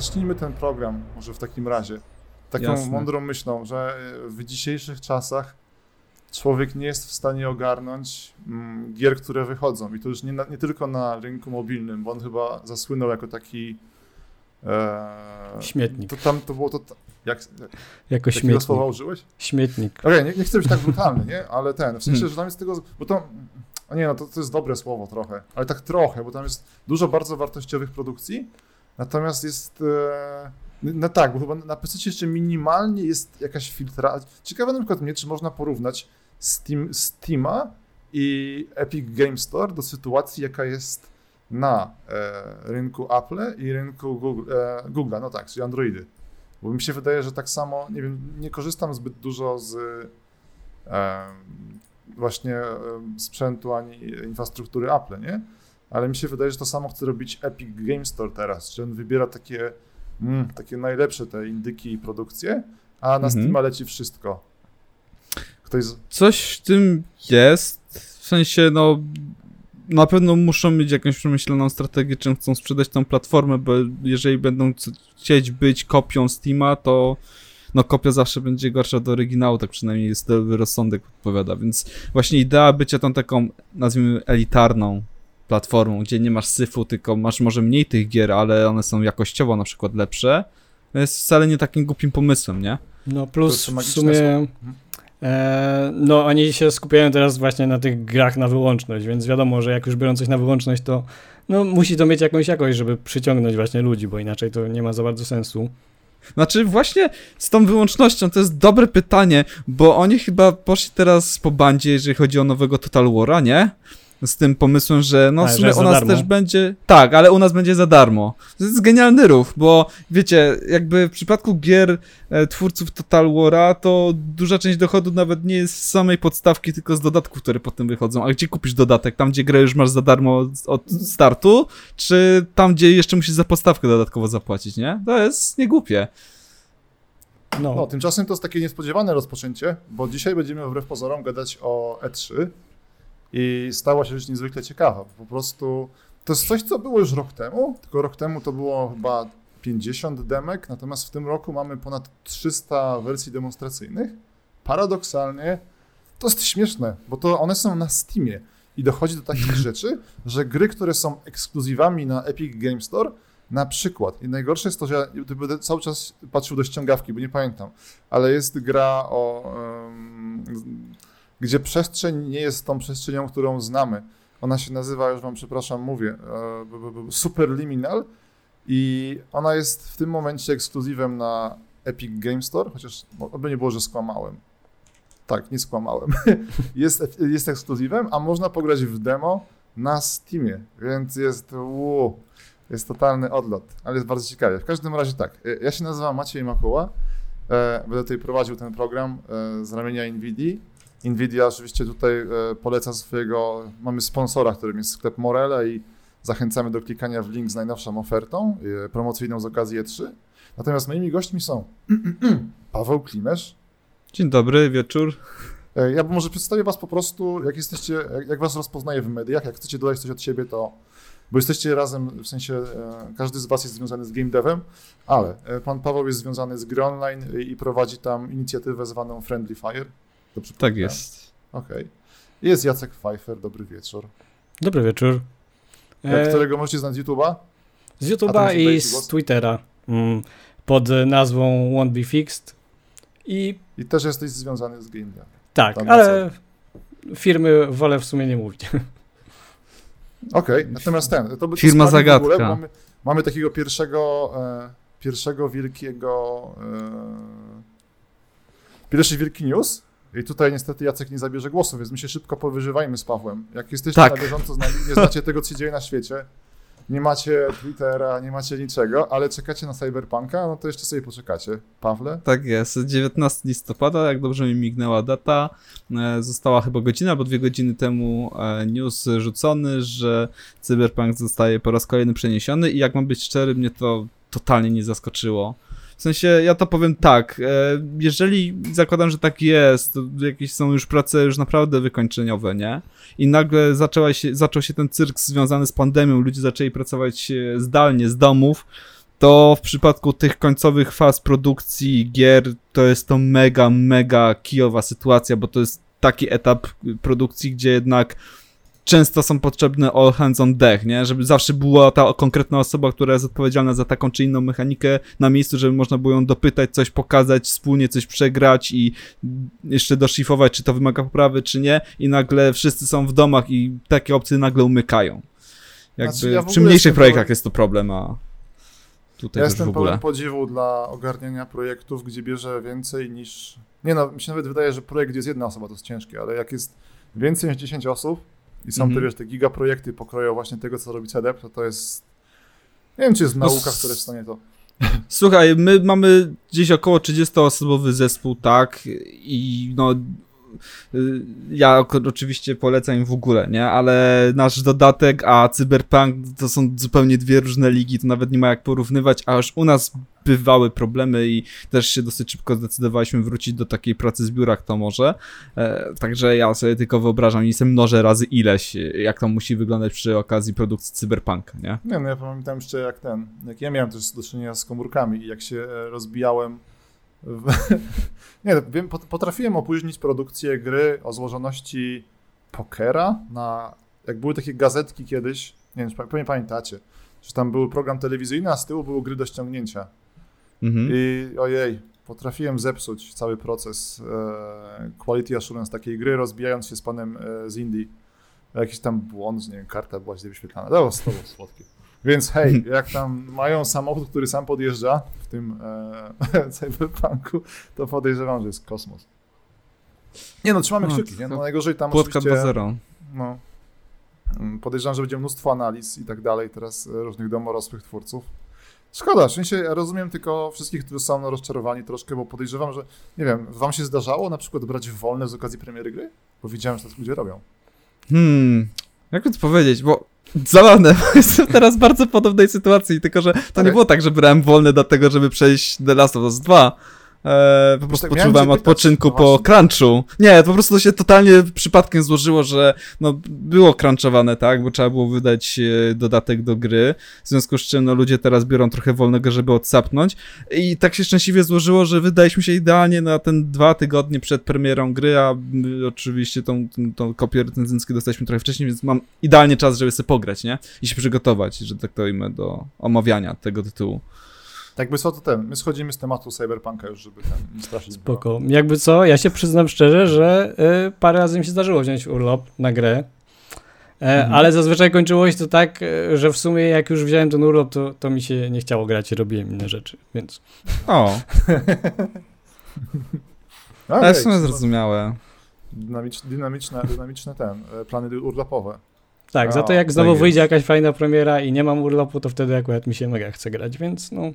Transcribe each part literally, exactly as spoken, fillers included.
zacznijmy ten program może w takim razie. Taką Jasne. mądrą myślą, że w dzisiejszych czasach człowiek nie jest w stanie ogarnąć mm, gier, które wychodzą. I to już nie, na, nie tylko na rynku mobilnym, bo on chyba zasłynął jako taki... E, śmietnik. To tam to było to... Jak, jako śmietnik. słowa użyłeś? Śmietnik. Okej, okay, nie, nie chcę być tak brutalny, nie? Ale ten, w sensie, hmm. że tam jest tego... Bo to... A nie, no to, to jest dobre słowo trochę, ale tak trochę, bo tam jest dużo bardzo wartościowych produkcji, natomiast jest... E, no tak, bo chyba na P C jeszcze minimalnie jest jakaś filtracja. Ciekawe na przykład mnie, czy można porównać Steam, Steama i Epic Game Store do sytuacji, jaka jest na e, rynku Apple i rynku Google, e, Google'a, no tak, czyli Androidy. Bo mi się wydaje, że tak samo, nie wiem, nie korzystam zbyt dużo z e, właśnie e, sprzętu ani infrastruktury Apple, nie? Ale mi się wydaje, że to samo chce robić Epic Game Store teraz, że on wybiera takie Mm, takie najlepsze te indyki i produkcje, a na mhm. Steama leci wszystko. Ktoś z... Coś w tym jest, w sensie no na pewno muszą mieć jakąś przemyślaną strategię, czym chcą sprzedać tą platformę, bo jeżeli będą chcieć być kopią Steama, to no kopia zawsze będzie gorsza od oryginału, tak przynajmniej zdrowy rozsądek odpowiada, więc właśnie idea bycia tą taką, nazwijmy, elitarną platformą, gdzie nie masz syfu, tylko masz może mniej tych gier, ale one są jakościowo na przykład lepsze, jest wcale nie takim głupim pomysłem, nie? No plus w sumie e, no oni się skupiają teraz właśnie na tych grach na wyłączność, więc wiadomo, że jak już biorą coś na wyłączność, to no musi to mieć jakąś jakość, żeby przyciągnąć właśnie ludzi, bo inaczej to nie ma za bardzo sensu. Znaczy właśnie z tą wyłącznością to jest dobre pytanie, bo oni chyba poszli teraz po bandzie, jeżeli chodzi o nowego Total War'a, nie? Z tym pomysłem, że no w sumie u nas darmo. Też będzie... Tak, ale u nas będzie za darmo. To jest genialny ruch, bo wiecie, jakby w przypadku gier e, twórców Total War'a, to duża część dochodu nawet nie jest z samej podstawki, tylko z dodatków, które potem wychodzą. A gdzie kupisz dodatek? Tam, gdzie grę już masz za darmo od startu? Czy tam, gdzie jeszcze musisz za podstawkę dodatkowo zapłacić, nie? To jest niegłupie. No. no, tymczasem to jest takie niespodziewane rozpoczęcie, bo dzisiaj będziemy wbrew pozorom gadać o E trzy. I stała się rzecz niezwykle ciekawa. Po prostu to jest coś, co było już rok temu, tylko rok temu to było chyba pięćdziesiąt demek, natomiast w tym roku mamy ponad trzysta wersji demonstracyjnych. Paradoksalnie to jest śmieszne, bo to one są na Steamie i dochodzi do takich rzeczy, że gry, które są ekskluzywami na Epic Game Store, na przykład, i najgorsze jest to, że ja będę cały czas patrzył do ściągawki, bo nie pamiętam, ale jest gra o... Um, gdzie przestrzeń nie jest tą przestrzenią, którą znamy. Ona się nazywa, już wam przepraszam, mówię, Superliminal i ona jest w tym momencie ekskluzywem na Epic Game Store, chociaż oby nie było, że skłamałem. Tak, nie skłamałem. Jest, jest ekskluzywem, a można pograć w demo na Steamie, więc jest, uu, jest totalny odlot, ale jest bardzo ciekawie. W każdym razie tak, ja się nazywam Maciej Makuła, będę tutaj prowadził ten program z ramienia NVIDII. NVIDIA oczywiście tutaj poleca swojego, mamy sponsora, którym jest sklep Morele i zachęcamy do klikania w link z najnowszą ofertą promocyjną z okazji E trzy. Natomiast moimi gośćmi są Paweł Klimesz. Dzień dobry, wieczór. Ja może przedstawię was po prostu, jak jesteście, jak was rozpoznaję w mediach, jak chcecie dodać coś od siebie, to bo jesteście razem, w sensie każdy z was jest związany z game devem, ale pan Paweł jest związany z gry online i prowadzi tam inicjatywę zwaną Friendly Fire. Dobrze tak jest. Okej. Okay. Jest Jacek Pfeiffer, dobry wieczór. Dobry wieczór. E... Którego możecie znać z YouTube'a? Z YouTube'a i z Twittera pod nazwą Won't Be Fixed. I, I też jesteś związany z game devem. Tak, tam ale firmy wolę w sumie nie mówić. Okej, okay. Natomiast ten, to by firma to zagadka. W ogóle, mamy, mamy takiego pierwszego, e, pierwszego wielkiego, e, pierwszy wielki news i tutaj niestety Jacek nie zabierze głosu, więc my się szybko powyżywajmy z Pawłem. Jak jesteście tak. na bieżąco z nami, nie znacie tego, co się dzieje na świecie, nie macie Twittera, nie macie niczego, ale czekacie na Cyberpunka, no to jeszcze sobie poczekacie. Pawle? Tak jest, dziewiętnastego listopada, jak dobrze mi mignęła data, została chyba godzina albo dwie godziny temu news rzucony, że Cyberpunk zostaje po raz kolejny przeniesiony i jak mam być szczery, mnie to totalnie nie zaskoczyło. W sensie, ja to powiem tak, jeżeli zakładam, że tak jest, to jakieś są już prace już naprawdę wykończeniowe, nie? I nagle zaczęła się, zaczął się ten cyrk związany z pandemią, ludzie zaczęli pracować zdalnie, z domów, to w przypadku tych końcowych faz produkcji gier to jest to mega, mega kijowa sytuacja, bo to jest taki etap produkcji, gdzie jednak często są potrzebne all hands on deck, nie? Żeby zawsze była ta konkretna osoba, która jest odpowiedzialna za taką czy inną mechanikę na miejscu, żeby można było ją dopytać, coś pokazać, wspólnie coś przegrać i jeszcze doszlifować, czy to wymaga poprawy, czy nie. I nagle wszyscy są w domach i takie opcje nagle umykają. Jakby znaczy, ja przy mniejszych projektach pełen... jest to problem, a tutaj ja też w ogóle. Jestem pełen podziwu dla ogarniania projektów, gdzie bierze więcej niż... Nie no, mi się nawet wydaje, że projekt, gdzie jest jedna osoba, to jest ciężkie, ale jak jest więcej niż dziesięć osób, i są mm-hmm. te, wiesz, te gigaprojekty pokroją właśnie tego, co robi C D P, to to jest... Nie wiem, czy jest nauka, no, która jest w stanie to... Słuchaj, my mamy gdzieś około trzydziestoosobowy zespół, tak, i no... Ja oczywiście polecam im w ogóle, nie, ale nasz dodatek, a Cyberpunk to są zupełnie dwie różne ligi, to nawet nie ma jak porównywać, a już u nas bywały problemy i też się dosyć szybko zdecydowaliśmy wrócić do takiej pracy z biura, kto może, e, także ja sobie tylko wyobrażam i sobie mnożę razy ileś, jak to musi wyglądać przy okazji produkcji Cyberpunka, nie? Nie, no ja pamiętam jeszcze jak ten, jak ja miałem też do czynienia z komórkami i jak się rozbijałem w... Nie, wiem, potrafiłem opóźnić produkcję gry o złożoności pokera na... Jak były takie gazetki kiedyś, nie wiem, czy pewnie pamiętacie, że tam był program telewizyjny, a z tyłu były gry do ściągnięcia. Mhm. I ojej, potrafiłem zepsuć cały proces e, quality assurance takiej gry, rozbijając się z panem e, z Indii. Jakiś tam błąd, nie wiem, karta była źle wyświetlana. To było słodkie. Więc hej, jak tam mają samochód, który sam podjeżdża w tym e, cyberpunku, to podejrzewam, że jest kosmos. Nie no, trzymamy no, kciuki, nie? No najgorzej tam Płotka oczywiście... do zero. No, podejrzewam, że będzie mnóstwo analiz i tak dalej teraz różnych domorosłych twórców. Szkoda, w sensie ja rozumiem tylko wszystkich, którzy są rozczarowani troszkę, bo podejrzewam, że, nie wiem, wam się zdarzało na przykład brać wolne z okazji premiery gry? Bo widziałem, że to ludzie robią. Hmm, jak to powiedzieć, bo zabawne, jestem teraz w bardzo podobnej sytuacji, tylko że to okay. nie było tak, że brałem wolne dlatego, żeby przejść The Last of Us dwa. Eee, po prostu tak, poczuwałem odpoczynku pytać, po crunchu. Nie, po prostu to się totalnie przypadkiem złożyło, że no, było crunchowane, tak, bo trzeba było wydać e, dodatek do gry, w związku z czym no, ludzie teraz biorą trochę wolnego, żeby odsapnąć i tak się szczęśliwie złożyło, że wydaliśmy się idealnie na ten dwa tygodnie przed premierą gry, a my, oczywiście tą, tą, tą kopię recenzencką dostaliśmy trochę wcześniej, więc mam idealnie czas, żeby sobie pograć, nie, i się przygotować, że tak to ujmę, do omawiania tego tytułu. Jakby co, to ten, my schodzimy z tematu Cyberpunka już, żeby ten straszyć. Spoko. Było. Jakby co, ja się przyznam szczerze, że y, parę razy mi się zdarzyło wziąć urlop na grę, e, mhm. ale zazwyczaj kończyło się to tak, że w sumie jak już wziąłem ten urlop, to, to mi się nie chciało grać i robiłem inne rzeczy, więc... O. To jest w sumie zrozumiałe. Dynamicz, dynamiczne, dynamiczne ten, plany urlopowe. Tak, A, za to jak znowu tak wyjdzie jakaś fajna premiera i nie mam urlopu, to wtedy akurat mi się mega chce grać, więc no...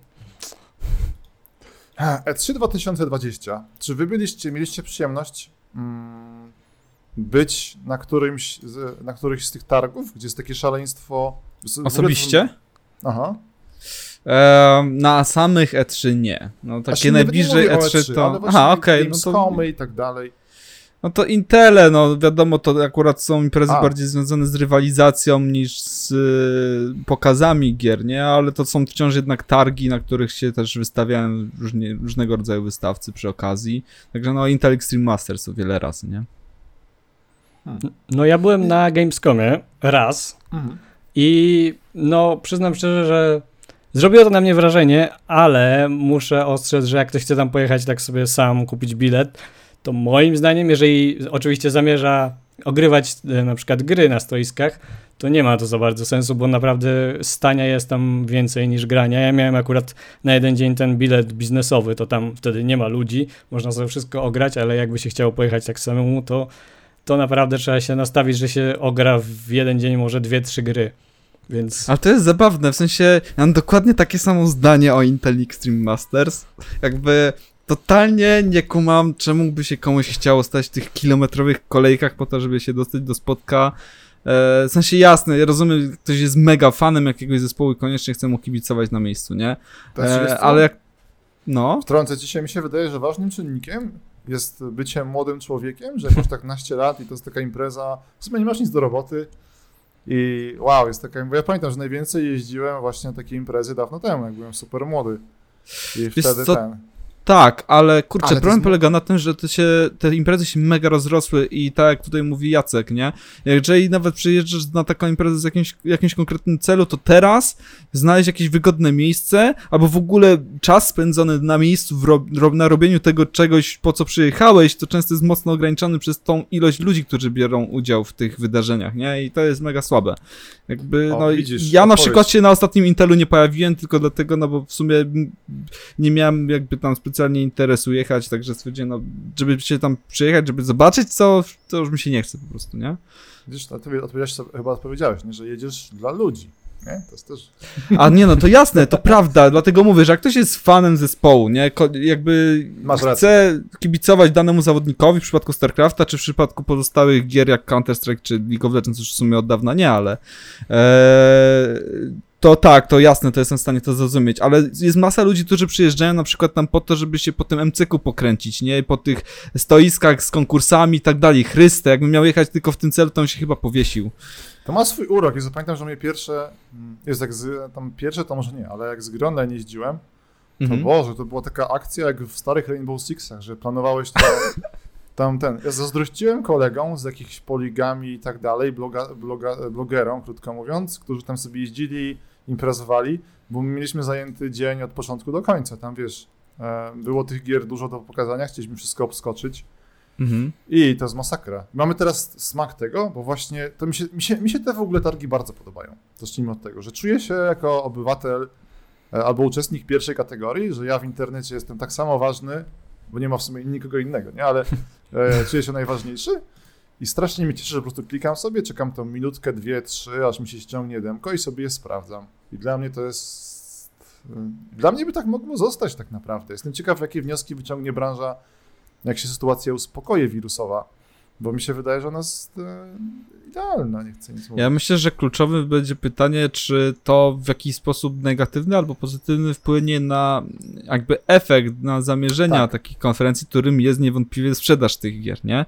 E trzy dwa tysiące dwadzieścia. Czy wy byliście, mieliście przyjemność mm, być na którymś, z, na którychś z tych targów, gdzie jest takie szaleństwo... Z, Osobiście? To... Aha. E, na samych E trzy nie. No takie znaczy, najbliżej E trzy, E trzy to... Aha, okej. Okay, no to... i tak dalej. No to Intele, no wiadomo, to akurat są imprezy A. bardziej związane z rywalizacją niż z y, pokazami gier, nie? Ale to są wciąż jednak targi, na których się też wystawiają różnie, różnego rodzaju wystawcy przy okazji. Także no Intel Extreme Masters o wiele razy, nie? Hmm. No ja byłem na Gamescomie raz mhm. i no przyznam szczerze, że zrobiło to na mnie wrażenie, ale muszę ostrzec, że jak ktoś chce tam pojechać tak sobie sam kupić bilet, to moim zdaniem, jeżeli oczywiście zamierza ogrywać e, na przykład gry na stoiskach, to nie ma to za bardzo sensu, bo naprawdę stania jest tam więcej niż grania. Ja miałem akurat na jeden dzień ten bilet biznesowy, to tam wtedy nie ma ludzi, można sobie wszystko ograć, ale jakby się chciało pojechać tak samemu, to, to naprawdę trzeba się nastawić, że się ogra w jeden dzień może dwie, trzy gry. Więc... Ale to jest zabawne, w sensie ja mam dokładnie takie samo zdanie o Intel Extreme Masters, jakby... Totalnie nie kumam, czemu by się komuś chciało stać w tych kilometrowych kolejkach po to, żeby się dostać do spotka. E, w sensie jasne, ja rozumiem, ktoś jest mega fanem jakiegoś zespołu i koniecznie chce mu kibicować na miejscu, nie? E, ale jak... No? Wtrącę ci się, mi się wydaje, że ważnym czynnikiem jest bycie młodym człowiekiem, że jak masz tak naście lat i to jest taka impreza, w sumie nie masz nic do roboty, I wow, jest taka, bo ja pamiętam, że najwięcej jeździłem właśnie na takie imprezy dawno temu, jak byłem super młody. I Wiesz wtedy co? ten... Tak, ale kurczę, Ale to problem jest- polega na tym, że te, się, te imprezy się mega rozrosły i tak jak tutaj mówi Jacek, nie? Jeżeli nawet przyjeżdżasz na taką imprezę z jakimś, jakimś konkretnym celu, to teraz znaleźć jakieś wygodne miejsce, albo w ogóle czas spędzony na miejscu, w ro, ro, na robieniu tego czegoś, po co przyjechałeś, to często jest mocno ograniczony przez tą ilość ludzi, którzy biorą udział w tych wydarzeniach, nie? I to jest mega słabe. Jakby, O, no widzisz, ja na odpowiedź. przykład się na ostatnim Intelu nie pojawiłem, tylko dlatego, no bo w sumie m, nie miałem jakby tam specjalnie interesu jechać, także stwierdziłem, no, żeby się tam przyjechać, żeby zobaczyć co, to już mi się nie chce po prostu, nie? Widzisz, no, ty odpowiedziałeś, sobie- chyba odpowiedziałeś, nie? Że jedziesz dla ludzi, nie? To jest też... A nie, no to jasne, to prawda, dlatego mówię, że jak ktoś jest fanem zespołu, nie, Ko- jakby Masz rację. chce kibicować danemu zawodnikowi w przypadku StarCrafta, czy w przypadku pozostałych gier jak Counter-Strike, czy League of Legends, już w sumie od dawna nie, ale ee, to tak, to jasne, to jestem w stanie to zrozumieć, ale jest masa ludzi, którzy przyjeżdżają na przykład tam po to, żeby się po tym em ce ku pokręcić, nie, po tych stoiskach z konkursami i tak dalej. Chryste, jakbym miał jechać tylko w tym celu, to on się chyba powiesił. To ma swój urok. Ja pamiętam, że mnie pierwsze, jest jak z, tam pierwsze to może nie, ale jak z gry online jeździłem, to Mhm. Boże, to była taka akcja jak w starych Rainbow Sixach, że planowałeś to, tam ten, ja zazdrościłem kolegom z jakichś poligami i tak dalej, bloga, bloga, blogerom, krótko mówiąc, którzy tam sobie jeździli, imprezowali, bo my mieliśmy zajęty dzień od początku do końca, tam wiesz, e, było tych gier dużo do pokazania, chcieliśmy wszystko obskoczyć. Mhm. I to jest masakra. Mamy teraz smak tego, bo właśnie to mi się, mi się, mi się te w ogóle targi bardzo podobają. Zacznijmy od tego, że czuję się jako obywatel e, albo uczestnik pierwszej kategorii, że ja w internecie jestem tak samo ważny, bo nie ma w sumie nikogo innego, nie? Ale e, czuję się najważniejszy i strasznie mnie cieszy, że po prostu klikam sobie, czekam tą minutkę, dwie, trzy, aż mi się ściągnie demko i sobie je sprawdzam. I dla mnie to jest... e, Dla mnie by tak mogło zostać tak naprawdę. Jestem ciekaw, jakie wnioski wyciągnie branża, jak się sytuacja uspokoje wirusowa, bo mi się wydaje, że ona jest e, idealna, nie chcę nic mówić. Ja myślę, że kluczowe będzie pytanie, czy to w jakiś sposób negatywny albo pozytywny wpłynie na jakby efekt, na zamierzenia Tak. takich konferencji, którym jest niewątpliwie sprzedaż tych gier, nie?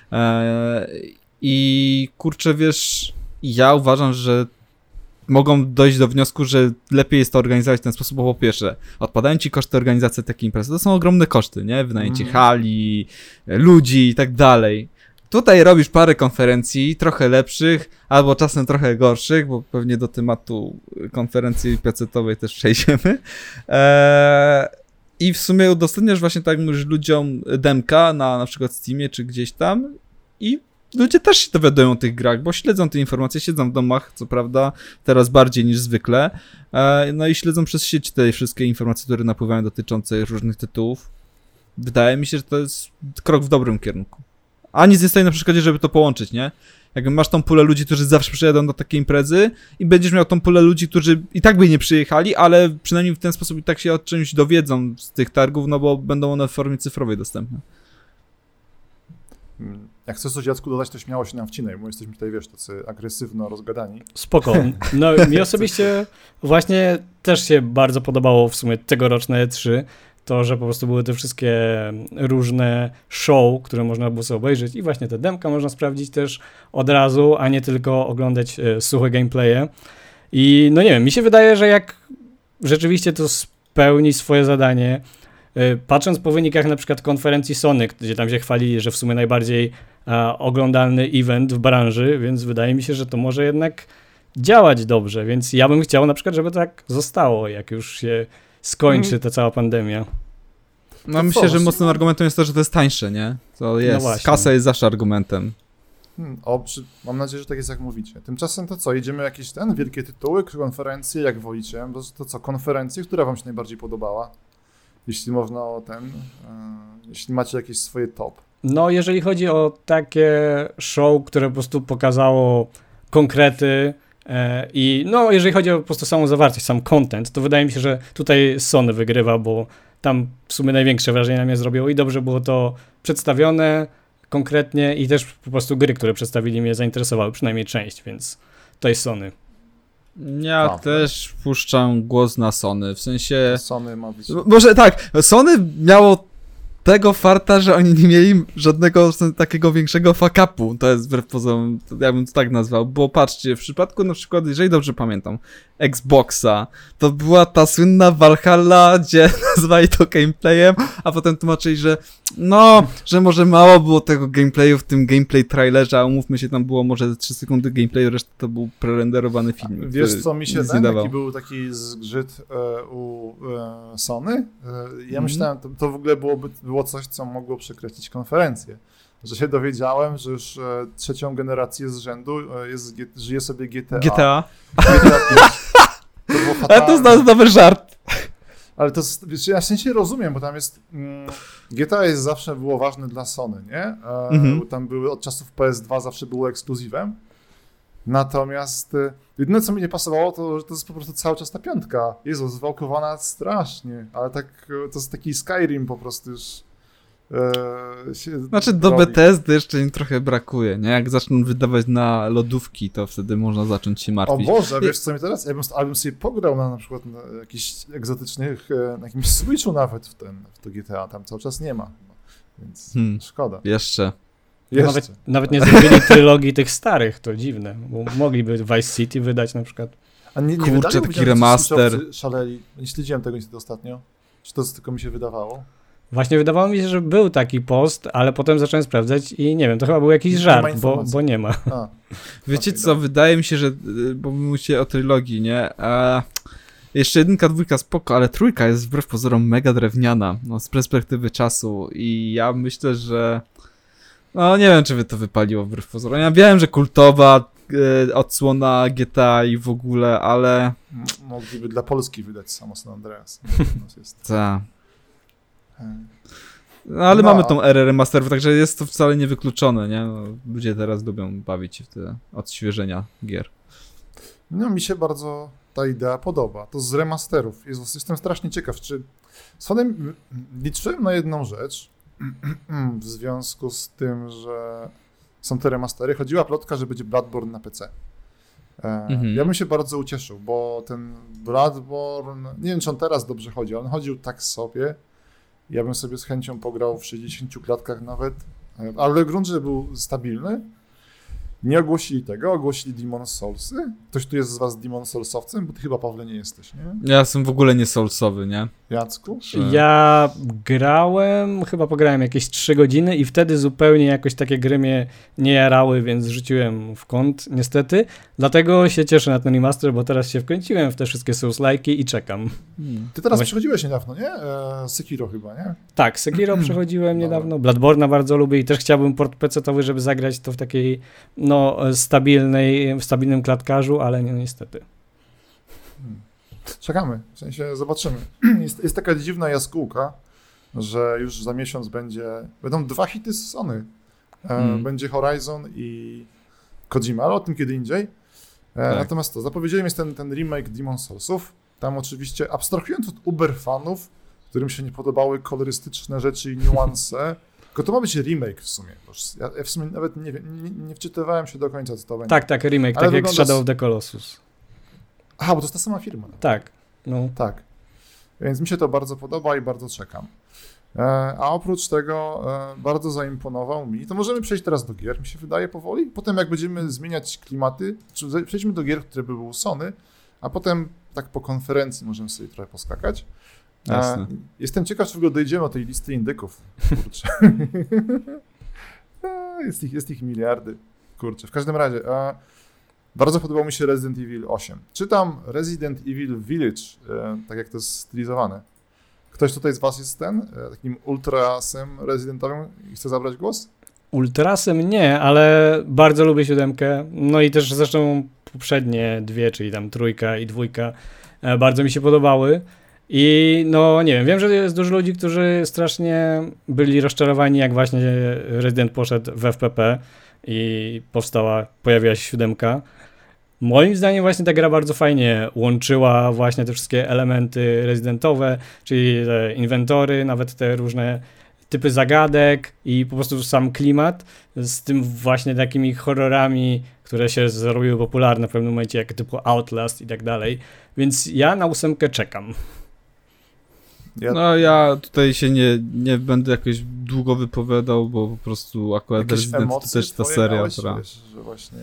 Eee, I kurczę, wiesz, ja uważam, że mogą dojść do wniosku, że lepiej jest to organizować w ten sposób, bo po pierwsze, odpadają ci koszty organizacji takiej imprezy, to są ogromne koszty, nie? Wynajęcie Mm. hali, ludzi i tak dalej. Tutaj robisz parę konferencji, trochę lepszych, albo czasem trochę gorszych, bo pewnie do tematu konferencji pecetowej też przejdziemy. Eee, I w sumie udostępniasz właśnie, tak jak mówisz, ludziom demka na na przykład Steamie czy gdzieś tam i ludzie też się dowiadują o tych grach, bo śledzą te informacje, siedzą w domach, co prawda, teraz bardziej niż zwykle, e, no i śledzą przez sieć te wszystkie informacje, które napływają dotyczące różnych tytułów. Wydaje mi się, że to jest krok w dobrym kierunku. A nic nie stoi na przeszkodzie, żeby to połączyć, nie? Jakby masz tą pulę ludzi, którzy zawsze przyjadą do takiej imprezy i będziesz miał tą pulę ludzi, którzy i tak by nie przyjechali, ale przynajmniej w ten sposób i tak się o czymś dowiedzą z tych targów, no bo będą one w formie cyfrowej dostępne. Jak chcesz coś, Jacku, dodać, to śmiało się nam wcinaj, bo jesteśmy tutaj, wiesz, tacy agresywno rozgadani. Spoko. No mi osobiście właśnie też się bardzo podobało w sumie tegoroczne E trzy, to, że po prostu były te wszystkie różne show, które można było sobie obejrzeć i właśnie te demka można sprawdzić też od razu, a nie tylko oglądać e, suche gameplaye. I no nie wiem, mi się wydaje, że jak rzeczywiście to spełni swoje zadanie, e, patrząc po wynikach na przykład konferencji Sony, gdzie tam się chwalili, że w sumie najbardziej e, oglądalny event w branży, więc wydaje mi się, że to może jednak działać dobrze, więc ja bym chciał na przykład, żeby tak zostało, jak już się skończy ta cała pandemia. No To myślę, co, że właśnie- mocnym argumentem jest to, że to jest tańsze, nie? To jest. właśnie. Kasa jest zawsze argumentem. Hmm, o, przy, mam nadzieję, że tak jest, jak mówicie. Tymczasem to co, jedziemy jakieś ten, wielkie tytuły, konferencje, jak wolicie? To, to co, konferencje, która wam się najbardziej podobała? Jeśli można o ten, e, jeśli macie jakieś swoje top. No, jeżeli chodzi o takie show, które po prostu pokazało konkrety e, i no, jeżeli chodzi o po prostu samą zawartość, sam content, to wydaje mi się, że tutaj Sony wygrywa, bo tam w sumie największe wrażenie na mnie zrobiło i dobrze było to przedstawione konkretnie i też po prostu gry, które przedstawili, mnie zainteresowały, przynajmniej część, więc to jest Sony. Ja Prawda. też puszczam głos na Sony, w sensie... Sony ma być... Może tak, Sony miało tego farta, że oni nie mieli żadnego takiego większego fuck-upu. To jest wbrew pozorom, ja bym to tak nazwał. Bo patrzcie, w przypadku na przykład, jeżeli dobrze pamiętam, Xboxa, to była ta słynna Valhalla, gdzie nazwali to gameplayem, a potem tłumaczyli, że no, że może mało było tego gameplayu w tym gameplay trailerze, a umówmy się, tam było może trzy sekundy gameplayu, reszta to był prerenderowany film. Wiesz co, mi się ten, jaki był taki zgrzyt e, u e, Sony? E, ja mm. myślałem, to, to w ogóle byłoby, było coś, co mogło przekreślić konferencję. Że się dowiedziałem, że już e, trzecią generację z rzędu e, jest, żyje sobie G T A. G T A? G T A pięć. To było fatalne. Ale to jest nowy żart. Ale to, wiesz, ja w sensie rozumiem, bo tam jest, mm, G T A jest zawsze było ważne dla Sony, nie? E, mm-hmm. Tam były od czasów P S dwa zawsze było ekskluzywem. Natomiast e, jedyne, co mi nie pasowało, to że to jest po prostu cały czas ta piątka. Jezu, zwałkowana strasznie, ale tak, to jest taki Skyrim po prostu już. E, się znaczy do robi. Bethesdy jeszcze im trochę brakuje, nie? Jak zaczną wydawać na lodówki, to wtedy można zacząć się martwić. O Boże, wiesz co mi teraz? Ja bym, ja bym sobie pograł na na przykład na jakichś egzotycznych, na jakimś Switchu nawet w, ten, w to G T A, tam cały czas nie ma, więc hmm. szkoda. Jeszcze. Jeszcze. Nawet, nawet nie zrobili trylogii tych starych, to dziwne, bo mogliby Vice City wydać na przykład. A nie, nie Kurczę, wydali, taki remaster. Szaleli. Nie śledziłem tego niestety ostatnio. Czy to tylko mi się wydawało? Właśnie wydawało mi się, że był taki post, ale potem zacząłem sprawdzać i nie wiem, to chyba był jakiś nie żart, bo, bo nie ma. A. Wiecie okay, co, dobra. Wydaje mi się, że, bo mówicie o trylogii, nie? A jeszcze jedynka, dwójka spoko, ale trójka jest wbrew pozorom mega drewniana, no, z perspektywy czasu i ja myślę, że no nie wiem, czy by to wypaliło wbrew pozorom. Ja wiem, że kultowa e, odsłona G T A i w ogóle, ale... Mogliby dla Polski wydać samo San Andreas. Tak. No, ale no. mamy tą erę remasterów, także jest to wcale niewykluczone, nie? No, ludzie teraz lubią bawić się w te odświeżenia gier. No mi się bardzo ta idea podoba. To z remasterów. Jezus, jestem strasznie ciekaw, czy z fanem liczyłem na jedną rzecz w związku z tym, że są te remastery. Chodziła plotka, że będzie Bloodborne na P C. Mhm. Ja bym się bardzo ucieszył, bo ten Bloodborne, nie wiem, czy on teraz dobrze chodzi, on chodził tak sobie. Ja bym sobie z chęcią pograł w sześćdziesięciu klatkach nawet, ale grunt, że był stabilny. Nie ogłosili tego, ogłosili Demon's Soulsy. Ktoś tu jest z was Demon's Soulsowcem? Bo ty chyba, Pawle, nie jesteś, nie? Ja jestem w ogóle nie Soulsowy, nie? Jacku? Ja grałem, chyba pograłem jakieś trzy godziny i wtedy zupełnie jakoś takie gry mnie nie jarały, więc rzuciłem w kąt, niestety. Dlatego się cieszę na ten remaster, bo teraz się wkręciłem w te wszystkie Souls-like'i i czekam. Hmm. Ty teraz Właśnie... przechodziłeś niedawno, nie? E, Sekiro chyba, nie? Tak, Sekiro przechodziłem niedawno. Bloodborne'a bardzo lubię i też chciałbym port pecetowy, żeby zagrać to w takiej, no, stabilnej, w stabilnym klatkarzu, ale nie, niestety. Hmm. Czekamy, w sensie zobaczymy. Jest, jest taka dziwna jaskółka, że już za miesiąc będzie, będą dwa hity z Sony. Hmm. Będzie Horizon i Kojima, ale o tym kiedy indziej. Tak. Natomiast to, zapowiedziałem jest ten, ten remake Demon's Soulsów. Tam oczywiście, abstrahując od uber fanów, którym się nie podobały kolorystyczne rzeczy i niuanse, tylko to ma być remake w sumie. Ja, ja w sumie nawet nie wiem, nie, nie wczytywałem się do końca, co to będzie. Tak, tak, remake, ale tak jak Shadow of the Colossus. Aha, bo to jest ta sama firma. Tak. No. Tak. Więc mi się to bardzo podoba i bardzo czekam. E, a oprócz tego e, bardzo zaimponował mi, to możemy przejść teraz do gier, mi się wydaje powoli. Potem jak będziemy zmieniać klimaty, przejdźmy do gier, które by były Sony, a potem tak po konferencji możemy sobie trochę poskakać. E, jestem ciekaw, czy w ogóle dojdziemy do tej listy indyków. Kurczę. jest, ich, jest ich miliardy. Kurczę, w każdym razie... E, Bardzo podobał mi się Resident Evil osiem. Czytam Resident Evil Village, e, tak jak to jest stylizowane. Ktoś tutaj z was jest ten, e, takim ultrasem rezydentowym i chce zabrać głos? Ultrasem nie, ale bardzo lubię siódemkę. No i też zresztą poprzednie dwie, czyli tam trójka i dwójka, e, bardzo mi się podobały. I no nie wiem, wiem, że jest dużo ludzi, którzy strasznie byli rozczarowani, jak właśnie Resident poszedł w F P P i powstała, pojawiła się siódemka. Moim zdaniem właśnie ta gra bardzo fajnie łączyła właśnie te wszystkie elementy rezydentowe, czyli te inwentory, nawet te różne typy zagadek i po prostu sam klimat z tym właśnie takimi horrorami, które się zrobiły popularne w pewnym momencie, jak typu Outlast i tak dalej. Więc ja na ósemkę czekam. Ja... No ja tutaj się nie, nie będę jakoś długo wypowiadał, bo po prostu akurat Resident to też ta seria, miałeś, która... Wiesz, że właśnie...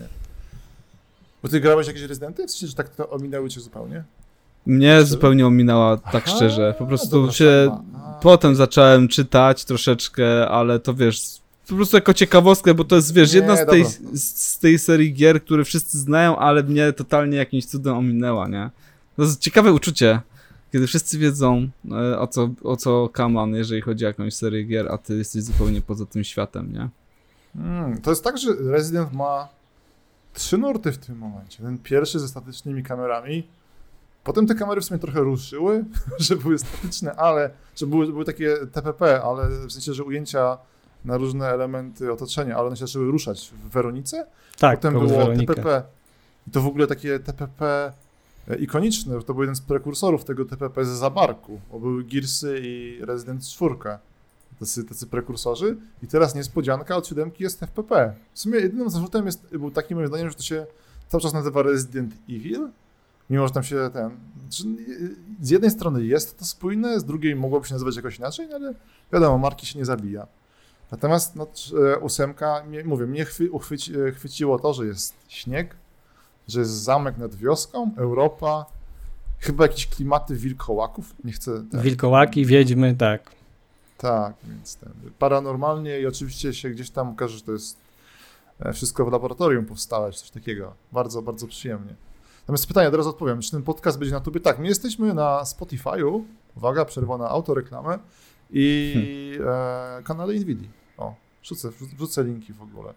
Bo ty grałeś jakieś Rezydenty? Czy że tak to ominęły cię zupełnie? Mnie szczerze? zupełnie ominęła, tak Aha, szczerze. Po prostu się potem zacząłem czytać troszeczkę, ale to wiesz, po prostu jako ciekawostkę, bo to jest, wiesz, nie, jedna z tej, z tej serii gier, które wszyscy znają, ale mnie totalnie jakimś cudem ominęła, nie? To jest ciekawe uczucie, kiedy wszyscy wiedzą, o co, o co kaman, jeżeli chodzi o jakąś serię gier, a ty jesteś zupełnie poza tym światem, nie? Hmm, to jest tak, że Resident ma trzy nurty w tym momencie. Ten pierwszy ze statycznymi kamerami. Potem te kamery w sumie trochę ruszyły, że były statyczne, ale że były, były takie T P P, ale w sensie, że ujęcia na różne elementy otoczenia, ale one się zaczęły ruszać w Weronice. Tak, potem było Weronikę. T P P. I to w ogóle takie T P P ikoniczne, to był jeden z prekursorów tego T P P z Zabarku, bo były Gearsy i Resident cztery. Tacy, tacy prekursorzy. I teraz niespodzianka od siódemki jest F P P. W sumie jedynym zarzutem jest, był taki moim zdaniem, że to się cały czas nazywa Resident Evil, mimo że tam się ten... Z jednej strony jest to spójne, z drugiej mogłoby się nazywać jakoś inaczej, ale wiadomo, marki się nie zabija. Natomiast no, ósemka, mówię, mnie chwy, uchwyci, chwyciło to, że jest śnieg, że jest zamek nad wioską, Europa, chyba jakieś klimaty wilkołaków, nie chcę... Ten, Wilkołaki, wiedźmy, tak. Tak, więc ten, paranormalnie i oczywiście się gdzieś tam okaże, że to jest wszystko w laboratorium powstałe, czy coś takiego. Bardzo, bardzo przyjemnie. Natomiast pytanie, teraz odpowiem, czy ten podcast będzie na tubie? Tak, my jesteśmy na Spotify'u, uwaga, przerwa na autoreklamę i hmm. e, kanale Nvidii. O, wrzucę, wrzucę linki w ogóle.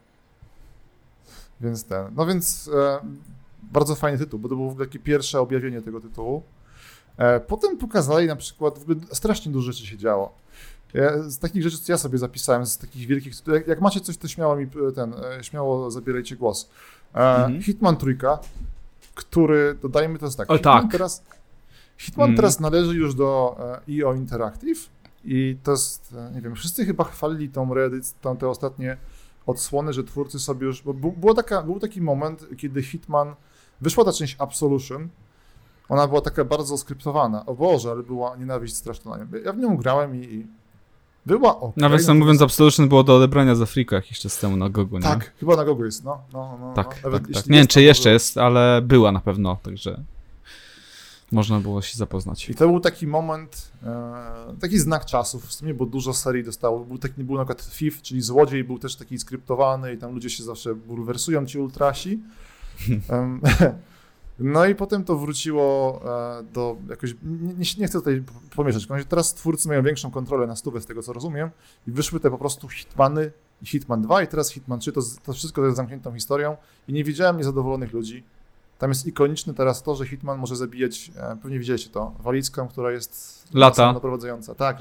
Więc ten, no więc e, bardzo fajny tytuł, bo to było w ogóle takie pierwsze objawienie tego tytułu. E, potem pokazali na przykład, w ogóle strasznie dużo rzeczy się działo. Ja, z takich rzeczy, co ja sobie zapisałem, z takich wielkich, jak, jak macie coś, to śmiało mi ten, śmiało zabierajcie głos. E, mm-hmm. Hitman trójka, który, dodajmy to jest tak, o, Hitman, tak. Teraz, Hitman mm. teraz należy już do E O Interactive i to jest, nie wiem, wszyscy chyba chwalili tą Reddit, tam te ostatnie odsłony, że twórcy sobie już, bo było taka, był taki moment, kiedy Hitman, wyszła ta część Absolution, ona była taka bardzo skryptowana, o Boże, ale była nienawiść straszna na nią. Ja w nią grałem i, i była okej. Nawet sam mówiąc, Absolution było do odebrania za frika jakiś czas temu na Gogu, nie? Tak, chyba na Gogu jest, no. no, no tak, no. tak, tak. Nie wiem, czy jeszcze jest, ale była na pewno, także można było się zapoznać. I to był taki moment, e, taki znak czasów w sumie, bo dużo serii dostało. Był taki, był na przykład Thief, czyli złodziej, był też taki skryptowany i tam ludzie się zawsze bulwersują, ci ultrasi. um, No i potem to wróciło do jakoś, nie, nie chcę tutaj pomieszać, teraz twórcy mają większą kontrolę na stówę z tego co rozumiem i wyszły te po prostu Hitmany i Hitman dwa i teraz Hitman trzy, to, to wszystko jest zamkniętą historią i nie widziałem niezadowolonych ludzi. Tam jest ikoniczne teraz to, że Hitman może zabijać, pewnie widzieliście to, walicką, która jest lata naprowadzająca. Tak,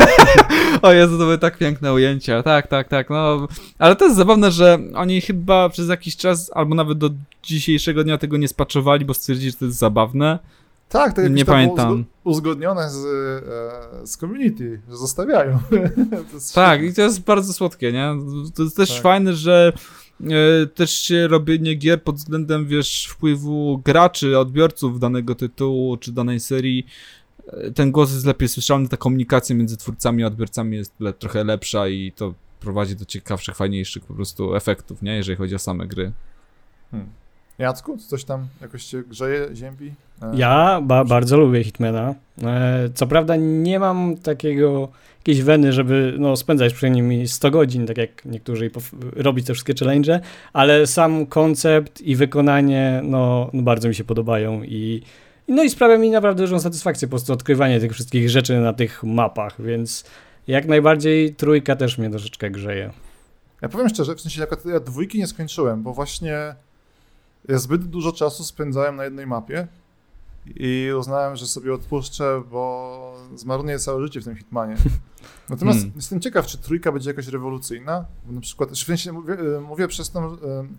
o Jezu, to były tak piękne ujęcia, tak, tak, tak, no, ale to jest zabawne, że oni chyba przez jakiś czas, albo nawet do dzisiejszego dnia tego nie spaczowali, bo stwierdzili, że to jest zabawne. Tak, to nie pamiętam. Uzgodnione z, z community, że zostawiają. Tak, i to jest bardzo słodkie, nie? To jest też tak. fajne, że e, też się robienie gier pod względem, wiesz, wpływu graczy, odbiorców danego tytułu czy danej serii, ten głos jest lepiej słyszalny, ta komunikacja między twórcami a odbiorcami jest le, trochę lepsza i to prowadzi do ciekawszych, fajniejszych po prostu efektów, nie? Jeżeli chodzi o same gry. Hmm. Jacku, coś tam jakoś cię grzeje, ziębi? E, ja ba- bardzo lubię Hitmana. E, co prawda nie mam takiego, jakiejś weny, żeby no, spędzać przy nim sto godzin, tak jak niektórzy, i pof- robić te wszystkie challenge, ale sam koncept i wykonanie no, no bardzo mi się podobają i no i sprawia mi naprawdę dużą satysfakcję po prostu odkrywanie tych wszystkich rzeczy na tych mapach, więc jak najbardziej trójka też mnie troszeczkę grzeje. Ja powiem szczerze, w sensie ja dwójki nie skończyłem, bo właśnie ja zbyt dużo czasu spędzałem na jednej mapie i uznałem, że sobie odpuszczę, bo zmarnuję całe życie w tym Hitmanie. Natomiast hmm. jestem ciekaw, czy trójka będzie jakaś rewolucyjna, bo na przykład, w sensie mówię, mówię przez to,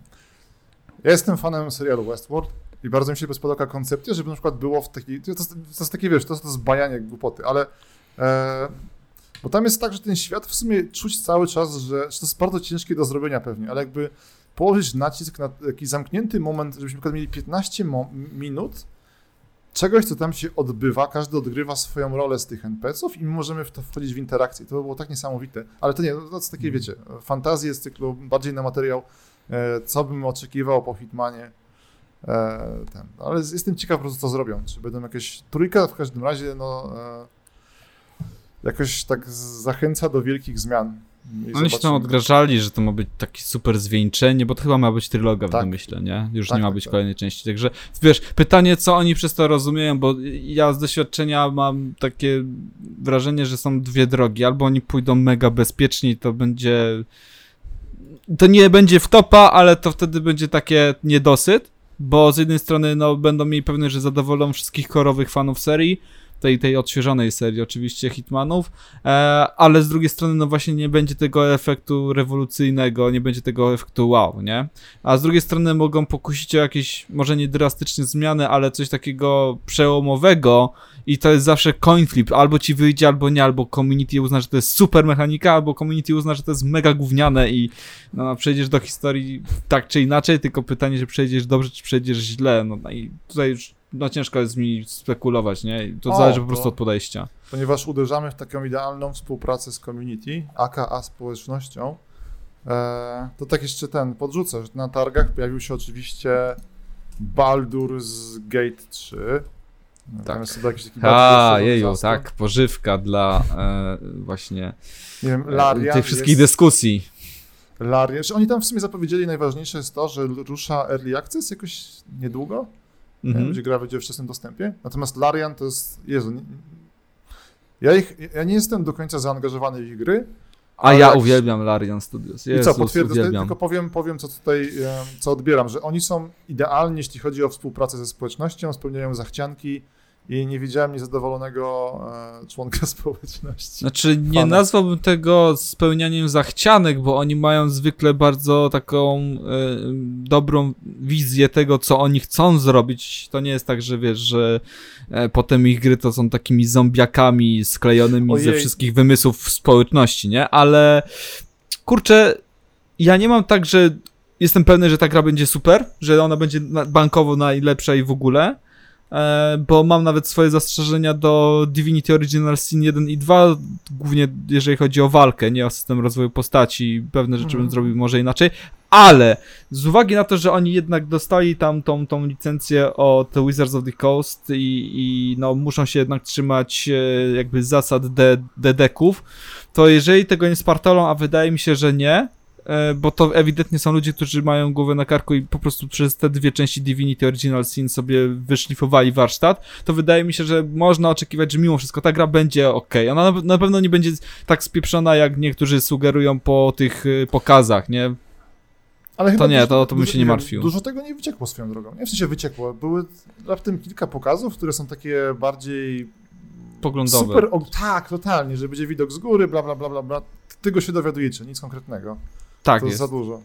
ja jestem fanem serialu Westworld i bardzo mi się spodoba koncepcja, żeby na przykład było w takiej, to, to, to jest takie, wiesz, to, to jest bajanie jak głupoty, ale e, bo tam jest tak, że ten świat w sumie czuć cały czas, że, że to jest bardzo ciężkie do zrobienia pewnie, ale jakby położyć nacisk na taki zamknięty moment, żebyśmy na przykład mieli piętnaście mo- minut czegoś, co tam się odbywa, każdy odgrywa swoją rolę z tych en pe ce ów i my możemy w to wchodzić w interakcję. To by było tak niesamowite. Ale to nie, to jest takie, wiecie, fantazje z cyklu, bardziej na materiał, e, co bym oczekiwał po Hitmanie. E, ten. Ale jestem ciekaw po prostu, co zrobią. Czy będą jakieś... Trójka w każdym razie, no... E, jakoś tak zachęca do wielkich zmian. Oni się tam odgrażali, że to ma być takie super zwieńczenie, bo to chyba ma być tryloga w tak. domyśle, nie? Już tak, nie ma tak, być tak. kolejnej części, także wiesz, pytanie, co oni przez to rozumieją, bo ja z doświadczenia mam takie wrażenie, że są dwie drogi, albo oni pójdą mega bezpiecznie i to będzie... To nie będzie wtopa, ale to wtedy będzie takie niedosyt, bo z jednej strony no, będą mieli pewność, że zadowolą wszystkich korowych fanów serii, tej, tej odświeżonej serii oczywiście Hitmanów, e, ale z drugiej strony no właśnie nie będzie tego efektu rewolucyjnego, nie będzie tego efektu wow, nie? A z drugiej strony mogą pokusić o jakieś, może nie drastyczne zmiany, ale coś takiego przełomowego i to jest zawsze coin flip, albo ci wyjdzie, albo nie, albo community uzna, że to jest super mechanika, albo community uzna, że to jest mega gówniane i no, przejdziesz do historii tak czy inaczej, tylko pytanie, czy przejdziesz dobrze, czy przejdziesz źle, no i tutaj już no ciężko jest mi spekulować, nie? To o, zależy po prostu to, od podejścia. Ponieważ uderzamy w taką idealną współpracę z community, aka społecznością, e, to tak jeszcze ten podrzucę, że na targach pojawił się oczywiście Baldur's Gate trzy. Tak. Jakiś taki A, jeju, tak, pożywka dla e, właśnie nie wiem, Larian tych wszystkich jest... dyskusji. Larian, że oni tam w sumie zapowiedzieli, najważniejsze jest to, że rusza Early Access jakoś niedługo. Mhm. Będzie gra będzie w wczesnym dostępie. Natomiast Larian to jest... Jezu, nie, ja, ich, ja nie jestem do końca zaangażowany w ich gry. A ja jak... uwielbiam Larian Studios. Jezus, I co, potwierdzę, tylko powiem, powiem, co tutaj, co odbieram, że oni są idealni, jeśli chodzi o współpracę ze społecznością, spełniają zachcianki i nie widziałem niezadowolonego e, członka społeczności. Znaczy, nie Fana. Nazwałbym tego spełnianiem zachcianek, bo oni mają zwykle bardzo taką e, dobrą wizję tego, co oni chcą zrobić. To nie jest tak, że wiesz, że e, potem ich gry to są takimi zombiakami sklejonymi Ojej. ze wszystkich wymysłów społeczności, nie? Ale kurczę, ja nie mam tak, że jestem pewny, że ta gra będzie super, że ona będzie bankowo najlepsza i w ogóle, bo mam nawet swoje zastrzeżenia do Divinity Original Sin jeden i dwa, głównie jeżeli chodzi o walkę, nie o system rozwoju postaci, pewne rzeczy bym zrobił może inaczej, ale z uwagi na to, że oni jednak dostali tam tą, tą licencję od Wizards of the Coast i, i no muszą się jednak trzymać jakby zasad de, de deków, to jeżeli tego nie spartolą, a wydaje mi się, że nie, bo to ewidentnie są ludzie, którzy mają głowę na karku i po prostu przez te dwie części Divinity Original Sin sobie wyszlifowali warsztat, to wydaje mi się, że można oczekiwać, że mimo wszystko ta gra będzie okej. Ona na, na pewno nie będzie tak spieprzona, jak niektórzy sugerują po tych pokazach, nie? Ale to chyba nie, dużo, to, to bym dużo, się nie martwił. Dużo tego nie wyciekło swoją drogą. Nie w sensie wyciekło. Były raptem kilka pokazów, które są takie bardziej poglądowe. Super, o, tak, totalnie, że będzie widok z góry, bla, bla, bla, bla, bla. Tego się dowiadujecie, nic konkretnego. Tak, to jest. jest za dużo.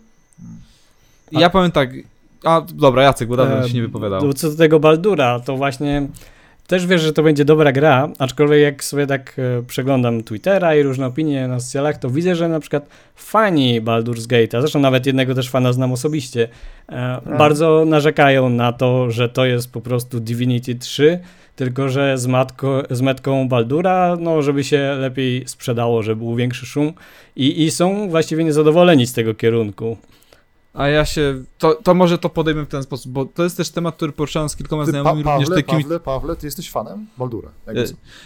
A... Ja powiem tak, a dobra, Jacek, bo dawno e, się nie wypowiadał. Co do tego Baldura, to właśnie też wiesz, że to będzie dobra gra, aczkolwiek jak sobie tak e, przeglądam Twittera i różne opinie na socjalach, to widzę, że na przykład fani Baldur's Gate'a, zresztą nawet jednego też fana znam osobiście, e, bardzo narzekają na to, że to jest po prostu Divinity trzy, tylko że z, matko, z metką Baldura, no żeby się lepiej sprzedało, żeby był większy szum i, i są właściwie niezadowoleni z tego kierunku. A ja się, to, to może to podejmę w ten sposób, bo to jest też temat, który poruszałem z kilkoma ty, znajomymi. pa, Pawle, również takimi... Pawle, Pawle, ty jesteś fanem Baldura. E,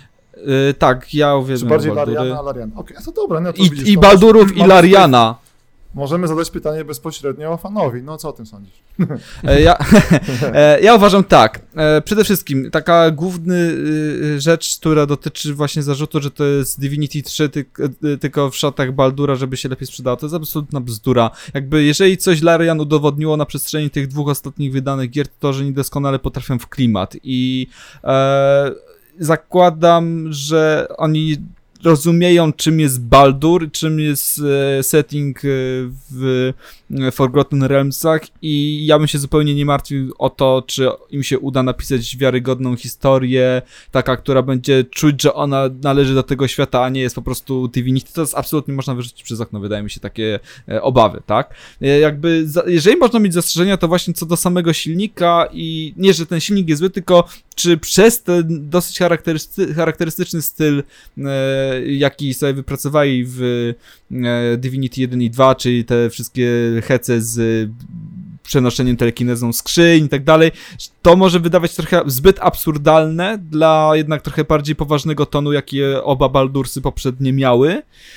e, tak, ja uwielbiam Czy bardziej Baldury. Lariana, Lariana. Okej, okay, to dobra. No to I, widzisz, i to Baldurów masz, i Lariana. Możemy zadać pytanie bezpośrednio fanowi. No co o tym sądzisz? E, ja, e, ja uważam tak. E, przede wszystkim taka główna y, rzecz, która dotyczy właśnie zarzutu, że to jest Divinity trzy ty, y, tylko w szatach Baldura, żeby się lepiej sprzedało. To jest absolutna bzdura. Jakby jeżeli coś Larian udowodniło na przestrzeni tych dwóch ostatnich wydanych gier, to że oni doskonale potrafią w klimat. I e, zakładam, że oni rozumieją, czym jest Baldur, czym jest e, setting e, w Forgotten Realmsach i ja bym się zupełnie nie martwił o to, czy im się uda napisać wiarygodną historię, taka, która będzie czuć, że ona należy do tego świata, a nie jest po prostu Divinity. To jest absolutnie można wyrzucić przez okno, wydaje mi się, takie e, obawy, tak? E, jakby, za, jeżeli można mieć zastrzeżenia, to właśnie co do samego silnika i nie, że ten silnik jest zły, tylko czy przez ten dosyć charakterysty, charakterystyczny styl, e, jaki sobie wypracowali w e, Divinity jeden i dwa, czyli te wszystkie hece z przenoszeniem telekinezą skrzyń i tak dalej, to może wydawać trochę zbyt absurdalne dla jednak trochę bardziej poważnego tonu, jakie oba Baldursy poprzednie miały.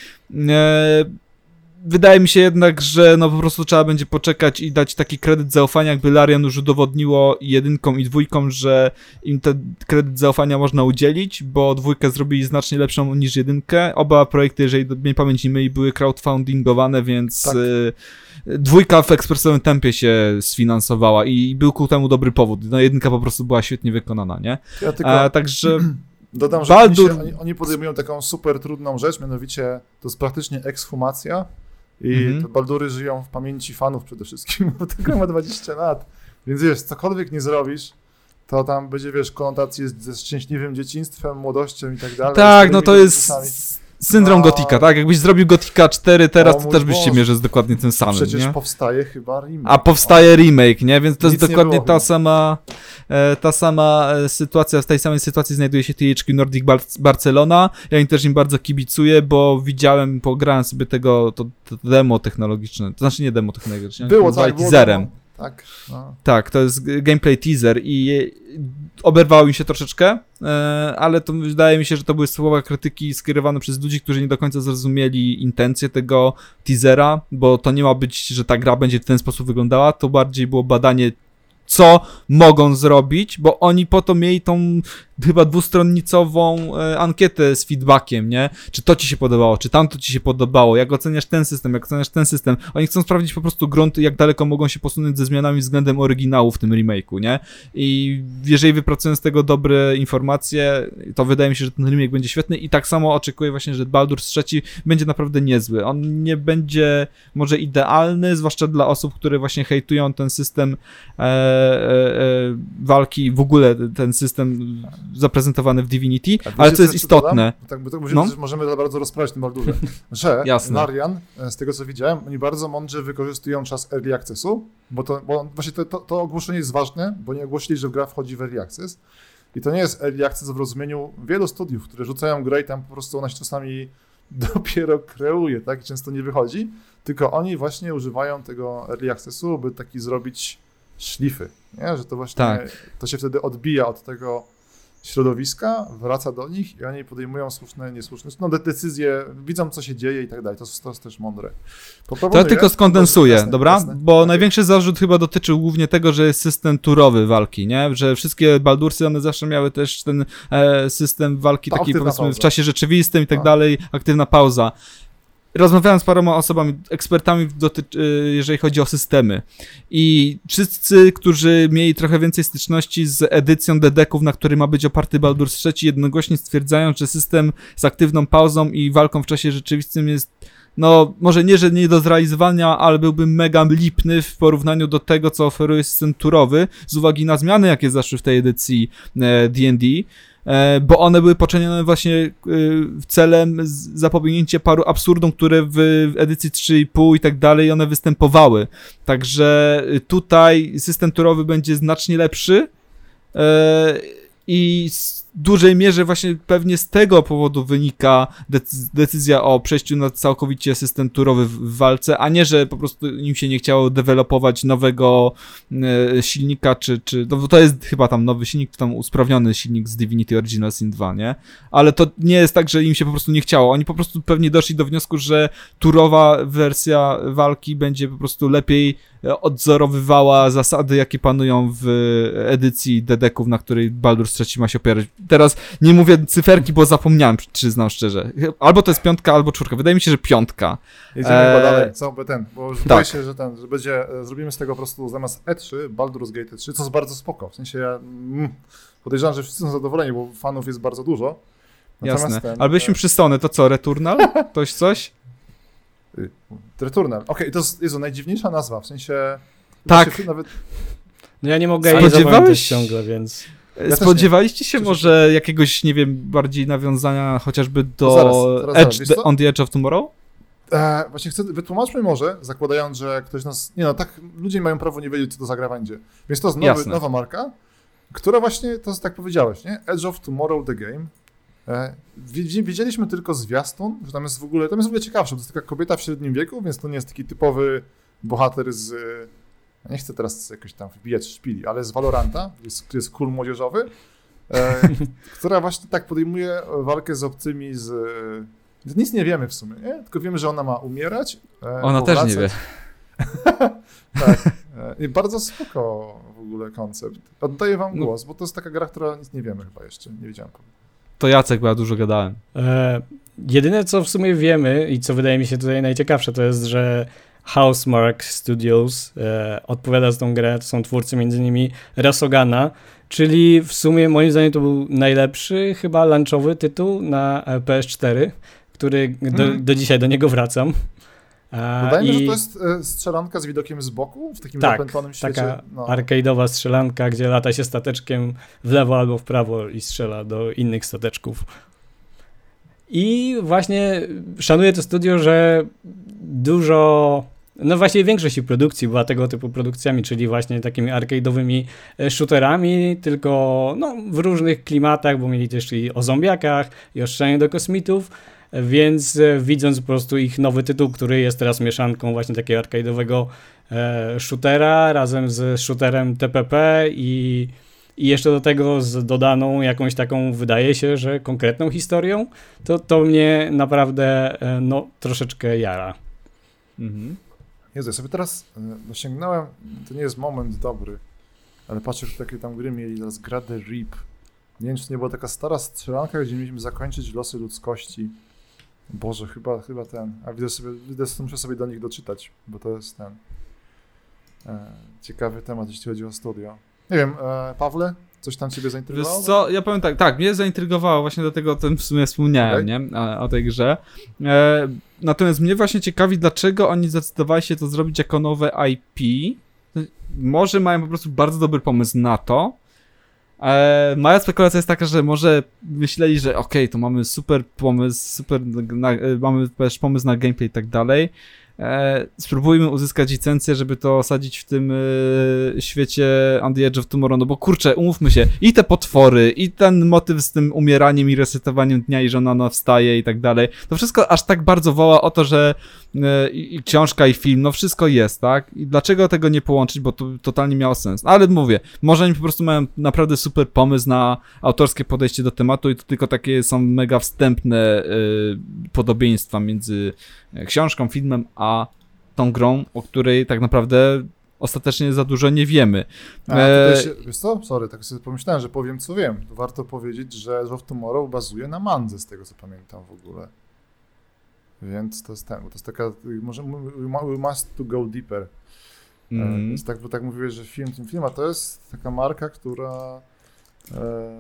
E, Wydaje mi się jednak, że no po prostu trzeba będzie poczekać i dać taki kredyt zaufania, jakby Larian już udowodniło jedynką i dwójką, że im ten kredyt zaufania można udzielić, bo dwójkę zrobili znacznie lepszą niż jedynkę. Oba projekty, jeżeli mnie pamięć nie myli, były crowdfundingowane, więc tak. y, dwójka w ekspresowym tempie się sfinansowała i był ku temu dobry powód. No jedynka po prostu była świetnie wykonana, nie? Ja tylko... A, także... Dodam, że Baldur... oni, się, oni, oni podejmują taką super trudną rzecz, mianowicie to jest praktycznie ekshumacja i mm-hmm. te Baldury żyją w pamięci fanów przede wszystkim, bo tego ma dwadzieścia lat, więc wiesz, cokolwiek nie zrobisz, to tam będzie, wiesz, konotacji ze szczęśliwym dzieciństwem, młodością i tak dalej. Tak, no to jest syndrom no... Gotika, tak? Jakbyś zrobił Gotika cztery teraz, to też byś się mierzył z dokładnie tym samym, Przecież nie? powstaje chyba remake. A powstaje remake, nie? Więc to Nic jest dokładnie ta było. sama e, ta sama sytuacja, w tej samej sytuacji znajduje się T H Q Nordic Bar- Barcelona. Ja im też im bardzo kibicuję, bo widziałem, pograłem sobie tego, to, to demo technologiczne, to znaczy nie demo technologiczne, było tak, było teaserem. demo. Tak, no. Tak, to jest gameplay teaser i oberwało mi się troszeczkę, ale to wydaje mi się, że to były słowa krytyki skierowane przez ludzi, którzy nie do końca zrozumieli intencje tego teasera, bo to nie ma być, że ta gra będzie w ten sposób wyglądała, to bardziej było badanie, co mogą zrobić, bo oni po to mieli tą chyba dwustronnicową e, ankietę z feedbackiem, nie? Czy to ci się podobało, czy tamto ci się podobało, jak oceniasz ten system, jak oceniasz ten system. Oni chcą sprawdzić po prostu grunty, jak daleko mogą się posunąć ze zmianami względem oryginału w tym remake'u, nie? I jeżeli wypracują z tego dobre informacje, to wydaje mi się, że ten remake będzie świetny i tak samo oczekuję właśnie, że Baldur's trzeci będzie naprawdę niezły. On nie będzie może idealny, zwłaszcza dla osób, które właśnie hejtują ten system e, e, e, walki, w ogóle ten system zaprezentowany w Divinity, tak, ale co jest istotne. Tak, bo to musimy, no? Możemy za bardzo rozprawiać w tym Baldurze, że Jasne. Larian, z tego co widziałem, oni bardzo mądrze wykorzystują czas Early Accessu, bo, to, bo właśnie to, to, to ogłoszenie jest ważne, bo nie ogłosili, że gra wchodzi w Early Access i to nie jest Early Access w rozumieniu wielu studiów, które rzucają grę i tam po prostu ona się czasami dopiero kreuje, tak, i często nie wychodzi, tylko oni właśnie używają tego Early Accessu, by taki zrobić szlify, nie? Że to właśnie tak. To się wtedy odbija od tego środowiska, wraca do nich i oni podejmują słuszne, niesłuszne, no decyzje, widzą co się dzieje i tak dalej, to, to jest też mądre. To ja tylko skondensuję, jasne, dobra? Jasne. Bo okay. Największy zarzut chyba dotyczył głównie tego, że jest system turowy walki, nie? Że wszystkie Baldursy, one zawsze miały też ten e, system walki Ta taki powiedzmy pauza. w czasie rzeczywistym i tak A. dalej, aktywna pauza. Rozmawiałem z paroma osobami, ekspertami, dotyczy, jeżeli chodzi o systemy i wszyscy, którzy mieli trochę więcej styczności z edycją dedeków, na której ma być oparty Baldur's trzeci, jednogłośnie stwierdzają, że system z aktywną pauzą i walką w czasie rzeczywistym jest, no może nie, że nie do zrealizowania, ale byłby mega lipny w porównaniu do tego, co oferuje system turowy, z uwagi na zmiany, jakie zaszły w tej edycji D and D. Bo one były poczynione właśnie celem zapobiegnięcia paru absurdom, które w edycji trzy i pół i tak dalej one występowały. Także tutaj system turowy będzie znacznie lepszy i w dużej mierze właśnie pewnie z tego powodu wynika decy- decyzja o przejściu na całkowicie system turowy w, w walce, a nie, że po prostu im się nie chciało dewelopować nowego e, silnika, czy, czy no, to jest chyba tam nowy silnik, to tam usprawniony silnik z Divinity Original Sin dwa, nie? Ale to nie jest tak, że im się po prostu nie chciało. Oni po prostu pewnie doszli do wniosku, że turowa wersja walki będzie po prostu lepiej odzorowywała zasady, jakie panują w edycji dedeków, na której Baldur's trzeci ma się opierać. Teraz nie mówię cyferki, bo zapomniałem, przyznam szczerze. Albo to jest piątka, albo czwórka. Wydaje mi się, że piątka. Jedziemy eee... chyba dalej, co ten, bo tak. Wydaje się, że ten, że będzie, zrobimy z tego po prostu zamiast E trzy, Baldur's Gate E trzy, co jest bardzo spoko. W sensie ja mm, podejrzewam, że wszyscy są zadowoleni, bo fanów jest bardzo dużo. Natomiast Jasne. Ten, Ale byliśmy e... przystąpni, to co, Returnal? Ktoś coś? Returnal. Okej, okay, to jest Jezu, najdziwniejsza nazwa, w sensie... Tak. Nawet... No ja nie mogę jej zapamiętać ciągle, więc... Ja Spodziewaliście się może jakiegoś, nie wiem, bardziej nawiązania chociażby do zaraz, zaraz, Edge, zaraz, On the Edge of Tomorrow? E, właśnie chcę, wytłumaczmy może, zakładając, że ktoś nas... Nie no, tak, ludzie mają prawo nie wiedzieć, co to za gra będzie. Więc to jest nowy, nowa marka, która właśnie, to jest tak powiedziałeś, nie? Edge of Tomorrow the Game. E, widzieliśmy tylko zwiastun, że tam jest w ogóle, tam jest w ogóle ciekawsze, to jest taka kobieta w średnim wieku, więc to nie jest taki typowy bohater z... Ja nie chcę teraz jakoś tam wbijać szpili, ale z Valoranta, jest, jest król młodzieżowy, e, która właśnie tak podejmuje walkę z obcymi z... Nic nie wiemy w sumie, nie? Tylko wiemy, że ona ma umierać. E, ona powracać. Też nie wie. Tak. E, bardzo spoko w ogóle koncept. Oddaję wam głos, no. Bo to jest taka gra, która nic nie wiemy chyba jeszcze, nie wiedziałem. To Jacek, bo ja dużo gadałem. E, jedyne, co w sumie wiemy i co wydaje mi się tutaj najciekawsze, to jest, że Housemarque Studios e, odpowiada za tą grę, to są twórcy między innymi Resogana, czyli w sumie moim zdaniem to był najlepszy chyba launchowy tytuł na P S cztery, który do, hmm. do dzisiaj do niego wracam. Wydaje mi się, że to jest e, strzelanka z widokiem z boku, w takim tak, zapętlonym świecie. Taka no. arcade'owa strzelanka, gdzie lata się stateczkiem w lewo albo w prawo i strzela do innych stateczków. I właśnie szanuję to studio, że dużo, no właściwie większość ich produkcji była tego typu produkcjami, czyli właśnie takimi arcade'owymi shooterami, tylko no, w różnych klimatach, bo mieli też i o zombiakach, i o strzelaniu do kosmitów, więc widząc po prostu ich nowy tytuł, który jest teraz mieszanką właśnie takiego arcade'owego e, shootera razem z shooterem T P P i I jeszcze do tego z dodaną jakąś taką, wydaje się, że konkretną historią, to, to mnie naprawdę no, troszeczkę jara. Mhm. Jezu, ja sobie teraz no, sięgnąłem, to nie jest moment dobry, ale patrzę, że takie tam gry mieli, teraz gra The Reap. Nie wiem, czy to nie była taka stara strzelanka, gdzie mieliśmy zakończyć losy ludzkości. Boże, chyba, chyba ten, a widzę sobie, widzę, muszę sobie do nich doczytać, bo to jest ten e, ciekawy temat, jeśli chodzi o studio. Nie wiem, e, Pawle, coś tam ciebie zaintrygowało? Wiesz co, ja powiem tak, tak, mnie zaintrygowało, właśnie dlatego o tym w sumie wspomniałem, okay. nie, o, o tej grze. E, natomiast mnie właśnie ciekawi, dlaczego oni zdecydowali się to zrobić jako nowe I P. Może mają po prostu bardzo dobry pomysł na to. E, moja spekulacja jest taka, że może myśleli, że okej, okay, to mamy super pomysł, super, na, mamy też pomysł na gameplay i tak dalej. E, spróbujmy uzyskać licencję, żeby to osadzić w tym e, świecie On the Edge of Tomorrow, no bo kurczę, umówmy się, i te potwory, i ten motyw z tym umieraniem i resetowaniem dnia i że ona wstaje i tak dalej, to wszystko aż tak bardzo woła o to, że e, i książka i film, no wszystko jest, tak? I dlaczego tego nie połączyć, bo to totalnie miało sens. No, ale mówię, może oni po prostu mają naprawdę super pomysł na autorskie podejście do tematu i to tylko takie są mega wstępne e, podobieństwa między książką, filmem, a tą grą, o której tak naprawdę ostatecznie za dużo nie wiemy. A, tutaj się, wiesz co? Sorry, tak sobie pomyślałem, że powiem co wiem. Warto powiedzieć, że Edge of Tomorrow bazuje na mandze, z tego co pamiętam w ogóle. Więc to jest ten, to jest taka, może we must to go deeper. Mm. Więc tak, bo tak mówiłeś, że film, tym film, a to jest taka marka, która e,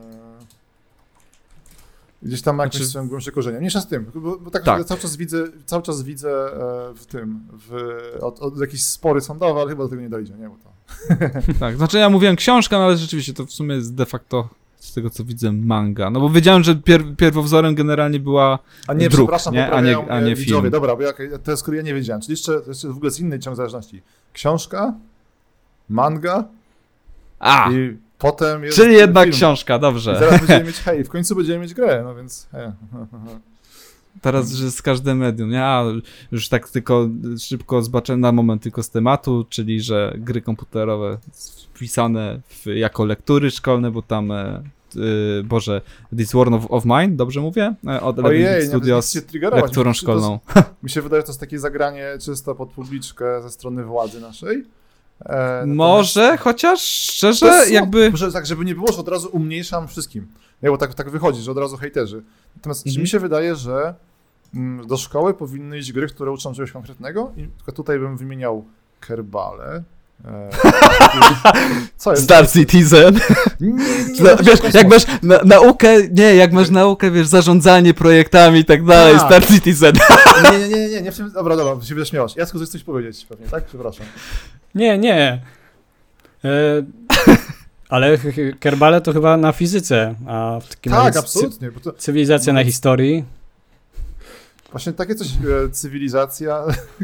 gdzieś tam ma jakieś znaczy... swoje głębsze korzenie. Mniejsza z tym, bo, bo tak, tak. cały czas widzę, cały czas widzę w tym, w, od, od jakieś spory sądowe, ale chyba do tego nie dojdzie, nie? Bo to... Tak, znaczy ja mówiłem książka, no ale rzeczywiście to w sumie jest de facto z tego co widzę manga, no bo wiedziałem, że pier- pierwowzorem generalnie była a nie, druk, przepraszam, nie? A nie, a nie film. Dobra, bo ja, to jest, który ja nie wiedziałem, czyli jeszcze, jeszcze w ogóle z innej ciąg zależności. Książka, manga a. i potem jest czyli jednak film. Książka, dobrze. I zaraz będziemy mieć, hej, w końcu będziemy mieć grę, no więc hej. Teraz, że z każdym medium, nie? A już tak tylko szybko zbaczę na moment tylko z tematu, czyli że gry komputerowe wpisane w, jako lektury szkolne, bo tam e, e, Boże, This War of, of Mine, dobrze mówię? E, od Ojej, Studios z lekturą szkolną. To jest, mi się wydaje, że to jest takie zagranie czysto pod publiczkę ze strony władzy naszej. E, Może, natomiast... chociaż szczerze jest, jakby... Może tak, żeby nie było, że od razu umniejszam wszystkim. Nie, bo tak, tak wychodzi, że od razu hejterzy. Natomiast mhm. mi się wydaje, że mm, do szkoły powinny iść gry, które uczą czegoś konkretnego i tylko tutaj bym wymieniał Kerbale, E, co jest? Star Citizen. Nie, nie, nie, no, wiesz, jak masz na, naukę, nie, jak masz naukę, wiesz, zarządzanie projektami i tak dalej, A. Star Citizen. Nie, nie, nie, nie, nie w tym, dobra, dobra, się wyśmiewasz. Jacku, chcesz coś powiedzieć pewnie, tak? Przepraszam. Nie, nie. E, ale Kerbale to chyba na fizyce, a w takim tak, absolutnie. Bo to, cywilizacja no, na historii. Właśnie takie coś, e, cywilizacja,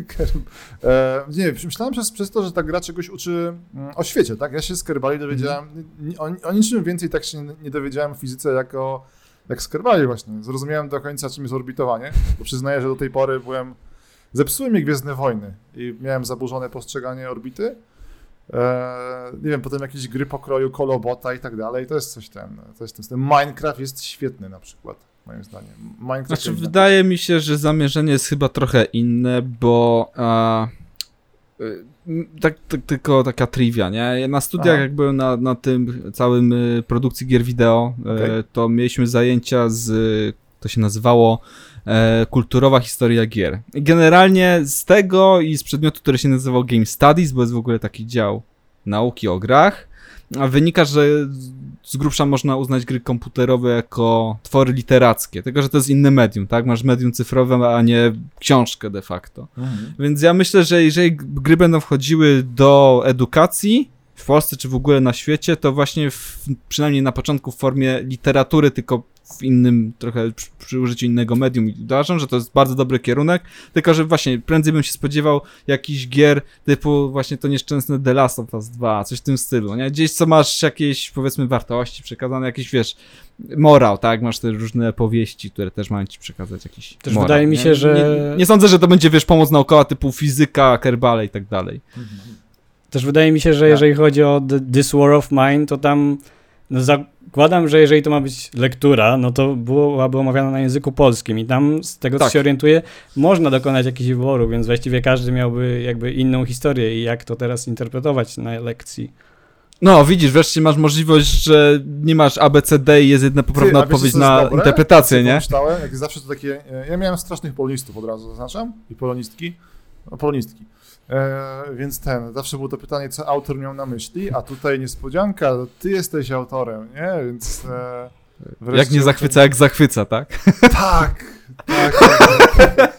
e, nie, myślałem przez, przez to, że ta gra czegoś uczy mm, o świecie, tak? Ja się z Kerbali dowiedziałem, mm. o, o niczym więcej tak się nie, nie dowiedziałem w fizyce jako, jak z Kerbali właśnie. Zrozumiałem do końca, czym jest orbitowanie, bo przyznaję, że do tej pory byłem, zepsuły mi Gwiezdne Wojny i miałem zaburzone postrzeganie orbity. E, nie wiem, potem jakieś gry pokroju Kolobota i tak dalej, to jest coś ten, to jest ten, Minecraft jest świetny na przykład. Moim zdaniem. Minecraft znaczy, wydaje mi się, że zamierzenie jest chyba trochę inne, bo a, tak, tak, tylko taka trivia, nie? Na studiach, Aha. jak byłem na, na tym całym y, produkcji gier wideo, okay. y, to mieliśmy zajęcia z, to się nazywało e, kulturowa historia gier. I generalnie z tego i z przedmiotu, który się nazywał Game Studies, bo jest w ogóle taki dział nauki o grach, a wynika, że z grubsza można uznać gry komputerowe jako twory literackie, tylko że to jest inne medium, tak? Masz medium cyfrowe, a nie książkę de facto. Mhm. Więc ja myślę, że jeżeli gry będą wchodziły do edukacji w Polsce czy w ogóle na świecie, to właśnie w, przynajmniej na początku w formie literatury, tylko w innym, trochę przy, przy użyciu innego medium. I uważam, że to jest bardzo dobry kierunek, tylko że właśnie prędzej bym się spodziewał jakichś gier typu właśnie to nieszczęsne The Last of Us dwa, coś w tym stylu, nie? Gdzieś co masz jakieś, powiedzmy, wartości przekazane, jakieś, wiesz, morał, tak? Masz te różne powieści, które też mają ci przekazać jakiś Też morał, wydaje mi się, nie? że... Nie, nie sądzę, że to będzie, wiesz, pomoc naukowa typu fizyka, Kerbale i tak dalej. Mhm. Też wydaje mi się, że tak. jeżeli chodzi o The, This War of Mine, to tam no zakładam, że jeżeli to ma być lektura, no to byłaby omawiana na języku polskim i tam z tego, co tak. się orientuję, można dokonać jakichś wyborów, więc właściwie każdy miałby jakby inną historię i jak to teraz interpretować na lekcji. No, widzisz, wreszcie masz możliwość, że nie masz A, B, C, D i jest jedna poprawna Ty, odpowiedź na dobre? interpretację, nie? Pomyślałem, jak zawsze to takie... Ja miałem strasznych polonistów od razu, zaznaczam, i polonistki, no, polonistki. E, więc ten, zawsze było to pytanie, co autor miał na myśli, a tutaj niespodzianka, ty jesteś autorem, nie? Więc... E, jak nie zachwyca, ten... jak zachwyca, tak? Tak, tak. tak.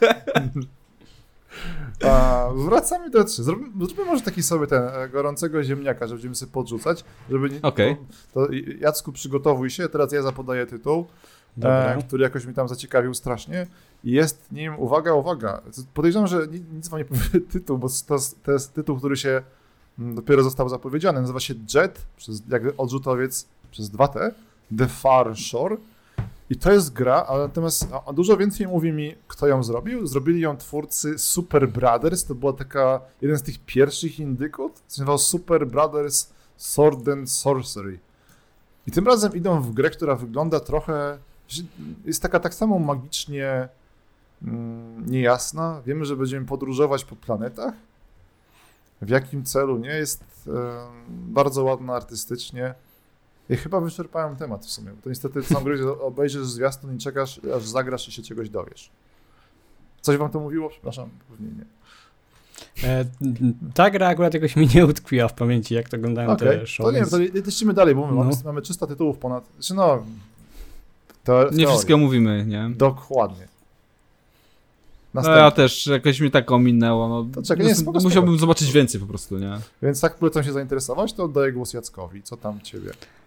A, wracamy do trzy. Zrobimy, zrobimy może taki sobie ten gorącego ziemniaka, że będziemy sobie podrzucać, żeby nie... Okay. To, to Jacku, przygotowuj się, teraz ja zapodaję tytuł, e, który jakoś mi tam zaciekawił strasznie. Jest nim, uwaga, uwaga, podejrzewam, że nic wam nie powie tytuł, bo to, to jest tytuł, który się dopiero został zapowiedziany. Nazywa się Jet, przez, jak odrzutowiec przez dwa T, The Far Shore. I to jest gra, ale natomiast a dużo więcej mówi mi, kto ją zrobił. Zrobili ją twórcy Super Brothers, to była taka, jeden z tych pierwszych indyków, co się nazywał Super Brothers Sword and Sorcery. I tym razem idą w grę, która wygląda trochę, jest taka tak samo magicznie mm, niejasna. Wiemy, że będziemy podróżować po planetach. W jakim celu, nie? Jest e, bardzo ładna artystycznie. I chyba wyczerpałem temat w sumie, bo to niestety są gry, że obejrzysz zwiastun i czekasz, aż zagrasz i się czegoś dowiesz. Coś wam to mówiło? Przepraszam, pewnie nie. E, ta gra akurat jakoś mi nie utkwiła w pamięci, jak to wyglądają okay. te show. To nie, to lecimy dalej, bo no. mamy, mamy trzysta tytułów ponad, znaczy no... To, nie wszystkie omówimy, nie? Dokładnie. Następnie. No ja też, jakoś mi tak ominęło, no, to czekaj, nie, spoko, musiałbym spoko. zobaczyć więcej po prostu, nie? Więc tak polecam się zainteresować, to oddaję głos Jackowi. Co tam ciebie?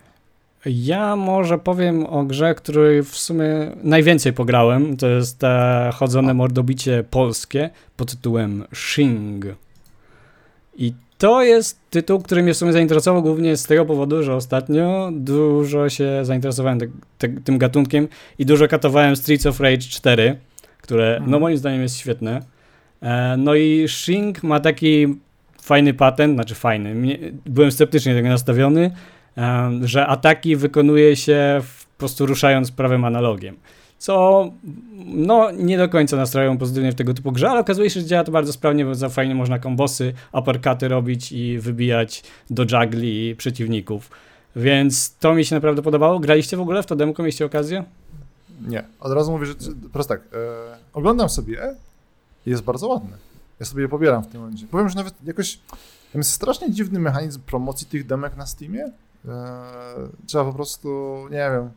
Ja może powiem o grze, której w sumie najwięcej pograłem. To jest te chodzone mordobicie polskie pod tytułem Shing. I to jest tytuł, który mnie w sumie zainteresował głównie z tego powodu, że ostatnio dużo się zainteresowałem te, te, tym gatunkiem i dużo katowałem Streets of Rage cztery, które mhm. no moim zdaniem jest świetne. E, no i Shing ma taki fajny patent, znaczy fajny, mnie, byłem sceptycznie do tego nastawiony, że ataki wykonuje się w, po prostu ruszając prawym analogiem, co no nie do końca nastrajają pozytywnie w tego typu grze, ale okazuje się, że działa to bardzo sprawnie, bo za fajnie można kombosy, uppercuty robić i wybijać do juggli przeciwników, więc to mi się naprawdę podobało. Graliście w ogóle w to demko, mieliście okazję? Nie, od razu mówię, że prosto tak, e, oglądam sobie i jest bardzo ładne. Ja sobie je pobieram w tym momencie. Powiem, że nawet jakoś Tam jest strasznie dziwny mechanizm promocji tych demek na Steamie. Eee, trzeba po prostu, nie wiem,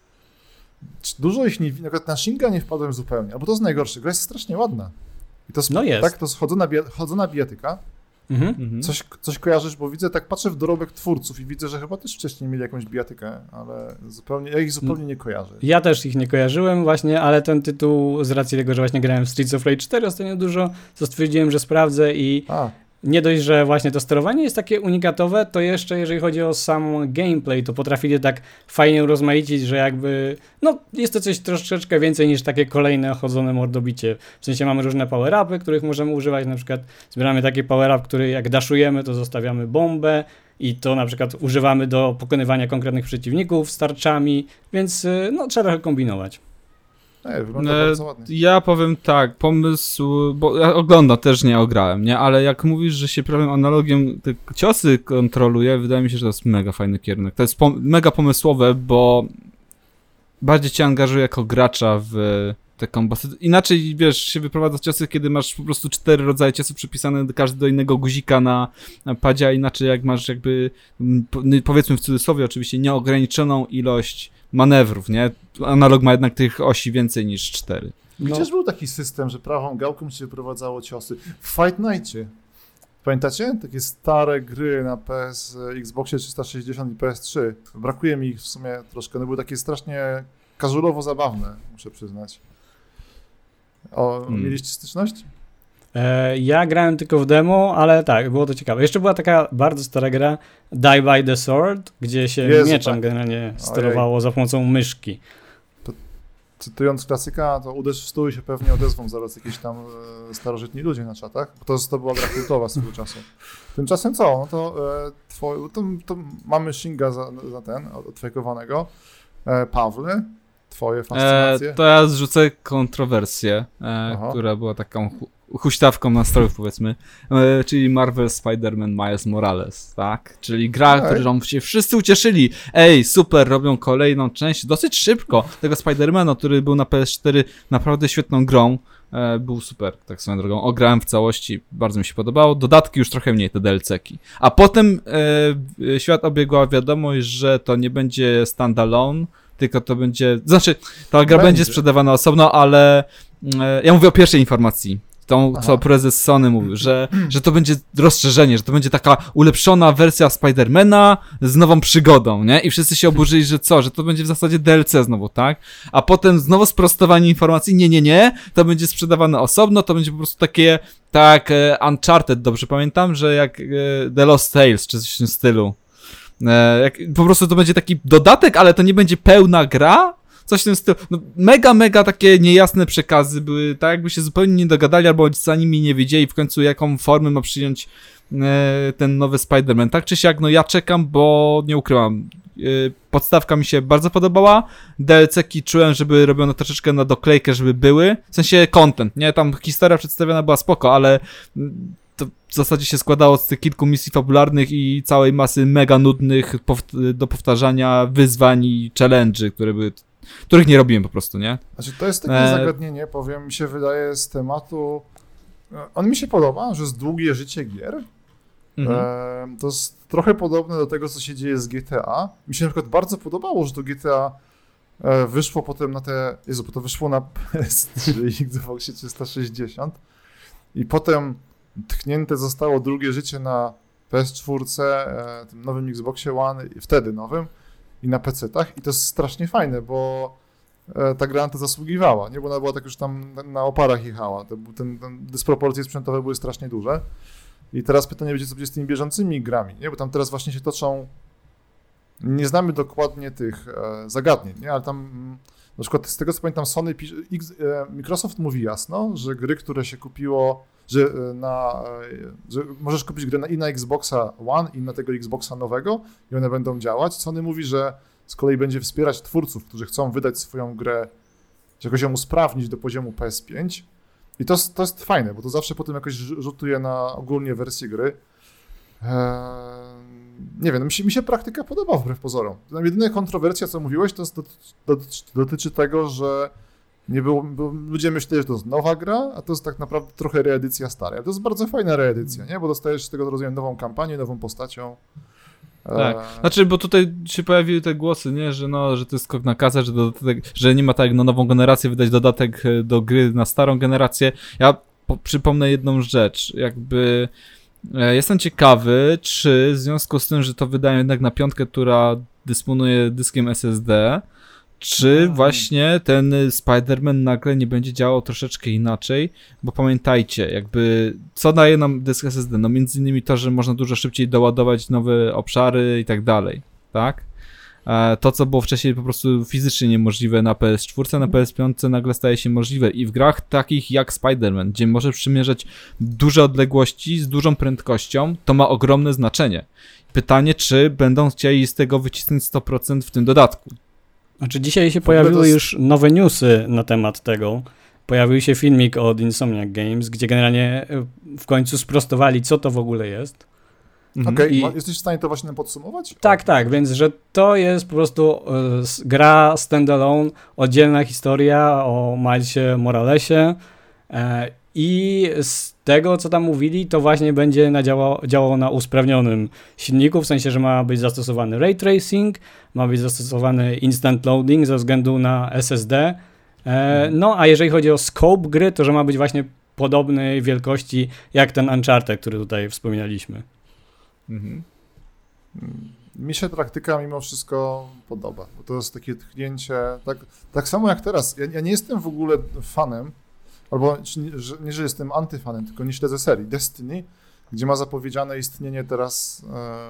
dużo ich nie, na Shinga nie wpadłem zupełnie, albo to jest najgorsze, gra jest strasznie ładna. I to, no jest. Tak, to jest chodzona, chodzona bijatyka. Mhm. Coś, coś kojarzysz, bo widzę, tak patrzę w dorobek twórców i widzę, że chyba też wcześniej mieli jakąś bijatykę, ale zupełnie, ja ich zupełnie nie kojarzę. Ja też ich nie kojarzyłem właśnie, ale ten tytuł z racji tego, że właśnie grałem w Streets of Rage cztery ostatnio dużo, to stwierdziłem, że sprawdzę i A. nie dość, że właśnie to sterowanie jest takie unikatowe, to jeszcze jeżeli chodzi o sam gameplay, to potrafili tak fajnie urozmaicić, że jakby, no jest to coś troszeczkę więcej niż takie kolejne chodzone mordobicie. W sensie mamy różne power-upy, których możemy używać, na przykład zbieramy taki power-up, który jak daszujemy, to zostawiamy bombę i to na przykład używamy do pokonywania konkretnych przeciwników z tarczami, więc no trzeba trochę kombinować. Ej, wygląda e, bardzo ładnie. Ja powiem tak, pomysł, bo ja oglądam, też nie ograłem, nie? Ale jak mówisz, że się prawym analogiem te ciosy kontroluje, wydaje mi się, że to jest mega fajny kierunek. To jest pom- mega pomysłowe, bo bardziej cię angażuje jako gracza w te kombosy. Inaczej, wiesz, się wyprowadza ciosy, kiedy masz po prostu cztery rodzaje ciosów przypisane każdy do innego guzika na, na padzie, a inaczej jak masz jakby, powiedzmy w cudzysłowie oczywiście, nieograniczoną ilość manewrów, nie? Analog ma jednak tych osi więcej niż cztery. Gdzież no. był taki system, że prawą gałką się wyprowadzało ciosy? W Fight Nightie. Pamiętacie? Takie stare gry na P S, Xboxie trzysta sześćdziesiąt i P S trzy. Brakuje mi ich w sumie troszkę. One były takie strasznie casualowo zabawne, muszę przyznać. O, hmm. Mieliście styczność? E, ja grałem tylko w demo, ale tak, było to ciekawe. Jeszcze była taka bardzo stara gra Die by the Sword, gdzie się Jezu, mieczem tak. generalnie sterowało Ojej. za pomocą myszki. To, cytując klasyka, to uderz w stół i się pewnie odezwą zaraz jakieś tam e, starożytni ludzie na czatach. To, to była gra kultowa swego czasu. Tymczasem co? No to, e, twoj, to, to mamy Shinga za, za ten, odfejkowanego. E, Pawle, twoje fascynacje? E, to ja zrzucę kontrowersję, e, która była taką hu- huśtawką nastrojów, powiedzmy, e, czyli Marvel Spider-Man Miles Morales, tak? Czyli gra, okay. którą się wszyscy ucieszyli. Ej, super, robią kolejną część dosyć szybko tego Spider-Mana, który był na P S cztery naprawdę świetną grą. E, był super, tak swoją drogą. Ograłem w całości, bardzo mi się podobało. Dodatki już trochę mniej, te D L C-ki. A potem e, świat obiegła wiadomość, że to nie będzie standalone, tylko to będzie, znaczy ta gra będzie, będzie sprzedawana osobno, ale e, ja mówię o pierwszej informacji, tą, Aha. co prezes Sony mówił, że, że to będzie rozszerzenie, że to będzie taka ulepszona wersja Spidermana z nową przygodą, nie? I wszyscy się oburzyli, że co, że to będzie w zasadzie D L C znowu, tak? A potem znowu sprostowanie informacji, nie, nie, nie, to będzie sprzedawane osobno, to będzie po prostu takie, tak, e, Uncharted, dobrze pamiętam, że jak e, The Lost Tales, czy coś w tym stylu. Jak, po prostu to będzie taki dodatek, ale to nie będzie pełna gra, coś w tym stylu. No, mega, mega takie niejasne przekazy były, tak jakby się zupełnie nie dogadali, albo za nimi nie wiedzieli w końcu, jaką formę ma przyjąć e, ten nowy Spider-Man. Tak czy siak, no ja czekam, bo nie ukrywam, e, podstawka mi się bardzo podobała, D L C-ki czułem, żeby robiono troszeczkę na doklejkę, żeby były, w sensie content, nie, tam historia przedstawiona była spoko, ale to w zasadzie się składało z tych kilku misji fabularnych i całej masy mega nudnych pow- do powtarzania wyzwań i challenge'y, które były, których nie robiłem po prostu, nie? Znaczy to jest takie e... zagadnienie, powiem, mi się wydaje z tematu, on mi się podoba, że jest długie życie gier. Mhm. E, to jest trochę podobne do tego, co się dzieje z G T A. Mi się na przykład bardzo podobało, że to G T A e, wyszło potem na te, Jezu, bo to wyszło na P S trzy i Xboxie trzysta sześćdziesiąt i potem tchnięte zostało drugie życie na P S cztery, e, tym nowym Xboxie One, wtedy nowym, i na pecetach. I to jest strasznie fajne, bo e, ta gra na to zasługiwała, nie? Bo ona była tak już tam na oparach jechała. Te, ten, ten dysproporcje sprzętowe były strasznie duże. I teraz pytanie będzie, co będzie z tymi bieżącymi grami, nie? Bo tam teraz właśnie się toczą, nie znamy dokładnie tych e, zagadnień, nie? Ale tam m, na przykład z tego, co pamiętam, Sony, X, e, Microsoft mówi jasno, że gry, które się kupiło, że, na, że możesz kupić grę na, i na Xboxa One, i na tego Xboxa nowego i one będą działać. Sony mówi, że z kolei będzie wspierać twórców, którzy chcą wydać swoją grę, jakoś ją usprawnić do poziomu P S pięć. I to, to jest fajne, bo to zawsze potem jakoś rzutuje na ogólnie wersję gry. Eee, nie wiem, mi się, mi się praktyka podoba wbrew pozorom. Jedyna kontrowersja, co mówiłeś, to jest dotyczy, dotyczy, dotyczy tego, że Nie było, bo ludzie myśleli, że to jest nowa gra, a to jest tak naprawdę trochę reedycja stara. To jest bardzo fajna reedycja, nie? Bo dostajesz z tego, rozumiem, nową kampanię, nową postacią. Tak, znaczy, bo tutaj się pojawiły te głosy, nie, że no, że to jest skok na kasę, że, dodatek, że nie ma tak jak na nową generację wydać dodatek do gry na starą generację. Ja po, przypomnę jedną rzecz, jakby e, jestem ciekawy, czy w związku z tym, że to wydają jednak na piątkę, która dysponuje dyskiem S S D, czy właśnie ten Spider-Man nagle nie będzie działał troszeczkę inaczej, bo pamiętajcie, jakby co daje nam dysk S S D? No między innymi to, że można dużo szybciej doładować nowe obszary i tak dalej, tak? To, co było wcześniej po prostu fizycznie niemożliwe na P S cztery, na P S pięć nagle staje się możliwe i w grach takich jak Spider-Man, gdzie możesz przymierzać duże odległości z dużą prędkością, to ma ogromne znaczenie. Pytanie, czy będą chcieli z tego wycisnąć sto procent w tym dodatku. Znaczy dzisiaj się pojawiły jest... już nowe newsy na temat tego. Pojawił się filmik od Insomniac Games, gdzie generalnie w końcu sprostowali, co to w ogóle jest. Mhm. Okej, okay. I... jesteś w stanie to właśnie nam podsumować? Tak, tak, więc że to jest po prostu y, gra standalone, oddzielna historia o Milesie Moralesie y, i z tego, co tam mówili, to właśnie będzie nadziała, działało na usprawnionym silniku, w sensie, że ma być zastosowany ray tracing, ma być zastosowany instant loading ze względu na S S D. E, no, a jeżeli chodzi o scope gry, to że ma być właśnie podobnej wielkości jak ten Uncharted, który tutaj wspominaliśmy. Mhm. Mi się praktyka mimo wszystko podoba, bo to jest takie tchnięcie, tak, tak samo jak teraz. Ja, ja nie jestem w ogóle fanem, albo nie, że, nie, że jestem antyfanem, tylko nie śledzę serii Destiny, gdzie ma zapowiedziane istnienie teraz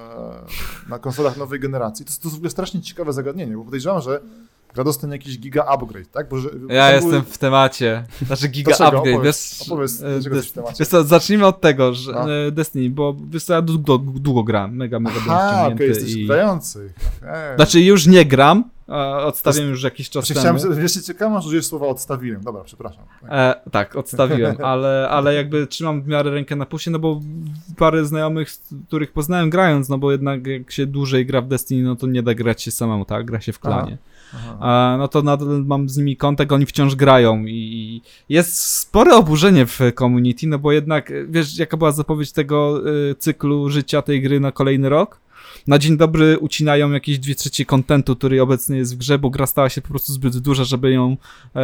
e, na konsolach nowej generacji. To, to jest w ogóle strasznie ciekawe zagadnienie, bo podejrzewam, że gra dostanie jakiś giga upgrade, tak? Bo, że, ja jestem były... w temacie. Znaczy giga upgrade. Opowiedz, wiesz, opowiedz dlaczego jesteś w temacie. Wiesz co, zacznijmy od tego, że no. Destiny, bo wiesz co, ja długo, długo gram, mega, mega Aha, okej, okay, jesteś i... grający. Ej. Znaczy już nie gram, odstawiłem już jakiś czas temu. Chciałem, wiesz, ciekawe, że użyjesz słowa odstawiłem. Dobra, przepraszam. Tak, e, tak odstawiłem, ale, ale jakby trzymam w miarę rękę na pulsie, no bo parę znajomych, których poznałem grając, no bo jednak jak się dłużej gra w Destiny, no to nie da grać się samemu, tak? Gra się w klanie. Aha. Aha. No to nadal mam z nimi kontakt, oni wciąż grają i jest spore oburzenie w community, no bo jednak, wiesz, jaka była zapowiedź tego y, cyklu życia tej gry na kolejny rok? Na dzień dobry ucinają jakieś dwie trzecie kontentu, który obecnie jest w grze, bo gra stała się po prostu zbyt duża, żeby ją,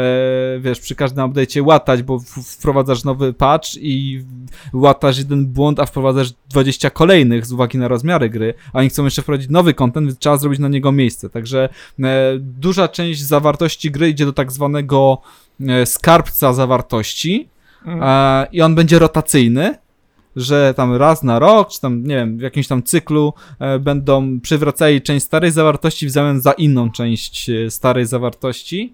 e, wiesz, przy każdym update'cie łatać, bo w, wprowadzasz nowy patch i łatasz jeden błąd, a wprowadzasz dwadzieścia kolejnych z uwagi na rozmiary gry, a oni chcą jeszcze wprowadzić nowy content, więc trzeba zrobić na niego miejsce. Także e, duża część zawartości gry idzie do tak zwanego e, skarbca zawartości mm. e, i on będzie rotacyjny, że tam raz na rok, czy tam, nie wiem, w jakimś tam cyklu e, będą przywracali część starej zawartości w zamian za inną część e, starej zawartości,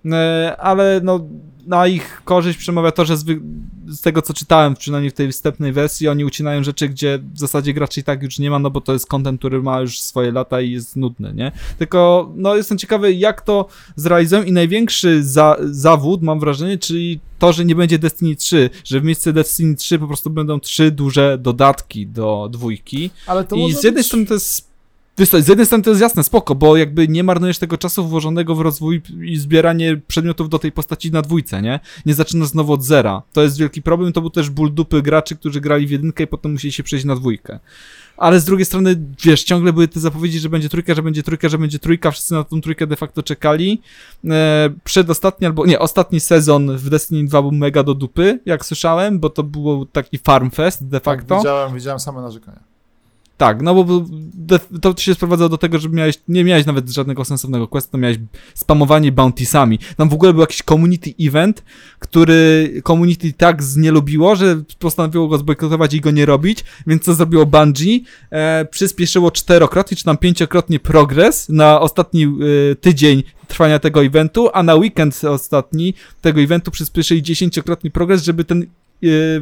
e, ale no na ich korzyść przemawia to, że zwy- z tego co czytałem, przynajmniej w tej wstępnej wersji, oni ucinają rzeczy, gdzie w zasadzie graczy i tak już nie ma, no bo to jest content, który ma już swoje lata i jest nudny, nie? Tylko, no jestem ciekawy, jak to zrealizują i największy za- zawód, mam wrażenie, czyli to, że nie będzie Destiny trzy, że w miejsce Destiny trzy po prostu będą trzy duże dodatki do dwójki. Ale to I z jednej być... strony to jest Wiesz co, z jednej strony to jest jasne, spoko, bo jakby nie marnujesz tego czasu włożonego w rozwój i zbieranie przedmiotów do tej postaci na dwójce, nie? Nie zaczynasz znowu od zera. To jest wielki problem, to był też ból dupy graczy, którzy grali w jedynkę i potem musieli się przejść na dwójkę. Ale z drugiej strony, wiesz, ciągle były te zapowiedzi, że będzie trójka, że będzie trójka, że będzie trójka, wszyscy na tą trójkę de facto czekali. E, przedostatni, albo nie, ostatni sezon w Destiny dwa był mega do dupy, jak słyszałem, bo to był taki farm fest de facto. Tak, widziałem, widziałem same narzekania. Tak, no bo to się sprowadzało do tego, że miałeś, nie miałeś nawet żadnego sensownego questu, to miałeś spamowanie bountiesami. Tam w ogóle był jakiś community event, który community tak znielubiło, że postanowiło go zbojkotować i go nie robić, więc co zrobiło Bungie? E, przyspieszyło czterokrotnie, czy tam pięciokrotnie progres na ostatni e, tydzień trwania tego eventu, a na weekend ostatni tego eventu przyspieszyli dziesięciokrotnie progres, żeby ten Yy,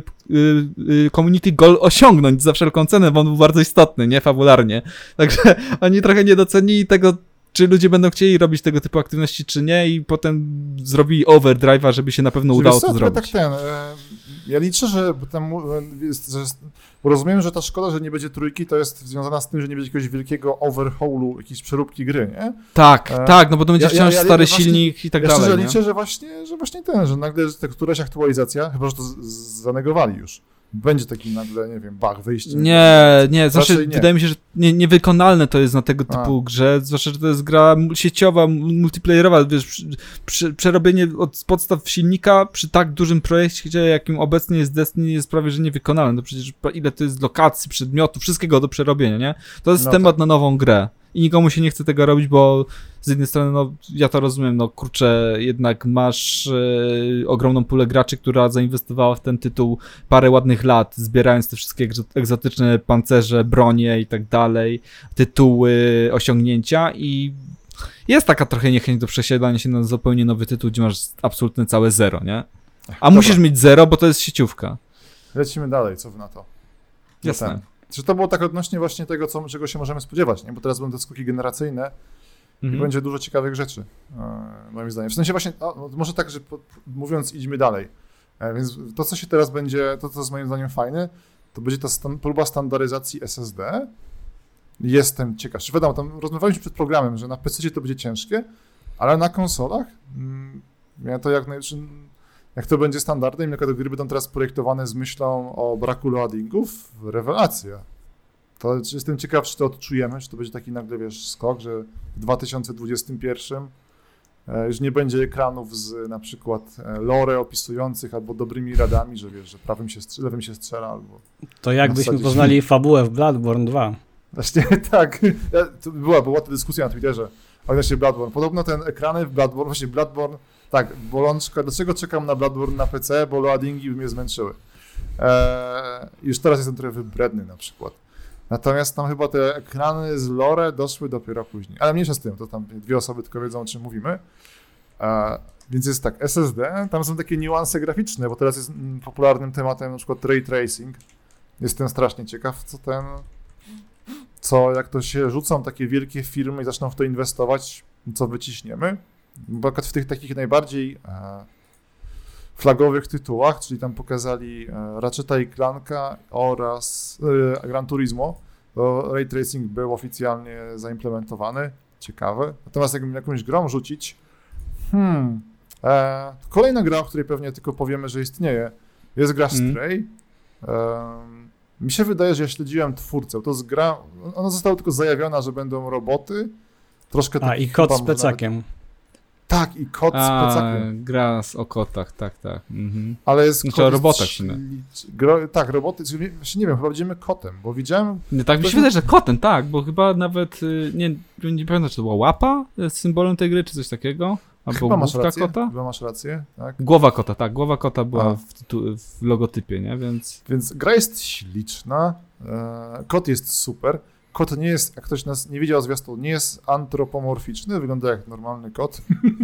yy, community goal osiągnąć za wszelką cenę, bo on był bardzo istotny, nie? Fabularnie. Także oni trochę nie docenili tego, czy ludzie będą chcieli robić tego typu aktywności, czy nie, i potem zrobili overdrive'a, żeby się na pewno udało to zrobić. Tak ten, Ja liczę, że tam jest, że bo rozumiem, że ta szkoda, że nie będzie trójki, to jest związana z tym, że nie będzie jakiegoś wielkiego overhaulu, jakiejś przeróbki gry, nie? Tak, e, tak, no bo to będzie ja, wciąż ja, ja, stary ja właśnie, silnik i tak ja dalej. Ja nie? liczę, że właśnie, że właśnie ten, że nagle że któraś aktualizacja, chyba że to z, z, zanegowali już. Będzie taki nagle, nie wiem, bug, wyjście. Nie, nie, zawsze nie. Wydaje mi się, że nie, niewykonalne to jest na tego typu A. grze, zwłaszcza, że to jest gra sieciowa, multiplayerowa, wiesz, przy, przy, przerobienie od podstaw silnika przy tak dużym projekcie, jakim obecnie jest Destiny, jest prawie, że niewykonalne. No przecież ile to jest lokacji, przedmiotów, wszystkiego do przerobienia, nie? To jest no temat tak. na nową grę. I nikomu się nie chce tego robić, bo z jednej strony, no ja to rozumiem, no kurczę, jednak masz e, ogromną pulę graczy, która zainwestowała w ten tytuł parę ładnych lat, zbierając te wszystkie egzotyczne pancerze, bronie i tak dalej, tytuły, osiągnięcia i jest taka trochę niechęć do przesiadania się na zupełnie nowy tytuł, gdzie masz absolutne całe zero, nie? A Dobra. musisz mieć zero, bo to jest sieciówka. Lecimy dalej, co wy na to? Jasne. Czy to było tak odnośnie właśnie tego, co, czego się możemy spodziewać, nie? Bo teraz będą te skoki generacyjne mhm. i będzie dużo ciekawych rzeczy, e, moim zdaniem. W sensie właśnie, a, może tak, że po, mówiąc, idźmy dalej. E, więc to, co się teraz będzie, to, co jest moim zdaniem fajne, to będzie ta stan, próba standaryzacji S S D. Jestem ciekaw. Czy wiadomo, tam rozmawialiśmy przed programem, że na P C to będzie ciężkie, ale na konsolach mm, ja to jak najlepszy... Jak to będzie standardem, jak te gry będą teraz projektowane z myślą o braku loadingów, rewelacja. To jestem ciekaw, czy to odczujemy, czy to będzie taki nagle, wiesz, skok, że w dwa tysiące dwudziestym pierwszym e, już nie będzie ekranów z na przykład e, lore opisujących albo dobrymi radami, że wiesz, że prawym się strzela, lewym się strzela albo... To jakbyśmy poznali fabułę w Bloodborne dwa. Właśnie tak. Ja, to była, była ta dyskusja na Twitterze odnośnie Bloodborne. Podobno ten ekrany w Bloodborne, właśnie Bloodborne tak, bolączka, dlaczego czekam na Bloodborne na P C, bo loadingi by mnie zmęczyły. Eee, już teraz jestem trochę wybredny na przykład. Natomiast tam chyba te ekrany z lore doszły dopiero później. Ale mniejsza z tym, to tam dwie osoby tylko wiedzą, o czym mówimy. Eee, więc jest tak, S S D, tam są takie niuanse graficzne, bo teraz jest popularnym tematem na przykład ray tracing. Jestem strasznie ciekaw, co ten, co jak to się rzucą takie wielkie firmy i zaczną w to inwestować, co wyciśniemy. Bo w tych takich najbardziej e, flagowych tytułach, czyli tam pokazali e, Ratcheta i Clanka oraz e, Gran Turismo, to ray tracing był oficjalnie zaimplementowany. Ciekawe. Natomiast jakbym jakąś grą rzucić, hmm, e, kolejna gra, o której pewnie tylko powiemy, że istnieje, jest gra Stray. Mm. E, mi się wydaje, że ja śledziłem twórcę. To jest gra, ona została tylko zajawiona, że będą roboty. Troszkę A i kot z plecakiem. Nawet... Tak, i kot A, z plecakiem. Gra o kotach, tak, tak. Mhm. Ale jest znaczy o robotach się gro, Tak, roboty, właśnie nie wiem, chyba będziemy kotem, bo widziałem... Nie, tak mi się wydaje, że kotem, tak, bo chyba nawet, nie, nie pamiętam, czy to była łapa z symbolem tej gry, czy coś takiego. Albo chyba masz rację, kota? Chyba masz rację, tak. Głowa kota, tak, głowa kota była w, tytu, w logotypie, nie, więc... Więc gra jest śliczna, e, kot jest super. Kot nie jest, jak ktoś nas nie widział zwiastun, nie jest antropomorficzny, wygląda jak normalny kot.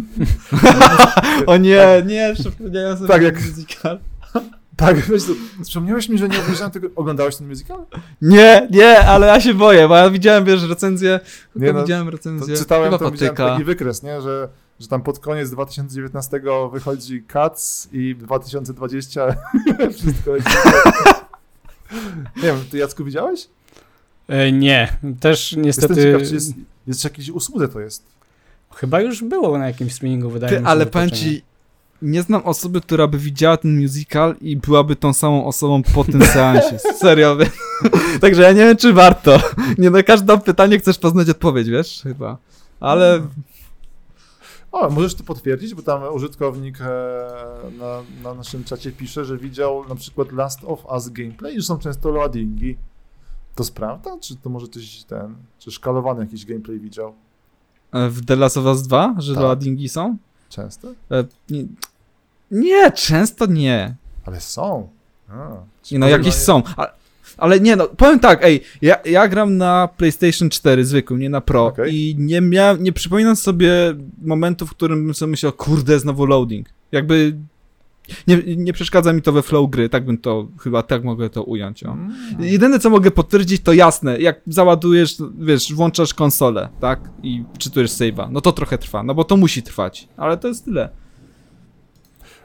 O nie, nie, przypomniałem sobie tak, jak musical. Tak, wspomniałeś mi, że nie obejrzałem tego. Oglądałeś ten musical? Nie, nie, ale ja się boję, bo ja widziałem, wiesz, recenzję, nie, no, widziałem recenzję. To czytałem, to widziałem taki wykres, nie, że, że tam pod koniec dwa tysiące dziewiętnastego wychodzi Cats i dwa tysiące dwudziestego wszystko jest. Nie wiem, ty Jacku widziałeś? E, nie, też niestety... Jestem ciekaw, czy jest, jest jakiś usłudze to jest. Chyba już było na jakimś streamingu, wydaje Ty, mi się. Ale powiem ci, nie znam osoby, która by widziała ten musical i byłaby tą samą osobą po tym seansie. Serio. Także ja nie wiem, czy warto. Nie na każde pytanie chcesz poznać odpowiedź, wiesz? Chyba. Ale... O, możesz to potwierdzić, bo tam użytkownik e, na, na naszym czacie pisze, że widział na przykład Last of Us gameplay, że są często loadingi. To jest prawda? Czy to może coś ten, czy szkalowany jakiś gameplay widział? W The Last of Us dwa? Że tak. loadingi są? Często? E, nie, nie, często nie. Ale są. A, nie, no jakieś jest... są. Ale, ale nie, no powiem tak, ej, ja, ja gram na PlayStation cztery zwykłym, nie na Pro okay. i nie miałem, nie przypominam sobie momentu, w którym bym sobie myślał, kurde, znowu loading. Jakby nie, nie przeszkadza mi to we flow gry, tak bym to, chyba tak mogę to ująć. O. Mm. Jedyne, co mogę potwierdzić, to jasne, jak załadujesz, wiesz, włączasz konsolę, tak, i czytujesz save'a, no to trochę trwa, no bo to musi trwać, ale to jest tyle.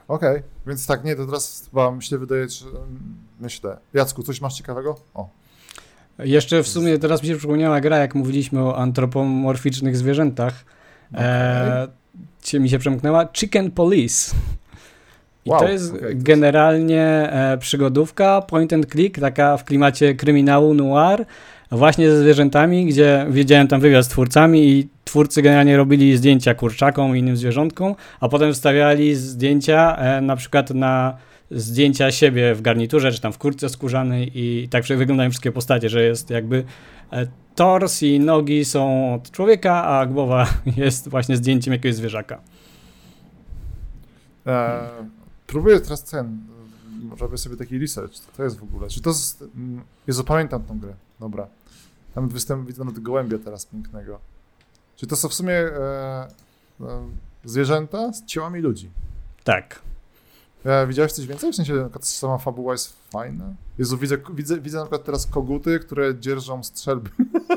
Okej, okay. Więc tak, nie, to teraz chyba mi się wydaje, że myślę. Jacku, coś masz ciekawego? O. Jeszcze w sumie teraz mi się przypomniała gra, jak mówiliśmy o antropomorficznych zwierzętach. Okay. E, mi się przemknęła Chicken Police. I wow, to jest okay, generalnie e, przygodówka, point and click, taka w klimacie kryminału noir, właśnie ze zwierzętami, gdzie widziałem tam wywiad z twórcami i twórcy generalnie robili zdjęcia kurczakom i innym zwierzątkom, a potem wstawiali zdjęcia e, na przykład na zdjęcia siebie w garniturze, czy tam w kurtce skórzanej i tak wyglądają wszystkie postacie, że jest jakby e, tors i nogi są od człowieka, a głowa jest właśnie zdjęciem jakiegoś zwierzaka. E, próbuję teraz ten, robię sobie taki research, co to jest w ogóle, czy to jest, Jezu, pamiętam tą grę, dobra, tam występ, widzę nawet gołębia teraz pięknego, czy to są w sumie e, e, zwierzęta z ciałami ludzi? Tak. Ja, widziałeś coś więcej? W sensie sama fabuła jest fajna? Jezu, widzę, widzę, widzę na przykład teraz koguty, które dzierżą strzelby.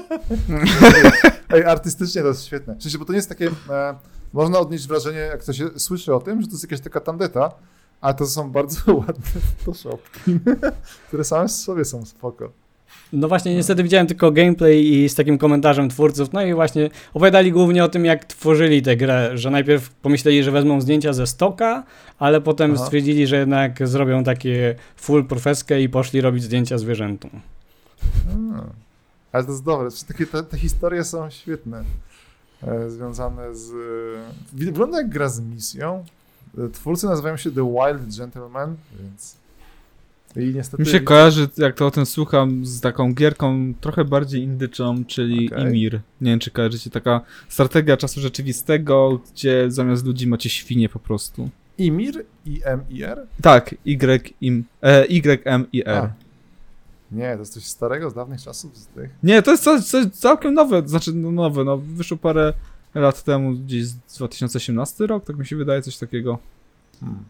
Ej, artystycznie to jest świetne. W sensie, bo to nie jest takie, e, można odnieść wrażenie, jak to się słyszy o tym, że to jest jakaś taka tandeta, ale to są bardzo ładne photoshopki, które same w sobie są spoko. No właśnie, niestety widziałem tylko gameplay i z takim komentarzem twórców, no i właśnie opowiadali głównie o tym, jak tworzyli tę grę, że najpierw pomyśleli, że wezmą zdjęcia ze stoka, ale potem Aha. stwierdzili, że jednak zrobią takie full profeskę i poszli robić zdjęcia zwierzętom. A, ale to jest dobre, takie te, te historie są świetne, e, związane z... Wygląda jak gra z misją. Twórcy nazywają się The Wild Gentleman, więc... I niestety... Mi się kojarzy, jak to o tym słucham, z taką gierką trochę bardziej indyczą, czyli okay. Ymir. Nie wiem, czy kojarzycie, taka strategia czasu rzeczywistego, gdzie zamiast ludzi macie świnie po prostu. Ymir? I M I R? Tak, Y, im, e, Y M I R. A. Nie, to jest coś starego, z dawnych czasów? Z tych? Nie, to jest coś, coś całkiem nowe, znaczy no nowe, no wyszło parę lat temu, gdzieś z dwa tysiące osiemnasty rok, tak mi się wydaje, coś takiego. Hmm.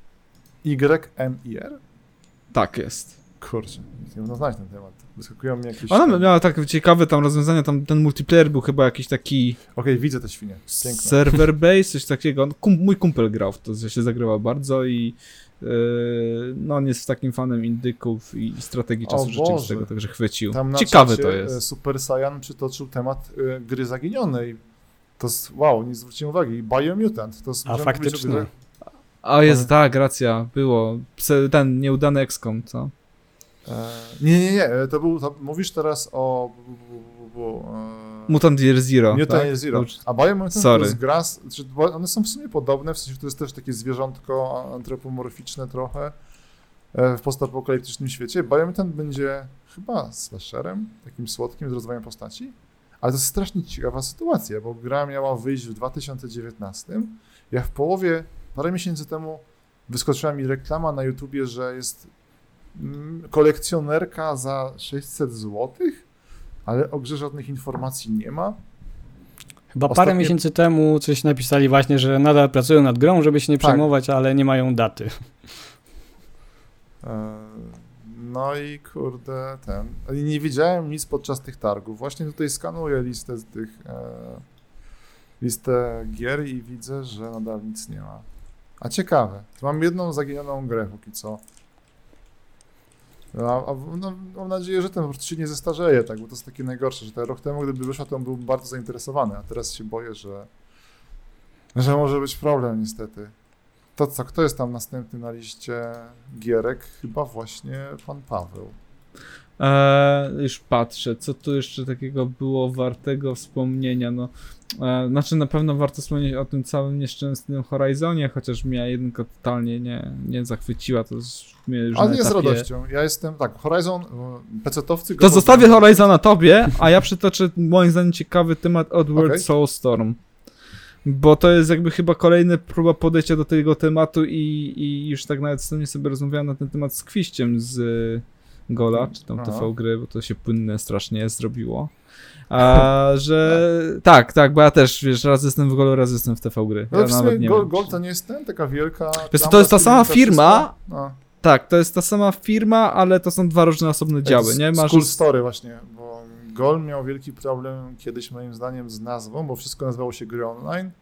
Y M I R? Tak jest. Kurczę, nie można znać ten temat. Wyskakują mi jakieś... Ona miała tak ciekawe tam rozwiązania, tam ten multiplayer był chyba jakiś taki... Okej, okay, widzę te świnie. Piękne. Server base, coś takiego. Kum, mój kumpel grał w to, się zagrywał bardzo i yy, no on jest takim fanem indyków i strategii czasu rzeczywistego, także chwycił. Tam ciekawe to jest. Super Saiyan przytoczył temat y, gry zaginionej. To jest, wow, nie zwróciłem uwagi. Biomutant. To jest, A faktycznie. Być, A jest, tak, racja, było. Ten nieudany X COM, co? E, nie, nie, nie, to był, to, mówisz teraz o... B, b, b, e, Mutant Year Zero, Mutant tak? Year Zero. A Biomutant to jest gra, czy, one są w sumie podobne, w sensie to jest też takie zwierzątko antropomorficzne trochę e, w postapokaliptycznym świecie. Biomutant będzie chyba slasherem, takim słodkim z rozwojem postaci, ale to jest strasznie ciekawa sytuacja, bo gra miała wyjść w dwa tysiące dziewiętnastym. Ja w połowie, parę miesięcy temu wyskoczyła mi reklama na YouTubie, że jest kolekcjonerka za sześćset złotych, ale o grze żadnych informacji nie ma. Chyba Ostatnie... parę miesięcy temu coś napisali właśnie, że nadal pracują nad grą, żeby się nie tak. przejmować, ale nie mają daty. No i kurde, ten... Nie widziałem nic podczas tych targów. Właśnie tutaj skanuję listę z tych... listę gier i widzę, że nadal nic nie ma. A ciekawe. Mam jedną zaginioną grę póki co. A, a, no, mam nadzieję, że ten po prostu się nie zestarzeje, tak, bo to jest takie najgorsze, że ten rok temu, gdyby wyszła, to on był bardzo zainteresowany, a teraz się boję, że, że może być problem niestety. To co, kto jest tam następny na liście gierek? Chyba właśnie pan Paweł. Eee, już patrzę, co tu jeszcze takiego było wartego wspomnienia, no e, znaczy na pewno warto wspomnieć o tym całym nieszczęsnym Horizonie, chociaż mnie jedynka totalnie nie, nie zachwyciła, to mnie już Ale na nie z etapie... radością, ja jestem, tak, Horizon, pecetowcy... To zostawię Horizona tobie, a ja przytoczę moim zdaniem ciekawy temat Oddworld okay. Soulstorm, bo to jest jakby chyba kolejna próba podejścia do tego tematu i, i już tak nawet z tym sobie rozmawiałem na ten temat z Kwiściem z Gola, czy tam T V gry, bo to się płynne strasznie zrobiło. A że tak, tak, bo ja też, wiesz, raz jestem w Golu, raz jestem w T V gry. No ja w sumie nie Gol, Gol to nie jest ten, taka wielka... Wiesz, to jest ta sama firma, no. tak, to jest ta sama firma, ale to są dwa różne osobne działy, nie? Masz... Cool Story właśnie, bo Gol miał wielki problem kiedyś moim zdaniem z nazwą, bo wszystko nazywało się gry online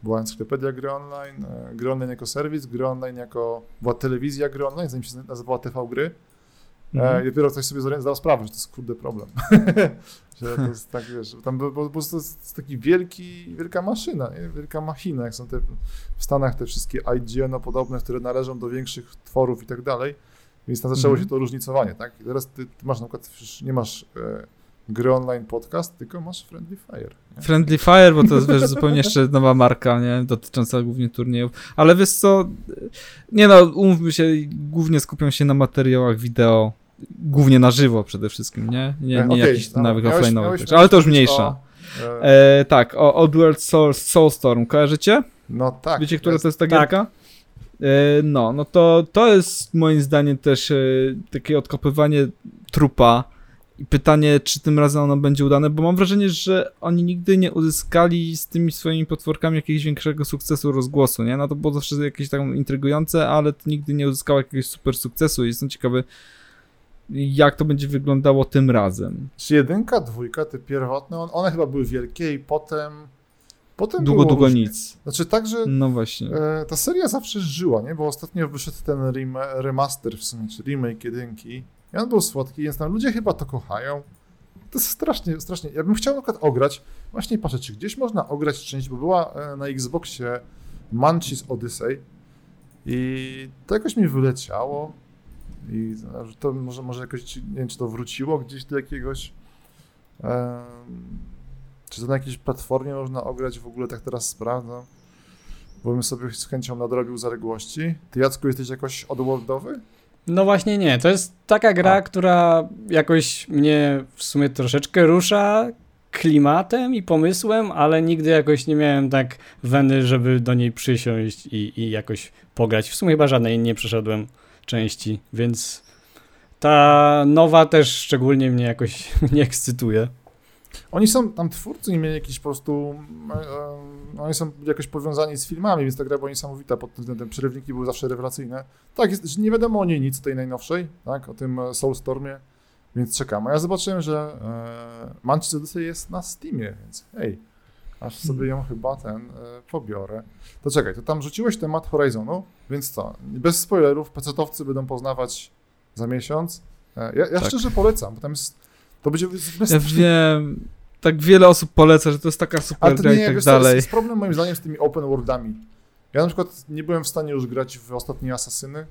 była encyklopedia gry online, gry online jako serwis, gry online jako, była telewizja gry online, zanim się nazywała T V Gry. Mhm. I dopiero ktoś sobie zdał sprawę, że to jest kurde problem. Że to jest tak, wiesz, tam po, po prostu to jest taki wielki, wielka maszyna, nie? Wielka machina, jak są te w Stanach te wszystkie I G N podobne, które należą do większych tworów i tak dalej, więc tam zaczęło mhm. się to różnicowanie, tak? I teraz ty, ty masz na przykład, nie masz e, gry online podcast, tylko masz Friendly Fire. Nie? Friendly Fire, bo to jest wiesz, zupełnie jeszcze nowa marka, nie? Dotycząca głównie turniejów, ale wiesz co, nie no, umówmy się, głównie skupią się na materiałach wideo, głównie na żywo przede wszystkim, nie? Nie, nie okay, jakichś no, nawyk offline'owych, ale to już mniejsza. O, e... E, tak, o Oddworld Soul, Soulstorm, kojarzycie? No tak. Wiecie, która jest, to jest ta gierka? Tak. E, no, no to, to jest moim zdaniem też e, takie odkopywanie trupa i pytanie, czy tym razem ono będzie udane, bo mam wrażenie, że oni nigdy nie uzyskali z tymi swoimi potworkami jakiegoś większego sukcesu rozgłosu, nie? No to było zawsze jakieś tak intrygujące, ale to nigdy nie uzyskało jakiegoś super sukcesu i jestem ciekawy, jak to będzie wyglądało tym razem. Czy jedynka, dwójka, te pierwotne, one chyba były wielkie i potem... potem długo, długo różnie. Nic. Znaczy tak, że no właśnie. E, ta seria zawsze żyła, nie? Bo ostatnio wyszedł ten rem- remaster w sumie, czy remake jedynki i on był słodki, więc tam ludzie chyba to kochają. To jest strasznie, strasznie. Ja bym chciał na przykład ograć, właśnie patrzę, czy gdzieś można ograć część, bo była na Xboxie Munchies Odyssey i to jakoś mi wyleciało. I to może, może jakoś, nie wiem, czy to wróciło gdzieś do jakiegoś, um, czy to na jakiejś platformie można ograć, w ogóle tak teraz sprawdzam, bo bym sobie z chęcią nadrobił zaległości. Ty, Jacku, jesteś jakoś oddworldowy? No właśnie nie, to jest taka gra, A. która jakoś mnie w sumie troszeczkę rusza klimatem i pomysłem, ale nigdy jakoś nie miałem tak weny, żeby do niej przysiąść i, i jakoś pograć. W sumie chyba żadnej nie przeszedłem części, więc ta nowa też szczególnie mnie jakoś nie ekscytuje. Oni są, tam twórcy nie mieli jakiś po prostu, e, oni są jakoś powiązani z filmami, więc ta gra była niesamowita pod tym względem, przerywniki były zawsze rewelacyjne. Tak, jest, nie wiadomo o niej nic, tej najnowszej, tak, o tym Soulstormie, więc czekam. A ja zobaczyłem, że e, Munchies Odyssey jest na Steamie, więc hej, aż sobie ją chyba ten e, pobiorę. To czekaj, to tam rzuciłeś temat Horizonu, więc co, bez spoilerów, pecetowcy będą poznawać za miesiąc. E, ja ja tak. szczerze polecam, bo tam jest, to będzie... Ja wiem, tak wiele osób poleca, że to jest taka super gra i tak wiesz, dalej. To jest problem moim zdaniem z tymi open worldami. Ja na przykład nie byłem w stanie już grać w ostatnie Asasyny.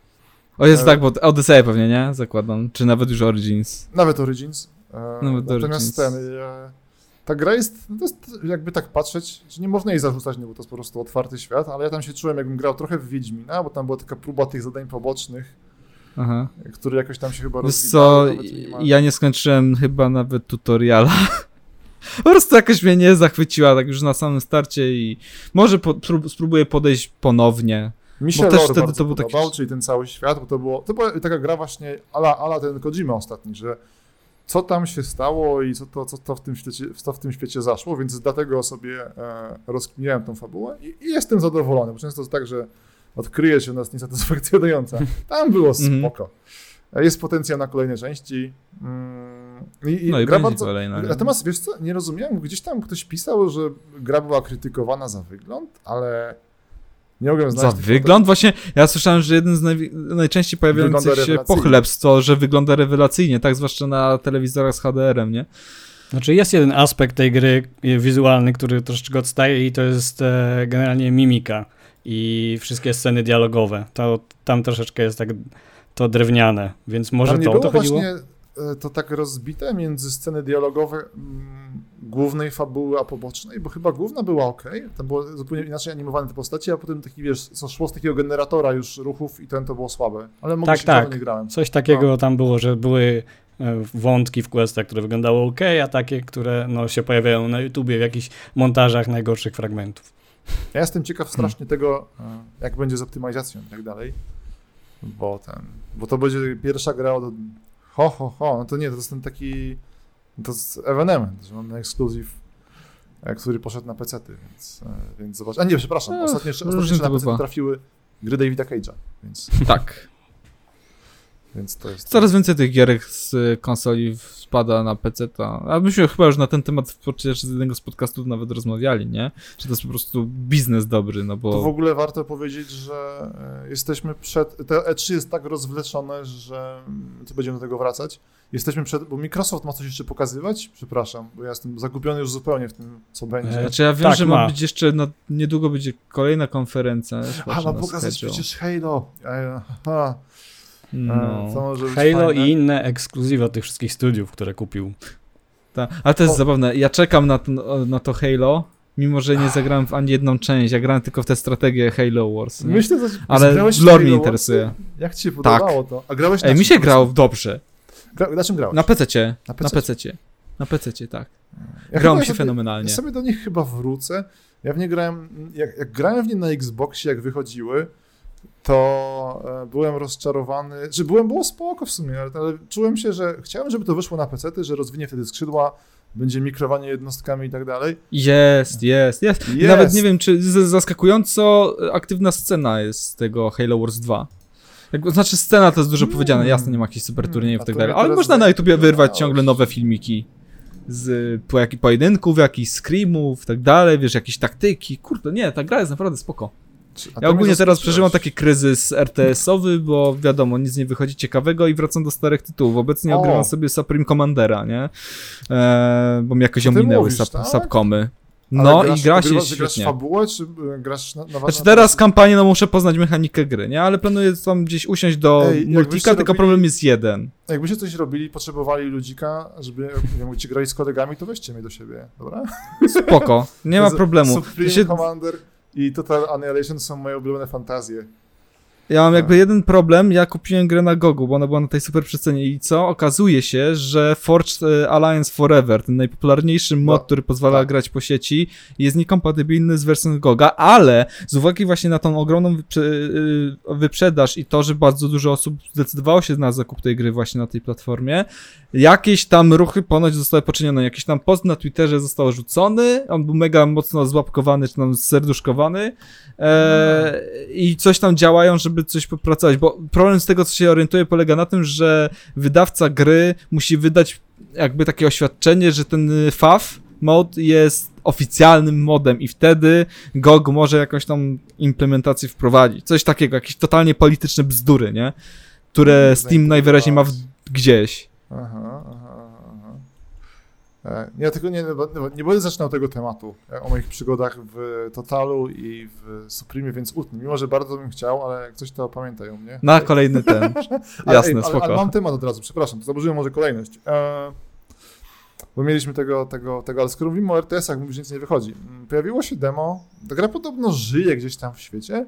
O jest e... tak, bo Odyssey pewnie, nie? Zakładam. Czy nawet już Origins. Nawet Origins. E, nawet natomiast Origins. ten... E, ta gra jest, to jest, jakby tak patrzeć, że nie można jej zarzucać, no bo to jest po prostu otwarty świat, ale ja tam się czułem, jakbym grał trochę w Wiedźmina, bo tam była taka próba tych zadań pobocznych, Aha. które jakoś tam się chyba rozwijały. Co, ja nie skończyłem chyba nawet tutoriala. Po prostu jakoś mnie nie zachwyciła, tak już na samym starcie i może po, spróbuję podejść ponownie. Mi się lore bardzo to był podobał, taki... czyli ten cały świat, bo to było, to była taka gra właśnie ala, ala ten Kojima ostatni, że co tam się stało i co to, co to w tym świecie, co w tym świecie zaszło, więc dlatego sobie e, rozkminiałem tą fabułę i, i jestem zadowolony, bo często jest tak, że odkryje się nas niesatysfakcjonująca. Tam było spoko. Jest potencjał na kolejne części. Mm, i, i no i gra będzie bardzo... kolejna. Natomiast wiesz co, nie rozumiałem, gdzieś tam ktoś pisał, że gra była krytykowana za wygląd, ale nie mogłem znaleźć... Za wygląd? Właśnie ja słyszałem, że jeden z naj... najczęściej pojawiających się pochlebstw to, że wygląda rewelacyjnie, tak zwłaszcza na telewizorach z H D R-em, nie? Znaczy jest jeden aspekt tej gry wizualny, który troszeczkę odstaje i to jest e, generalnie mimika i wszystkie sceny dialogowe. To, tam troszeczkę jest tak to drewniane, więc może tam to o to chodziło? Właśnie to tak rozbite między sceny dialogowe m, głównej fabuły a pobocznej, bo chyba główna była okej, tam było zupełnie inaczej animowane te postaci, a potem taki, wiesz, co szło z takiego generatora już ruchów i ten to było słabe. Ale mogę tak, się tak. nie grałem. Coś takiego no. tam było, że były wątki w questach, które wyglądały ok, a takie, które no, się pojawiają na YouTubie w jakichś montażach najgorszych fragmentów. Ja jestem ciekaw strasznie hmm. tego, jak będzie z optymalizacją i tak dalej, bo ten, bo to będzie pierwsza gra od ho, ho, ho, no to nie, to jest ten taki, to jest ewenement, że mamy ekskluzyw, który poszedł na pecety, więc, więc zobacz, a nie, przepraszam, Ech, ostatnio jeszcze, ostatnio jeszcze na pecety trafiły gry Davida Cage'a, więc... Tak. Więc to jest... Coraz więcej tych gierek z konsoli spada na peceta. A myśmy chyba już na ten temat podczas jednego z podcastów nawet rozmawiali, nie? Że to jest po prostu biznes dobry, no bo... To w ogóle warto powiedzieć, że jesteśmy przed... To E trzy jest tak rozwleczone, że... To będziemy do tego wracać. Jesteśmy przed... Bo Microsoft ma coś jeszcze pokazywać? Przepraszam, bo ja jestem zagubiony już zupełnie w tym, co będzie. Znaczy ja wiem, tak, że ma być jeszcze... No, niedługo będzie kolejna konferencja. A, ma pokazać przecież Halo. Aha. No. Halo fajne. I inne ekskluzywy od tych wszystkich studiów, które kupił. Tak, ale to jest o. zabawne. Ja czekam na to, na to Halo, mimo że nie zagrałem w ani jedną część. Ja grałem tylko w tę strategię Halo Wars. Nie? Myślę, że ale lore mnie interesuje. Jak ci się podobało tak. to? A grałeś na Ej, czym? mi się grało dobrze. Gra, na czym grałeś? Na pececie. Na pececie. Na pececie, tak. Ja Grał mi się sobie, fenomenalnie. Ja sobie do nich chyba wrócę. Ja w nie grałem, jak, jak grałem w nie na Xboxie, jak wychodziły, to e, byłem rozczarowany, że byłem, było spoko w sumie, ale, ale czułem się, że chciałem, żeby to wyszło na pecety, że rozwinie wtedy skrzydła, będzie mikrowanie jednostkami i tak dalej. Jest, jest, jest. I nawet nie wiem, czy z, zaskakująco aktywna scena jest z tego Halo Wars dwa. Jak, znaczy scena to jest dużo mm. powiedziane, jasne, nie ma jakichś super turniejów i tak dalej, ale można na YouTubie wyrwać ciągle nowe filmiki z po jakich pojedynków, jakichś screamów i tak dalej, wiesz, jakieś taktyki, kurde, nie, ta gra jest naprawdę spoko. Ja ogólnie teraz przeżywam taki kryzys R T S-owy, bo wiadomo, nic nie wychodzi ciekawego i wracam do starych tytułów. Obecnie ogrywam sobie Supreme Commandera, nie? Eee, bo mi jakoś ominęły sub, tak? subcomy. No grasz, i gra się grasz, świetnie. Grasz fabułę, czy grasz na, na Znaczy teraz kampanię, no muszę poznać mechanikę gry, nie? Ale planuję tam gdzieś usiąść do Ej, multika, tylko robili, problem jest jeden. Jakbyście coś robili, potrzebowali ludzika, żeby nie ci grali z kolegami, to weźcie mnie do siebie, dobra? Spoko, nie ma problemu. Supreme się... Commander i Total Annihilation są moje ulubione fantazje. Ja mam jakby jeden problem, ja kupiłem grę na Gogu, bo ona była na tej super przecenie i co? Okazuje się, że Forged Alliance Forever, ten najpopularniejszy mod, no, który pozwala tak. grać po sieci, jest niekompatybilny z wersją Goga, ale z uwagi właśnie na tą ogromną wyprze- wyprzedaż i to, że bardzo dużo osób zdecydowało się na zakup tej gry właśnie na tej platformie, jakieś tam ruchy ponoć zostały poczynione, jakiś tam post na Twitterze został rzucony, on był mega mocno złapkowany, czy tam serduszkowany e, i coś tam działają, żeby coś popracować, bo problem z tego, co się orientuję, polega na tym, że wydawca gry musi wydać jakby takie oświadczenie, że ten F A F mod jest oficjalnym modem i wtedy G O G może jakąś tam implementację wprowadzić. Coś takiego, jakieś totalnie polityczne bzdury, nie? Które Steam najwyraźniej ma w... gdzieś. Aha, aha, aha. Ja tylko nie, nie będę zaczynał tego tematu o moich przygodach w Totalu i w Supreme, więc utnę. Mimo, że bardzo bym chciał, ale jak coś to pamiętaj o mnie. Na kolejny ten. Jasne, ale, spoko. Ale, ale mam temat od razu, przepraszam, to zaburzyłem może kolejność. E, bo mieliśmy tego, tego, tego, ale skoro mówimy o R T S-ach, mówisz, że nic nie wychodzi. Pojawiło się demo, ta gra podobno żyje gdzieś tam w świecie.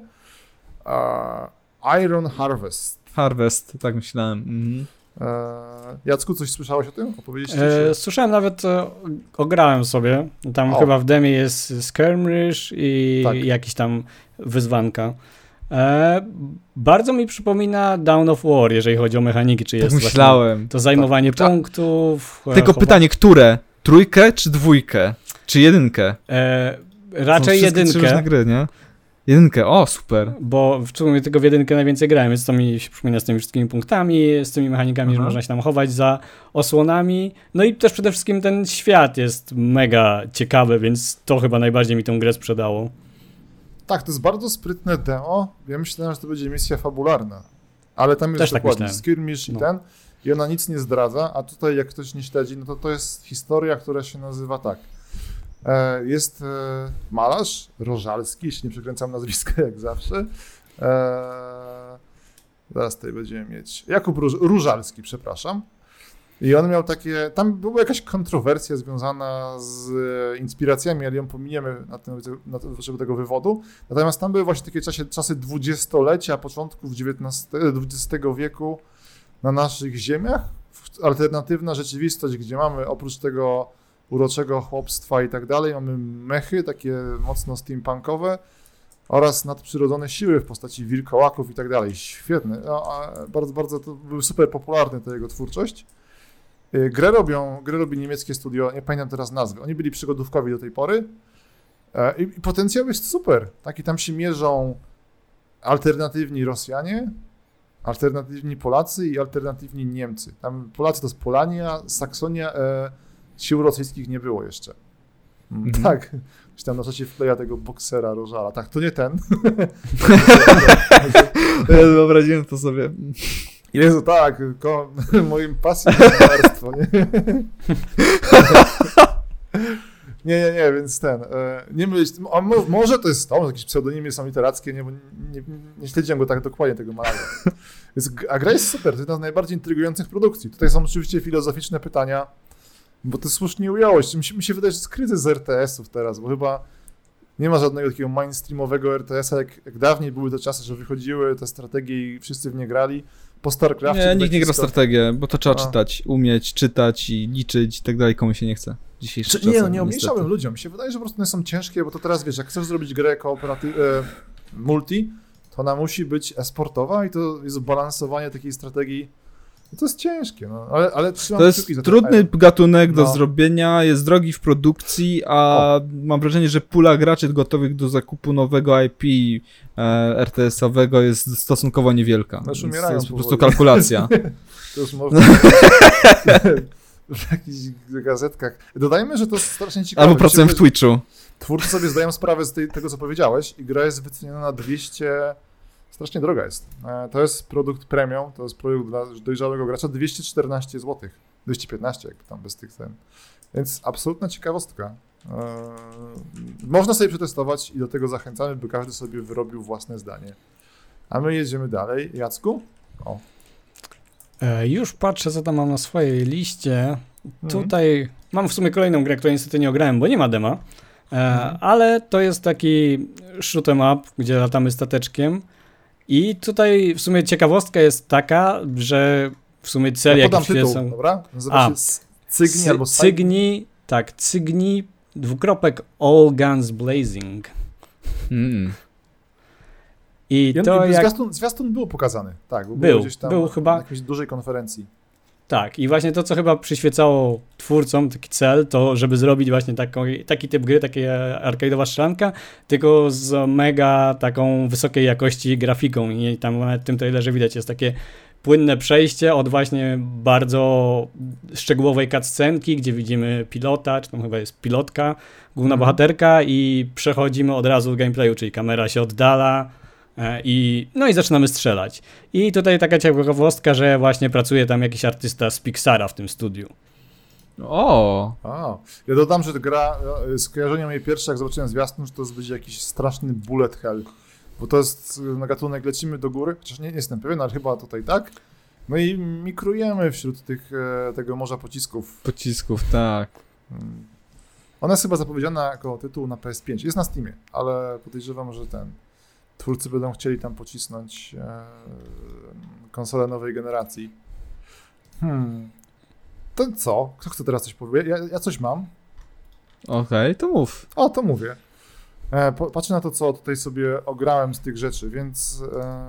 E, Iron Harvest. Harvest, tak myślałem. Mhm. Eee, Jacku, coś słyszałeś o tym? Opowiedzieliście? Eee, słyszałem nawet, e, ograłem sobie. Tam o. chyba w demie jest skirmish i tak. jakiś tam wyzwanka. Eee, bardzo mi przypomina Dawn of War, jeżeli chodzi o mechaniki, czy tak jest myślałem. to zajmowanie tak. punktów. Tylko chowa... pytanie, które? Trójkę czy dwójkę? Czy jedynkę? Eee, raczej jedynkę. Gry, nie? Jedynkę, o super. Bo w sumie tylko w jedynkę najwięcej grałem, więc to mi się przypomina z tymi wszystkimi punktami, z tymi mechanikami, Aha. że można się tam chować za osłonami. No i też przede wszystkim ten świat jest mega ciekawy, więc to chyba najbardziej mi tę grę sprzedało. Tak, to jest bardzo sprytne demo. Ja myślałem, że to będzie misja fabularna, ale tam jest też dokładnie tak skirmish no. i ten i ona nic nie zdradza, a tutaj jak ktoś nie śledzi, no to to jest historia, która się nazywa tak. Jest malarz Rożalski, jeśli nie przekręcam nazwiska jak zawsze. Eee, zaraz tutaj będziemy mieć. Jakub Róż, Różalski, przepraszam. I on miał takie. Tam była jakaś kontrowersja związana z inspiracjami, ale ją pominiemy na tym, na potrzeby tego wywodu. Natomiast tam były właśnie takie czasy, czasy dwudziestolecia, początków dwudziestego wieku na naszych ziemiach. Alternatywna rzeczywistość, gdzie mamy oprócz tego uroczego chłopstwa i tak dalej, mamy mechy takie mocno steampunkowe oraz nadprzyrodzone siły w postaci wilkołaków i tak dalej. Świetne. No, bardzo, bardzo to był super popularny ta jego twórczość. Grę robią, grę robi niemieckie studio, nie pamiętam teraz nazwy. Oni byli przygodówkowi do tej pory i, i potencjał jest super. Tak, i tam się mierzą alternatywni Rosjanie alternatywni Polacy i alternatywni Niemcy. Tam Polacy to jest Polania, Saksonia, e, sił rosyjskich nie było jeszcze. Mm, mhm. Tak, gdzieś tam na czacie wkleja tego boksera Rożala. Tak, to nie ten. Ja wyobraziłem to sobie. Jezu, tak, ko, moim pasją jest malarstwo, nie? Nie, nie, nie, więc ten, e, nie myśl, a mo, może to jest to, może jakieś pseudonimy są literackie, nie, bo nie, nie śledziłem go tak dokładnie, tego malarza. Więc, a gra jest super, to jedna z najbardziej intrygujących produkcji. Tutaj są oczywiście filozoficzne pytania, bo ty słusznie ująłeś. Mi się, mi się wydaje, że jest kryzys z er te esów teraz, bo chyba nie ma żadnego takiego mainstreamowego er te esa, jak, jak dawniej były te czasy, że wychodziły te strategie i wszyscy w nie grali. Po StarCraftie... Nie, nikt nie gra w strategię, bo to trzeba a. czytać, umieć, czytać i liczyć i tak dalej, komu się nie chce. Dzisiejszy Czy, nie, no nie umniejszałem ludziom. Mi się wydaje, że po prostu one są ciężkie, bo to teraz, wiesz, jak chcesz zrobić grę kooperatyw... E, multi, to ona musi być e-sportowa i to jest balansowanie takiej strategii. To jest ciężkie, no, ale, ale to jest trudny to. gatunek do no. zrobienia, jest drogi w produkcji, a o. mam wrażenie, że pula graczy gotowych do zakupu nowego I P e, er te esowego jest stosunkowo niewielka. No to jest po prostu kalkulacja. To już można w jakichś gazetkach. Dodajmy, że to jest strasznie ciekawe. Albo pracuję w Twitchu. Twórcy sobie zdają sprawę z tej, tego, co powiedziałeś i gra jest wyceniona na dwieście... Strasznie droga jest. To jest produkt premium, to jest produkt dla dojrzałego gracza, dwieście czternaście złotych, dwieście piętnaście jakby tam bez tych cen. Więc absolutna ciekawostka. Eee, można sobie przetestować i do tego zachęcamy, by każdy sobie wyrobił własne zdanie. A my jedziemy dalej. Jacku? O. E, już patrzę, co tam mam na swojej liście. Mhm. Tutaj mam w sumie kolejną grę, której niestety nie ograłem, bo nie ma dema, e, mhm. ale to jest taki shoot 'em up, gdzie latamy stateczkiem. I tutaj w sumie ciekawostka jest taka, że w sumie cel ja jakiś tytuł, są... dobra? Nazywa się Cygni Cy- albo Cygni, tak, Cygni, dwukropek All Guns Blazing. Mm. I, I to I jak... Zwiastun, zwiastun był pokazany, tak. Był, był gdzieś tam był chyba... na jakiejś dużej konferencji. Tak, i właśnie to, co chyba przyświecało twórcom, taki cel, to żeby zrobić właśnie taką, taki typ gry, taka arcade'owa strzelanka, tylko z mega taką wysokiej jakości grafiką i tam nawet w tym trailerze widać jest takie płynne przejście od właśnie bardzo szczegółowej cutscenki, gdzie widzimy pilota, czy tam chyba jest pilotka, główna bohaterka i przechodzimy od razu do gameplayu, czyli kamera się oddala, I, no i zaczynamy strzelać. I tutaj taka ciekawostka, że właśnie pracuje tam jakiś artysta z Pixara w tym studiu. O. A, ja dodam, że gra, skojarzenie moje pierwsze, jak zobaczyłem zwiastun, że to będzie jakiś straszny bullet hell. Bo to jest na gatunek lecimy do góry, chociaż nie, nie jestem pewien, ale chyba tutaj tak. No i mikrujemy wśród tych, tego morza pocisków. Pocisków, tak. Ona jest chyba zapowiedziana jako tytuł na P S pięć. Jest na Steamie, ale podejrzewam, że ten... Twórcy będą chcieli tam pocisnąć e, konsolę nowej generacji. Hmm. To co? Kto chce teraz coś powie? Ja, ja coś mam. Okej, okay, to mów. O, to mówię. E, po, patrzę na to, co tutaj sobie ograłem z tych rzeczy, więc... E,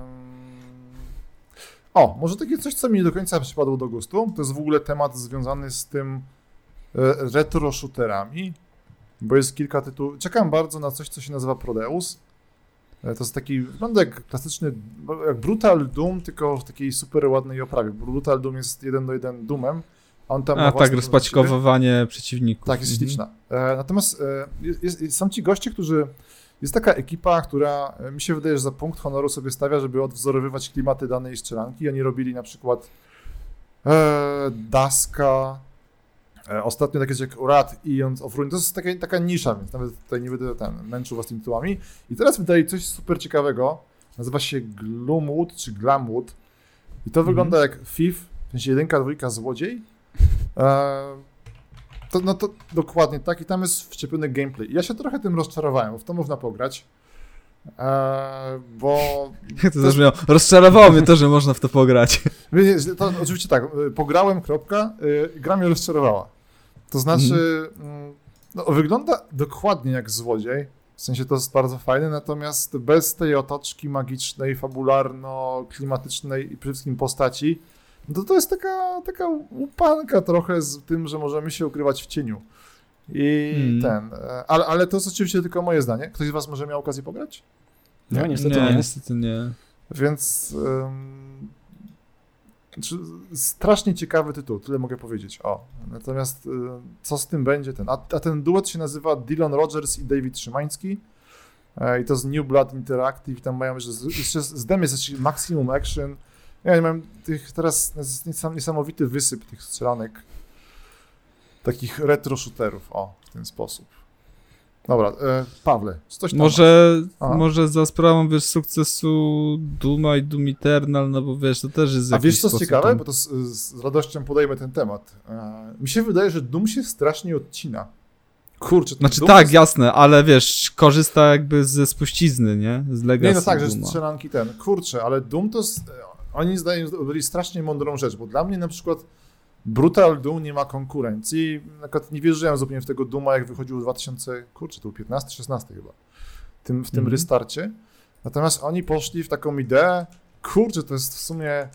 o, może takie coś, co mi nie do końca przypadło do gustu. To jest w ogóle temat związany z tym e, retro shooterami, bo jest kilka tytułów. Czekam bardzo na coś, co się nazywa Prodeus. To jest taki, wygląda jak klasyczny, jak Brutal Doom, tylko w takiej super ładnej oprawie. Brutal Doom jest jeden do jeden Doomem, a on tam a, ma tak, rozpaćkowywanie przeciwników. Tak, jest śliczna. E, natomiast e, jest, jest, są ci goście, którzy, jest taka ekipa, która mi się wydaje, że za punkt honoru sobie stawia, żeby odwzorowywać klimaty danej strzelanki. Oni robili na przykład e, Daska, e, ostatnio takie jak Wrath Eons of Ruin. To jest taka, taka nisza, więc nawet tutaj nie będę ten, męczył was tymi tytułami. I teraz wydali coś super ciekawego. Nazywa się Gloomwood czy Glamwood. I to mm-hmm. wygląda jak Thief, w sensie jedynka, dwójka, złodziej. E, to, no to dokładnie tak i tam jest wczepiony gameplay. I ja się trochę tym rozczarowałem, bo w to można pograć. E, bo... Jak to zabrzmiało? Rozczarowało mnie to, że można w to pograć. To oczywiście tak, pograłem, kropka, y, gra mnie rozczarowała. To znaczy, mm. no, wygląda dokładnie jak złodziej, w sensie to jest bardzo fajne, natomiast bez tej otoczki magicznej, fabularno-klimatycznej i przede wszystkim postaci, no to to jest taka, taka łupanka trochę z tym, że możemy się ukrywać w cieniu. I mm. ten, ale, ale to jest oczywiście tylko moje zdanie. Ktoś z was może miał okazję pograć? Nie, no, niestety nie. nie. Niestety nie. Więc um, Znaczy, strasznie ciekawy tytuł, tyle mogę powiedzieć. O, natomiast co z tym będzie ten? A, a ten duet się nazywa Dylan Rogers i David Szymański i to z New Blood Interactive, tam mają jeszcze, jeszcze z dem jest jeszcze Maximum Action. Ja nie mam tych teraz niesamowity wysyp tych strzelanek, takich retro shooterów, o, w ten sposób. Dobra, e, Pawle, coś tam Może, może za sprawą, wiesz, sukcesu Duma i Doom Eternal, no bo wiesz, to też jest A jakiś wiesz, co jest ciekawe? tam... Bo to z, z radością podejmę ten temat. E, mi się wydaje, że Doom się strasznie odcina. Kurczę, ten Znaczy Doom tak, jest... jasne, ale wiesz, korzysta jakby ze spuścizny, nie? Z legacy Nie, no tak, że Dooma. strzelanki ten. Kurczę, ale Doom to jest... Oni zdają, zrobili strasznie mądrą rzecz, bo dla mnie na przykład Brutal Doom nie ma konkurencji. Na przykład nie wierzyłem zupełnie w tego Dooma, jak wychodził w dwa tysiące, kurczę, to był piętnasty, szesnasty chyba, tym, w tym mm. restarcie. Natomiast oni poszli w taką ideę, kurczę, to jest w sumie e,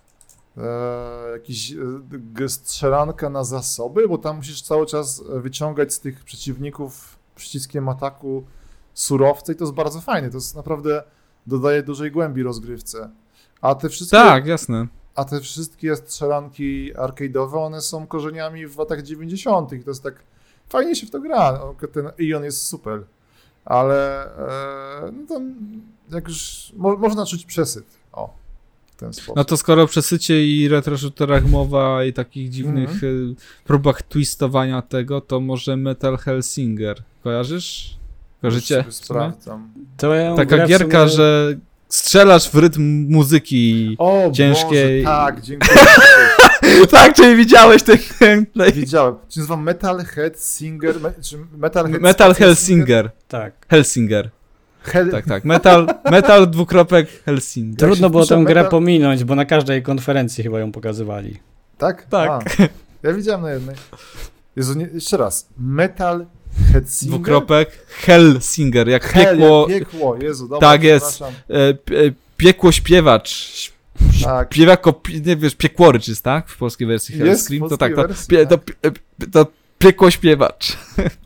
jakiś e, strzelanka na zasoby, bo tam musisz cały czas wyciągać z tych przeciwników przyciskiem ataku surowce i to jest bardzo fajne, to jest naprawdę dodaje dużej głębi rozgrywce. A te wszystkie... Tak, jasne. A te wszystkie strzelanki arcade'owe, one są korzeniami w latach dziewięćdziesiątych. To jest tak, fajnie się w to gra, ten Ion jest super, ale e, no tam jak już, mo, można czuć przesyt, o, w ten sposób. No to skoro o przesycie i retro shooterach mowa i takich dziwnych mm-hmm. próbach twistowania tego, to może Metal Hellsinger, kojarzysz? Kojarzycie? Sprawdzam. To ja Taka gierka, sumie... że strzelasz w rytm muzyki o, ciężkiej. Boże, tak, dziękuję. Tak, czyli widziałeś ten gameplay. Widziałem. Czy nazywa Metal Head Singer? Me, czy Metal Head Metal Hellsinger. Tak. Hellsinger. Hel... Tak, tak. Metal, metal dwukropek Hellsinger. Trudno było tę metal... grę pominąć, bo na każdej konferencji chyba ją pokazywali. Tak? Tak. A, ja widziałem na jednej. Jezu, nie, jeszcze raz. Metal Head Singer? Dwukropek Hellsinger, jak Hell, piekło. Jak piekło, Jezu, dobra, tak jest. E, p, e, piekło śpiewacz. Tak. Piewako, nie wiesz, piekłorycz jest, tak? W polskiej wersji Hellscream. To tak, to, pie, to, to piekło śpiewacz.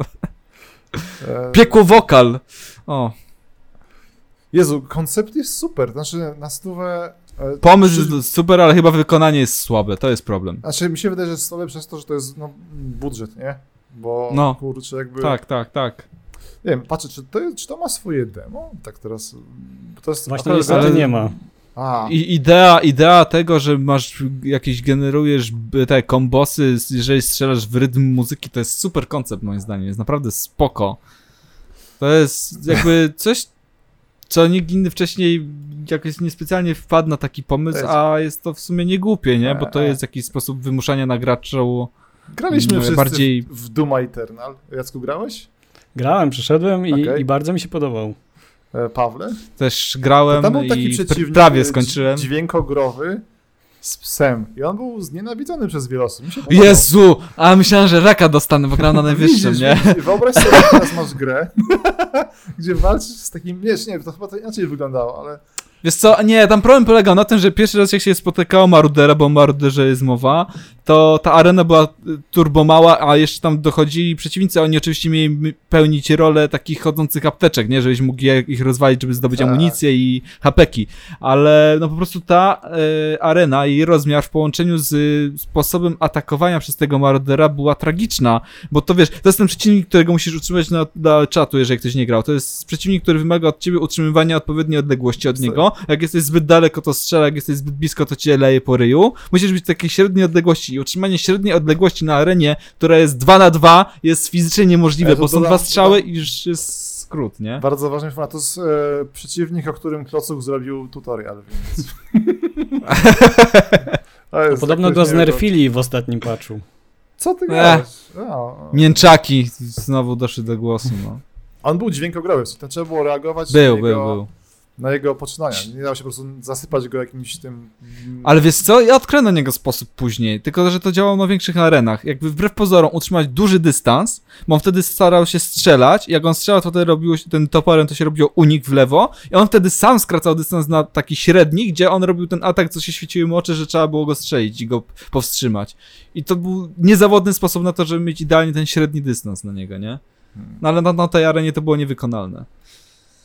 Piekło wokal. O. Jezu, koncept jest super. Znaczy, na stówę... E, Pomysł przy... jest super, ale chyba wykonanie jest słabe. To jest problem. Znaczy, mi się wydaje, że jest słabe przez to, że to jest no, budżet, nie? Bo, no. kurczę, jakby... Tak, tak, tak. Nie wiem, patrzę, czy to, czy to ma swoje demo? Tak teraz... To jest Właśnie niestety ale... nie ma. A. I idea, idea tego, że masz jakieś, generujesz te kombosy, jeżeli strzelasz w rytm muzyki, to jest super koncept moim zdaniem, jest naprawdę spoko. To jest jakby coś, co nikt inny wcześniej jakoś niespecjalnie wpadł na taki pomysł, a jest to w sumie nie głupie, nie? Bo to jest jakiś sposób wymuszania na graczu. Graliśmy wszyscy bardziej... w, w Doom Eternal. Jacku, grałeś? Grałem, przeszedłem i, okay. i bardzo mi się podobał. Pawle? Też grałem tam był taki i przeciwnik, prawie skończyłem. Dźwiękogrowy z psem. I on był znienawidzony przez wiele osób. Mi się Jezu! A myślałem, że raka dostanę, bo grałem na najwyższym, widzisz, nie? Widzisz, wyobraź sobie, że teraz masz grę, gdzie walczysz z takim... Nie, nie, to chyba to inaczej wyglądało, ale... Wiesz co, nie, tam problem polegał na tym, że pierwszy raz jak się spotykało Marudera, bo o Maruderze jest mowa, to ta arena była turbo mała, a jeszcze tam dochodzili przeciwnicy, a oni oczywiście mieli pełnić rolę takich chodzących apteczek, nie, żebyś mógł ich rozwalić, żeby zdobyć tak. amunicję i hapeki, ale no po prostu ta e, arena i jej rozmiar w połączeniu z y, sposobem atakowania przez tego Marudera była tragiczna, bo to wiesz, to jest ten przeciwnik, którego musisz utrzymać na, na czatu, jeżeli ktoś nie grał, to jest przeciwnik, który wymaga od ciebie utrzymywania odpowiedniej odległości od niego. Jak jesteś zbyt daleko, to strzela, jak jesteś zbyt blisko, to cię leje po ryju. Musisz być w takiej średniej odległości i utrzymanie średniej odległości na arenie, która jest dwa na dwa, jest fizycznie niemożliwe, ja bo są dodam, dwa strzały dodam. I już jest skrót, nie? Bardzo ważny informacja, to jest e, przeciwnik, o którym Klocuch zrobił tutorial, więc... jest, podobno go znerfili w ostatnim patchu. Co ty gadasz? No. Mięczaki znowu doszły do głosu, no. On był dźwiękogrowy, to trzeba było reagować był, na, był, jego, był. na jego poczynania. Nie dało się po prostu zasypać go jakimś tym... Ale wiesz co, ja odkryłem na niego sposób później, tylko że to działało na większych arenach. Jakby wbrew pozorom utrzymać duży dystans, bo on wtedy starał się strzelać, jak on strzelał, to wtedy robiło się ten toporem, to się robiło unik w lewo i on wtedy sam skracał dystans na taki średni, gdzie on robił ten atak, co się świeciły mu oczy, że trzeba było go strzelić i go powstrzymać. I to był niezawodny sposób na to, żeby mieć idealnie ten średni dystans na niego, nie? No ale na, na tej arenie to było niewykonalne.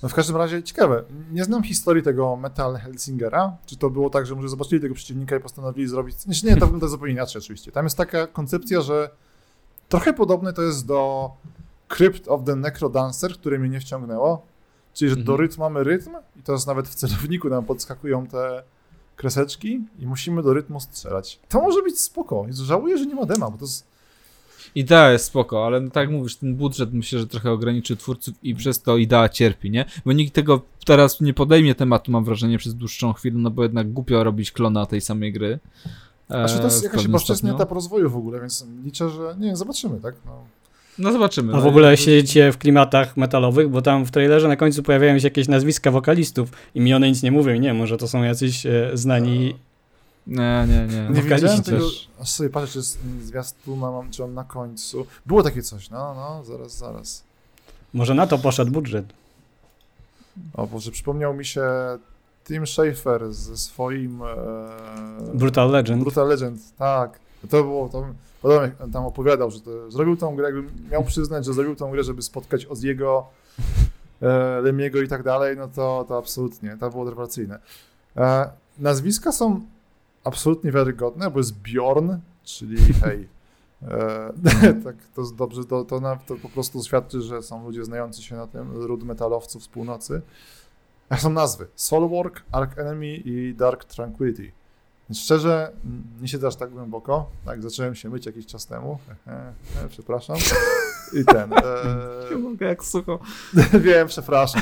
No w każdym razie ciekawe, nie znam historii tego Metal Helsingera, czy to było tak, że może zobaczyli tego przeciwnika i postanowili zrobić, nie, nie to wygląda zupełnie inaczej oczywiście. Tam jest taka koncepcja, że trochę podobne to jest do Crypt of the Necrodancer, które mnie nie wciągnęło, czyli że do rytmu mamy rytm i to jest nawet w celowniku nam podskakują te kreseczki i musimy do rytmu strzelać. To może być spoko. Żałuję, że nie ma dema, bo to jest... Idea jest spoko, ale no tak jak mówisz, ten budżet myślę, że trochę ograniczy twórców i przez to idea cierpi, nie? Bo nikt tego teraz nie podejmie tematu, mam wrażenie, przez dłuższą chwilę, no bo jednak głupio robić klona tej samej gry. E, znaczy to jest jakaś płaszczyzna etap rozwoju w ogóle, więc liczę, że nie wiem, zobaczymy, tak? No. No zobaczymy. A w ogóle siedzicie w klimatach metalowych, bo tam w trailerze na końcu pojawiają się jakieś nazwiska wokalistów i mi one nic nie mówią, nie, może to są jacyś e, znani... Nie, nie, nie. Nie widziałem tego, aż sobie patrzę, czy jest zwiastun mam, czy on na końcu. Było takie coś, no, no, zaraz, zaraz. Może na to poszedł budżet. O Boże, przypomniał mi się Tim Schafer ze swoim... E, Brutal Legend. Brutal Legend, tak. To było, to, podobnie jak tam opowiadał, że to, zrobił tą grę, jakby miał przyznać, że zrobił tą grę, żeby spotkać Ozziego, e, Lemiego i tak dalej, no to, to absolutnie, to było rewelacyjne. E, nazwiska są absolutnie wiarygodne, bo jest Bjorn, czyli hej, e, tak, to jest dobrze, to, to, na, to po prostu świadczy, że są ludzie znający się na tym, ród metalowców z północy. A są nazwy, Soulwork, Arch Enemy i Dark Tranquility. Więc szczerze, nie siedzę aż tak głęboko, tak, zacząłem się myć jakiś czas temu, e, e, przepraszam, i ten. E, nie mogę, jak sucho. Wiem, przepraszam.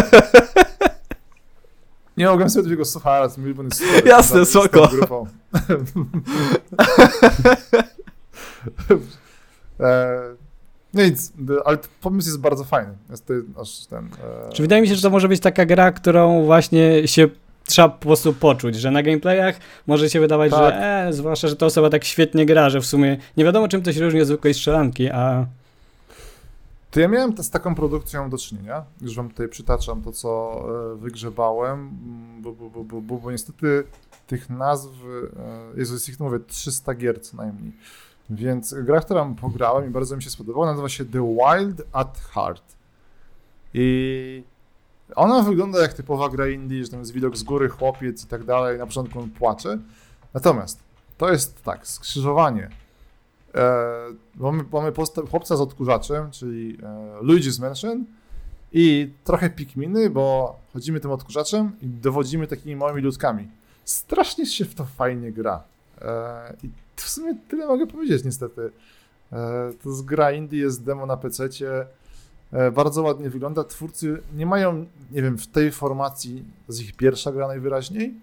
Nie mogłem sobie tego słuchać, mój ulubiony słuchacz. Jasne, spoko. e, nic, ale pomysł jest bardzo fajny. Jest to, aż ten, e... Czy wydaje mi się, że to może być taka gra, którą właśnie się trzeba po prostu poczuć, że na gameplayach może się wydawać, tak. że e, zwłaszcza, że ta osoba tak świetnie gra, że w sumie nie wiadomo, czym to się różni od zwykłej strzelanki, a... To ja miałem z taką produkcją do czynienia, już wam tutaj przytaczam to, co wygrzebałem, bo, bo, bo, bo, bo, bo niestety tych nazw, Jezu, jest ich, mówię, trzysta gier co najmniej. Więc gra, którą pograłem i bardzo mi się spodobała, nazywa się The Wild at Heart. I ona wygląda jak typowa gra indie, że tam jest widok z góry, chłopiec i tak dalej, na początku on płacze. Natomiast to jest tak, skrzyżowanie. E, mamy mamy posta- chłopca z odkurzaczem, czyli e, Luigi's Mansion i trochę Pikminy, bo chodzimy tym odkurzaczem i dowodzimy takimi małymi ludkami. Strasznie się w to fajnie gra. E, I w sumie tyle mogę powiedzieć niestety. E, to jest gra indie, jest demo na pececie. E, bardzo ładnie wygląda. Twórcy nie mają, nie wiem, w tej formacji, to jest ich pierwsza gra najwyraźniej,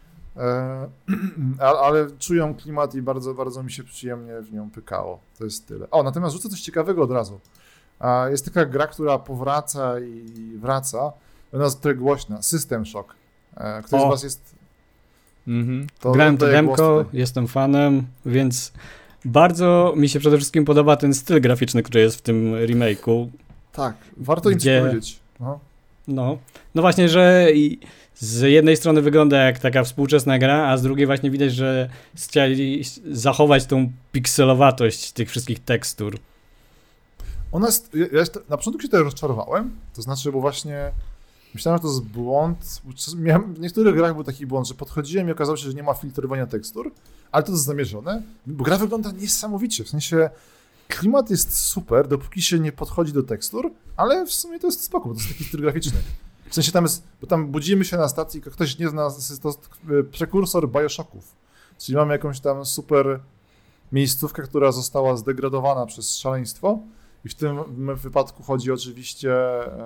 e, ale, ale czują klimat i bardzo, bardzo mi się przyjemnie w nią pykało. To jest tyle. O, natomiast rzucę coś ciekawego od razu. E, jest taka gra, która powraca i wraca. Ona jest trochę głośna. System Shock. E, ktoś o. z was jest... Mhm. Grałem to demko, jestem fanem, więc bardzo mi się przede wszystkim podoba ten styl graficzny, który jest w tym remake'u. Tak, warto im gdzie... powiedzieć. No. no, no właśnie, że z jednej strony wygląda jak taka współczesna gra, a z drugiej właśnie widać, że chcieli zachować tą pikselowatość tych wszystkich tekstur. Ona jest, ja jest, na początku się tutaj rozczarowałem, to znaczy, bo właśnie myślałem, że to jest błąd. Miałem, w niektórych grach był taki błąd, że podchodziłem i okazało się, że nie ma filtrowania tekstur, ale to jest zamierzone, bo gra wygląda niesamowicie, w sensie klimat jest super, dopóki się nie podchodzi do tekstur, ale w sumie to jest spoko, bo to jest taki styl graficzny. W sensie tam jest, bo tam budzimy się na stacji, jak ktoś nie zna, to jest prekursor Bioshocków, czyli mamy jakąś tam super miejscówkę, która została zdegradowana przez szaleństwo. I w tym wypadku chodzi oczywiście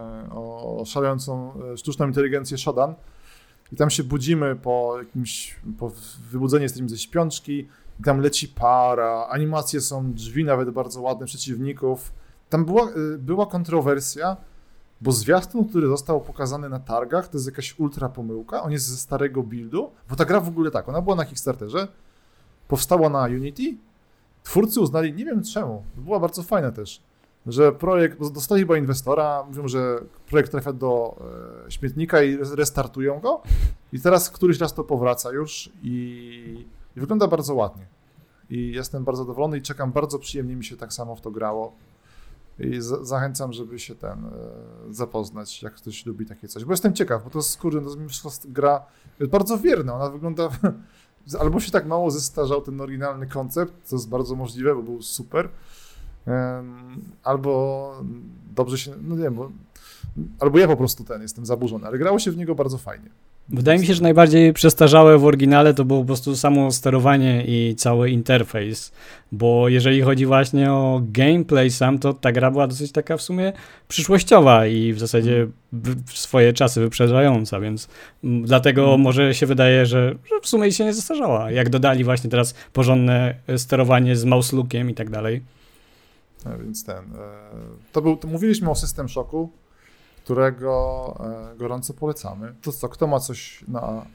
o szalejącą sztuczną inteligencję Shodan. I tam się budzimy po jakimś, po wybudzeniu jesteśmy ze śpiączki, i tam leci para, animacje są, drzwi nawet bardzo ładne przeciwników. Tam była, była kontrowersja, bo zwiastun, który został pokazany na targach, to jest jakaś ultra pomyłka, on jest ze starego buildu, bo ta gra w ogóle tak, ona była na Kickstarterze, powstała na Unity, twórcy uznali, nie wiem czemu, była bardzo fajna też, że projekt, dostali chyba inwestora, mówią, że projekt trafia do e, śmietnika i restartują go i teraz któryś raz to powraca już i, i wygląda bardzo ładnie. I jestem bardzo zadowolony i czekam, bardzo przyjemnie mi się tak samo w to grało. i za- zachęcam, żeby się ten e, zapoznać, jak ktoś lubi takie coś, bo jestem ciekaw, bo to jest, kurde, to jest gra jest bardzo wierna, ona wygląda, albo się tak mało zestarzał ten oryginalny koncept, co jest bardzo możliwe, bo był super, um, albo dobrze się, no nie wiem, bo, albo ja po prostu ten jestem zaburzony, ale grało się w niego bardzo fajnie. Wydaje mi się, że najbardziej przestarzałe w oryginale to było po prostu samo sterowanie i cały interfejs, bo jeżeli chodzi właśnie o gameplay sam, to ta gra była dosyć taka w sumie przyszłościowa i w zasadzie w swoje czasy wyprzedzająca, więc dlatego hmm. może się wydaje, że, że w sumie się nie zestarzała, jak dodali właśnie teraz porządne sterowanie z mouse lookiem i tak dalej. A więc ten, to był, to mówiliśmy o System Shocku, którego e, gorąco polecamy. To co, kto ma coś na, e,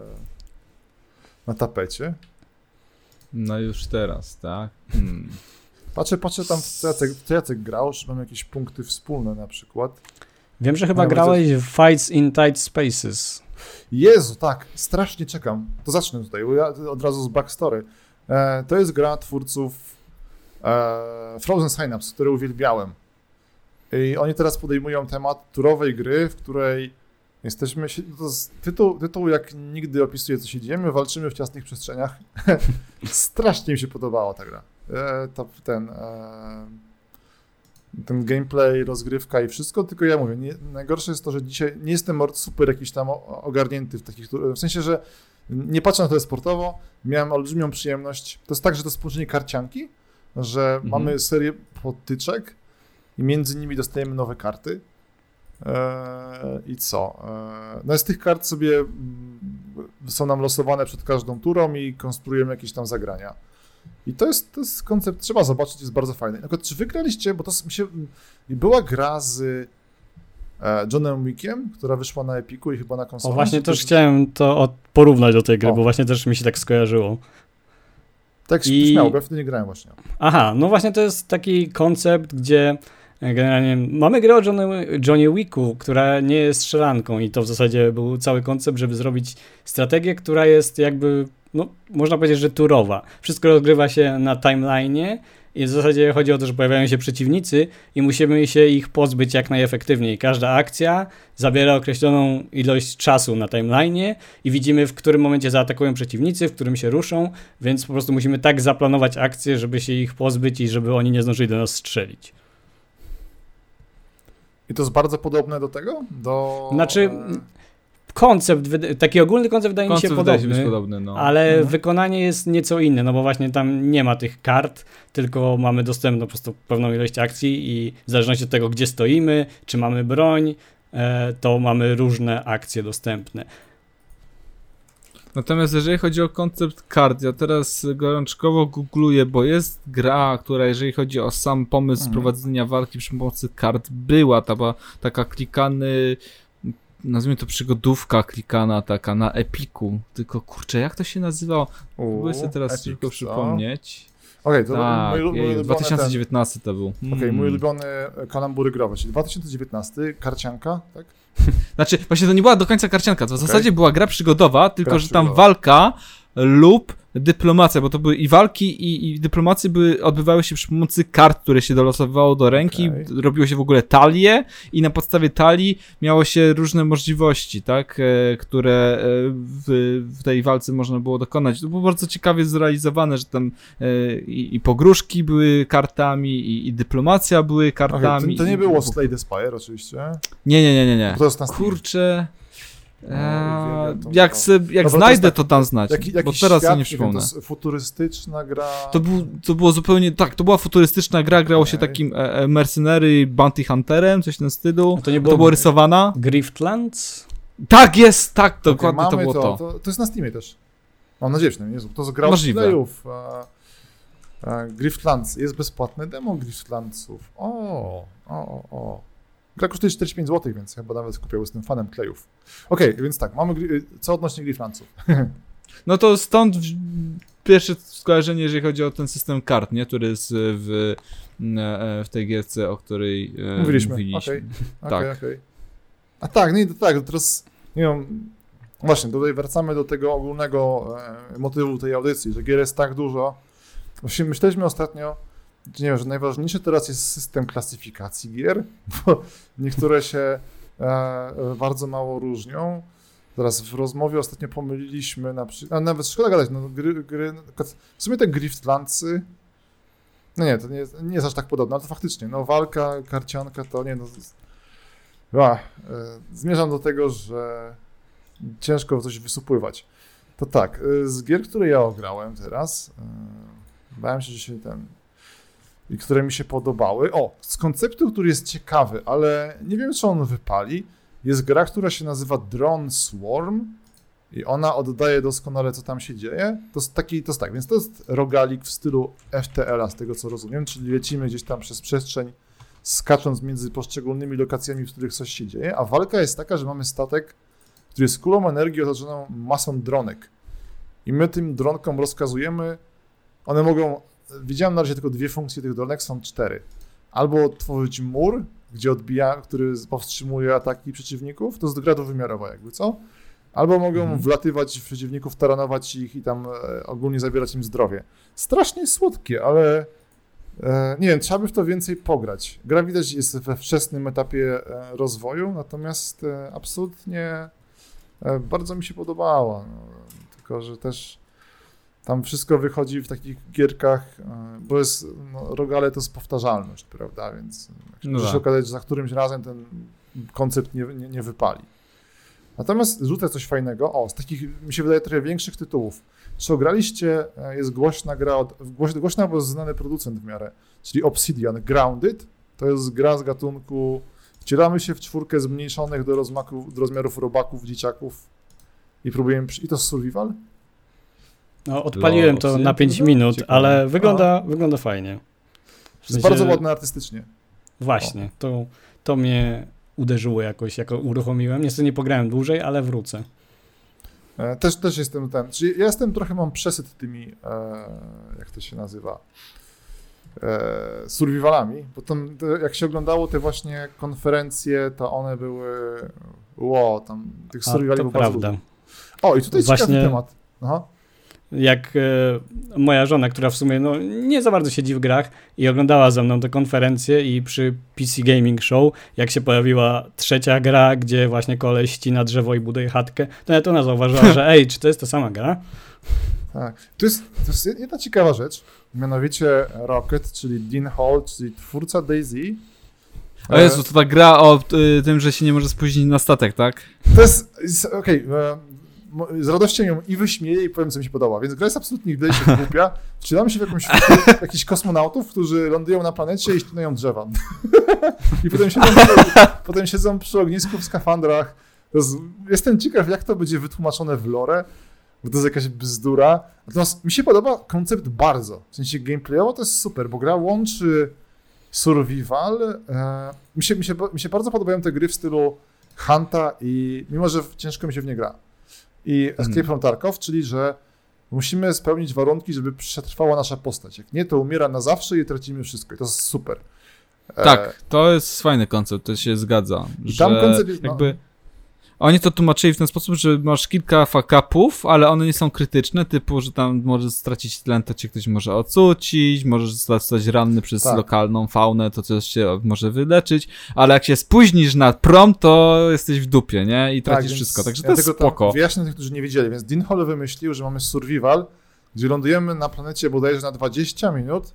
na tapecie? No już teraz, tak? Hmm. Patrzę, patrzę tam, co Jacek, co Jacek grał, czy mam jakieś punkty wspólne na przykład. Wiem, że chyba ja grałeś w Fights in Tight Spaces. Jezu, tak, strasznie czekam. To zacznę tutaj, bo ja od razu z backstory. E, to jest gra twórców e, Frozen Synapse, które uwielbiałem. I oni teraz podejmują temat turowej gry, w której jesteśmy... To jest tytuł, tytuł jak nigdy opisuje, co się dzieje. My walczymy w ciasnych przestrzeniach. Strasznie mi się podobała ta gra. E, to, ten, e, ten gameplay, rozgrywka i wszystko, tylko ja mówię, nie, najgorsze jest to, że dzisiaj nie jestem super jakiś tam ogarnięty w takich... W sensie, że nie patrzę na to sportowo, miałem olbrzymią przyjemność. To jest tak, że to jest połączenie karcianki, że mhm. mamy serię potyczek, i między nimi dostajemy nowe karty. Eee, I co? Eee, no z tych kart sobie m, są nam losowane przed każdą turą i konstruujemy jakieś tam zagrania. I to jest, to jest koncept, trzeba zobaczyć, jest bardzo fajny. Na przykład, czy wygraliście, bo to mi się... Była gra z e, Johnem Wickiem, która wyszła na Epiku i chyba na konsolę. O, właśnie też to... chciałem to od, porównać do tej gry, o. bo właśnie też mi się tak skojarzyło. Tak I... śmiało, bo ja wtedy nie grałem właśnie. Aha, no właśnie to jest taki koncept, gdzie generalnie mamy grę o Johnny, Johnny Wicku, która nie jest strzelanką i to w zasadzie był cały koncept, żeby zrobić strategię, która jest jakby, no można powiedzieć, że turowa. Wszystko rozgrywa się na timeline'ie i w zasadzie chodzi o to, że pojawiają się przeciwnicy i musimy się ich pozbyć jak najefektywniej. Każda akcja zabiera określoną ilość czasu na timeline'ie i widzimy, w którym momencie zaatakują przeciwnicy, w którym się ruszą, więc po prostu musimy tak zaplanować akcję, żeby się ich pozbyć i żeby oni nie zdążyli do nas strzelić. I to jest bardzo podobne do tego? Do... Znaczy, koncept, taki ogólny koncept wydaje koncept mi się podobny, wydaje się podobny no. ale mhm. wykonanie jest nieco inne, no bo właśnie tam nie ma tych kart, tylko mamy dostęp do po prostu pewną ilość akcji i w zależności od tego, gdzie stoimy, czy mamy broń, to mamy różne akcje dostępne. Natomiast jeżeli chodzi o koncept kart, ja teraz gorączkowo googluję, bo jest gra, która jeżeli chodzi o sam pomysł mhm. prowadzenia walki przy pomocy kart, była ta, taka klikany, nazwijmy to przygodówka klikana taka na Epiku, tylko kurczę, jak to się nazywało? Próbuję sobie teraz szybko przypomnieć. Okej, okay, to tak, mój, mój dwa tysiące dziewiętnasty ten... to był. Okej, okay, mój ulubiony kalambury growe, czyli dwa tysiące dziewiętnasty, karcianka, tak? Znaczy, właśnie to nie była do końca karcianka, to w okay. zasadzie była gra przygodowa, tylko gra że tam przygodowa. walka lub dyplomacja, bo to były i walki i, i dyplomacje były, odbywały się przy pomocy kart, które się dolosowywało do ręki, okay. robiło się w ogóle talie i na podstawie talii miało się różne możliwości, tak, e, które e, w, w tej walce można było dokonać. To było bardzo ciekawie zrealizowane, że tam e, i, i pogróżki były kartami i, i dyplomacja były kartami. Okay, to, to nie było Slay the Spire oczywiście? Nie, nie, nie, nie. nie. To jest na Kurczę... Eee, jak se, jak Dobra, znajdę, to, tak, to dam znać, jak, bo teraz świat, nie przypomnę. To jest futurystyczna gra... To, był, to było zupełnie, tak, to była futurystyczna gra, grało okay. się takim e, mercenary bounty hunterem, coś w tym stylu. To nie było, to było rysowana. Griftlands? Tak jest, tak, okay, dokładnie to było to. To. to. To jest na Steamie też. Mam nadzieję, że nie. To z gra od playów. E, e, Griftlands. Jest bezpłatne demo Griftlandsów. O, o, o, o. Gra kosztuje czterdzieści pięć złotych, więc chyba nawet kupił, jestem fanem klejów. Okej, okay, więc tak, mamy co odnośnie Griftlandsów. No to stąd pierwsze skojarzenie, jeżeli chodzi o ten system kart, nie, który jest w, w tej gierce, o której mówiliśmy. mówiliśmy. Okej, okay. tak. okay, okay. A tak, no i tak, teraz nie wiem, właśnie tutaj wracamy do tego ogólnego motywu tej audycji, że gier jest tak dużo. Właśnie myśleliśmy ostatnio, nie wiem, że najważniejszy teraz jest system klasyfikacji gier, bo niektóre się e, bardzo mało różnią. Zaraz w rozmowie ostatnio pomyliliśmy na przykład, a nawet szkoda gadać, no gry, gry w sumie te Griftlandsy, no nie, to nie jest, nie jest aż tak podobne, ale to faktycznie, no walka, karcianka to nie, no a, e, zmierzam do tego, że ciężko coś wysupływać. To tak, e, z gier, które ja ograłem teraz, e, bałem się, że się ten, i które mi się podobały, o, z konceptu, który jest ciekawy, ale nie wiem, czy on wypali, jest gra, która się nazywa Drone Swarm i ona oddaje doskonale, co tam się dzieje. To jest taki, to jest tak, więc to jest rogalik w stylu F T L-a, z tego co rozumiem, czyli lecimy gdzieś tam przez przestrzeń, skacząc między poszczególnymi lokacjami, w których coś się dzieje, a walka jest taka, że mamy statek, który jest kulą energii otoczoną masą dronek. I my tym dronkom rozkazujemy, one mogą, widziałem na razie tylko dwie funkcje tych dronek, są cztery. Albo tworzyć mur, gdzie odbija, który powstrzymuje ataki przeciwników, to jest gra dwuwymiarowa jakby, co? Albo mogą mhm. wlatywać w przeciwników, taranować ich i tam e, ogólnie zabierać im zdrowie. Strasznie słodkie, ale e, nie wiem, trzeba by w to więcej pograć. Gra widać jest we wczesnym etapie e, rozwoju, natomiast e, absolutnie e, bardzo mi się podobała. No, tylko, że też tam wszystko wychodzi w takich gierkach, bo jest, no, rogale to jest powtarzalność, prawda, więc no może się okazać, że za którymś razem ten koncept nie, nie, nie wypali. Natomiast rzucę coś fajnego, o, z takich, mi się wydaje, trochę większych tytułów. Czy ograliście, jest głośna gra, od, głośna, bo jest znany producent w miarę, czyli Obsidian, Grounded, to jest gra z gatunku, wcielamy się w czwórkę zmniejszonych do, rozmaku, do rozmiarów robaków, dzieciaków i próbujemy, i to jest survival? No, odpaliłem to na pięć minut, ciekawe. Ale wygląda, wygląda fajnie. W sensie, jest bardzo ładne artystycznie. Właśnie, to, to mnie uderzyło jakoś, jako uruchomiłem. Niestety nie pograłem dłużej, ale wrócę. E, też, też jestem ten, czyli ja jestem trochę, mam przesyt tymi, e, jak to się nazywa, e, survivalami, bo tam, te, jak się oglądało te właśnie konferencje, to one były, wow, tam tych survivali było bardzo dużo. O, i tutaj właśnie... ciekawy temat. Aha. Jak e, moja żona, która w sumie no, nie za bardzo siedzi w grach i oglądała ze mną te konferencje i przy P C Gaming Show, jak się pojawiła trzecia gra, gdzie właśnie koleś ścina drzewo i buduje chatkę, to nawet ona zauważyła, że ej, czy to jest ta sama gra? Tak. To jest, to jest jedna ciekawa rzecz, mianowicie Rocket, czyli Dean Hall, czyli twórca DayZ. O Jezu, to ta gra o y, tym, że się nie może spóźnić na statek, tak? To jest, okej, okay, z radością ją i wyśmieję i powiem, co mi się podoba. Więc gra jest absolutnie nigdy się głupia. Wcielamy się w jakąś jakichś kosmonautów, którzy lądują na planecie i ścinają drzewa. I potem siedzą, potem siedzą przy ognisku w skafandrach. Jest, jestem ciekaw, jak to będzie wytłumaczone w lore, bo to jest jakaś bzdura. Natomiast mi się podoba koncept bardzo. W sensie gameplayowo to jest super, bo gra łączy survival. E, mi, się, mi, się, mi się bardzo podobają te gry w stylu Hunta i mimo, że ciężko mi się w nie gra. I Escape from Tarkov, czyli że musimy spełnić warunki, żeby przetrwała nasza postać. Jak nie, to umiera na zawsze i tracimy wszystko. I to jest super. Tak, to jest fajny koncept, to się zgadza. I że tam koncept jest, jakby... No. Oni to tłumaczyli w ten sposób, że masz kilka fuck-upów, ale one nie są krytyczne, typu, że tam możesz stracić tlen, to cię ktoś może ocucić, możesz zostać ranny przez tak. lokalną faunę, to coś się może wyleczyć, ale jak się spóźnisz na prom, to jesteś w dupie, nie? I tracisz tak, wszystko, także ja to jest spoko. Wyjaśnię tych, którzy nie wiedzieli, więc Dean Hall wymyślił, że mamy survival, gdzie lądujemy na planecie bodajże na dwadzieścia minut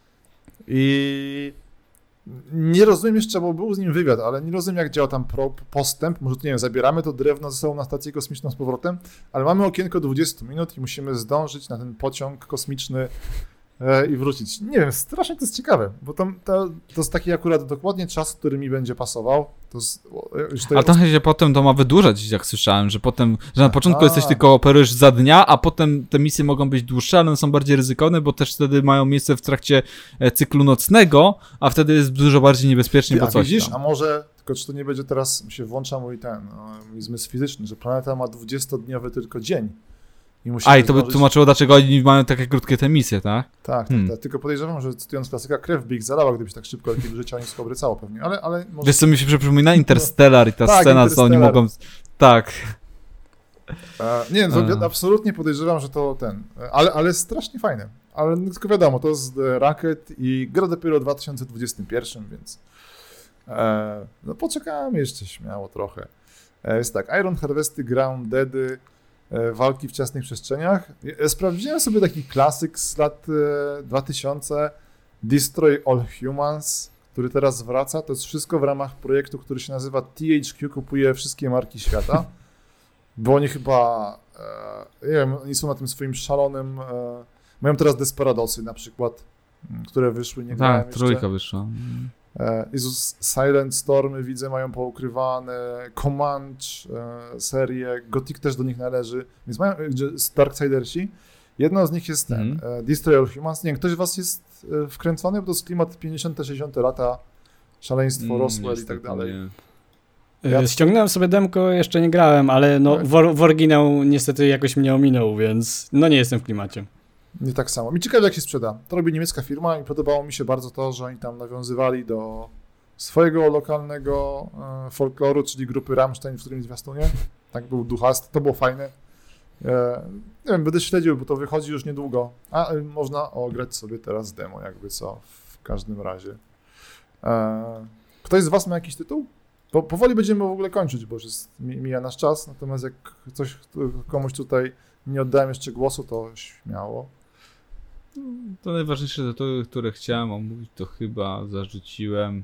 i... Nie rozumiem jeszcze, bo był z nim wywiad, ale nie rozumiem, jak działa tam pro, postęp. Może, nie wiem, zabieramy to drewno ze sobą na stację kosmiczną z powrotem, ale mamy okienko dwadzieścia minut i musimy zdążyć na ten pociąg kosmiczny e, i wrócić. Nie wiem, strasznie to jest ciekawe, bo tam to, to jest taki akurat dokładnie czas, który mi będzie pasował. To jest, już to a jest... to się potem to ma wydłużać, jak słyszałem, że potem, że na początku a. jesteś tylko operujesz za dnia, a potem te misje mogą być dłuższe, ale one są bardziej ryzykowne, bo też wtedy mają miejsce w trakcie cyklu nocnego, a wtedy jest dużo bardziej niebezpiecznie, Ty, bo coś widzisz, tam. A może, tylko czy to nie będzie teraz, się włącza mój ten, no, mój zmysł fizyczny, że planeta ma dwudziestodniowy tylko dzień. A i to by zdążyć... tłumaczyło, dlaczego oni mają takie krótkie te misje, tak? Tak, hmm. tak, tak. Tylko podejrzewam, że cytując klasyka, krew by ich zalała, gdybyś tak szybko takie życia nie skobrycało pewnie, ale... ale może... Wiesz co, mi się przypomina Interstellar i ta tak, scena, co oni mogą... Tak. E, nie, to, ja absolutnie podejrzewam, że to ten, ale, ale strasznie fajne. ale tylko wiadomo, to jest Racket i gra dopiero w dwa tysiące dwudziestym pierwszym, więc e, no poczekamy jeszcze śmiało trochę. E, jest tak, Iron Harvesty, Groundedy, e, walki w ciasnych przestrzeniach. E, sprawdziłem sobie taki klasyk z lat e, dwa tysiące, Destroy All Humans, który teraz wraca. To jest wszystko w ramach projektu, który się nazywa T H Q, kupuje wszystkie marki świata, bo oni chyba, e, nie wiem, oni są na tym swoim szalonym, e, mają teraz Desperadosy na przykład, które wyszły, nie grałem Tak, trójka wyszła. E, Jezus, Silent Stormy widzę, mają poukrywane, Comanche e, serię, Gothic też do nich należy, więc mają, gdzie Darksidersi. Jedno z nich jest ten, mm. e, Destroy All Humans. Nie wiem, ktoś z was jest e, wkręcony, bo to jest klimat pięćdziesiąte sześćdziesiąte lata, szaleństwo, mm, Roswell i tak dalej. Ja... Ściągnąłem sobie demko, jeszcze nie grałem, ale no, w, w oryginał niestety jakoś mnie ominął, więc no nie jestem w klimacie. Nie tak samo. Mi ciekawe, jak się sprzeda. To robi niemiecka firma i podobało mi się bardzo to, że oni tam nawiązywali do swojego lokalnego e, folkloru, czyli grupy Rammstein w którymś zwiastunie. Tak był duchasty, to było fajne. E, nie wiem, będę śledził, bo to wychodzi już niedługo, a e, można ograć sobie teraz demo, jakby co, w każdym razie. E, ktoś z was ma jakiś tytuł? Bo powoli będziemy w ogóle kończyć, bo już jest, mija nasz czas, natomiast jak coś komuś tutaj nie oddałem jeszcze głosu, to śmiało. To najważniejsze tytuły, które chciałem omówić, to chyba zarzuciłem.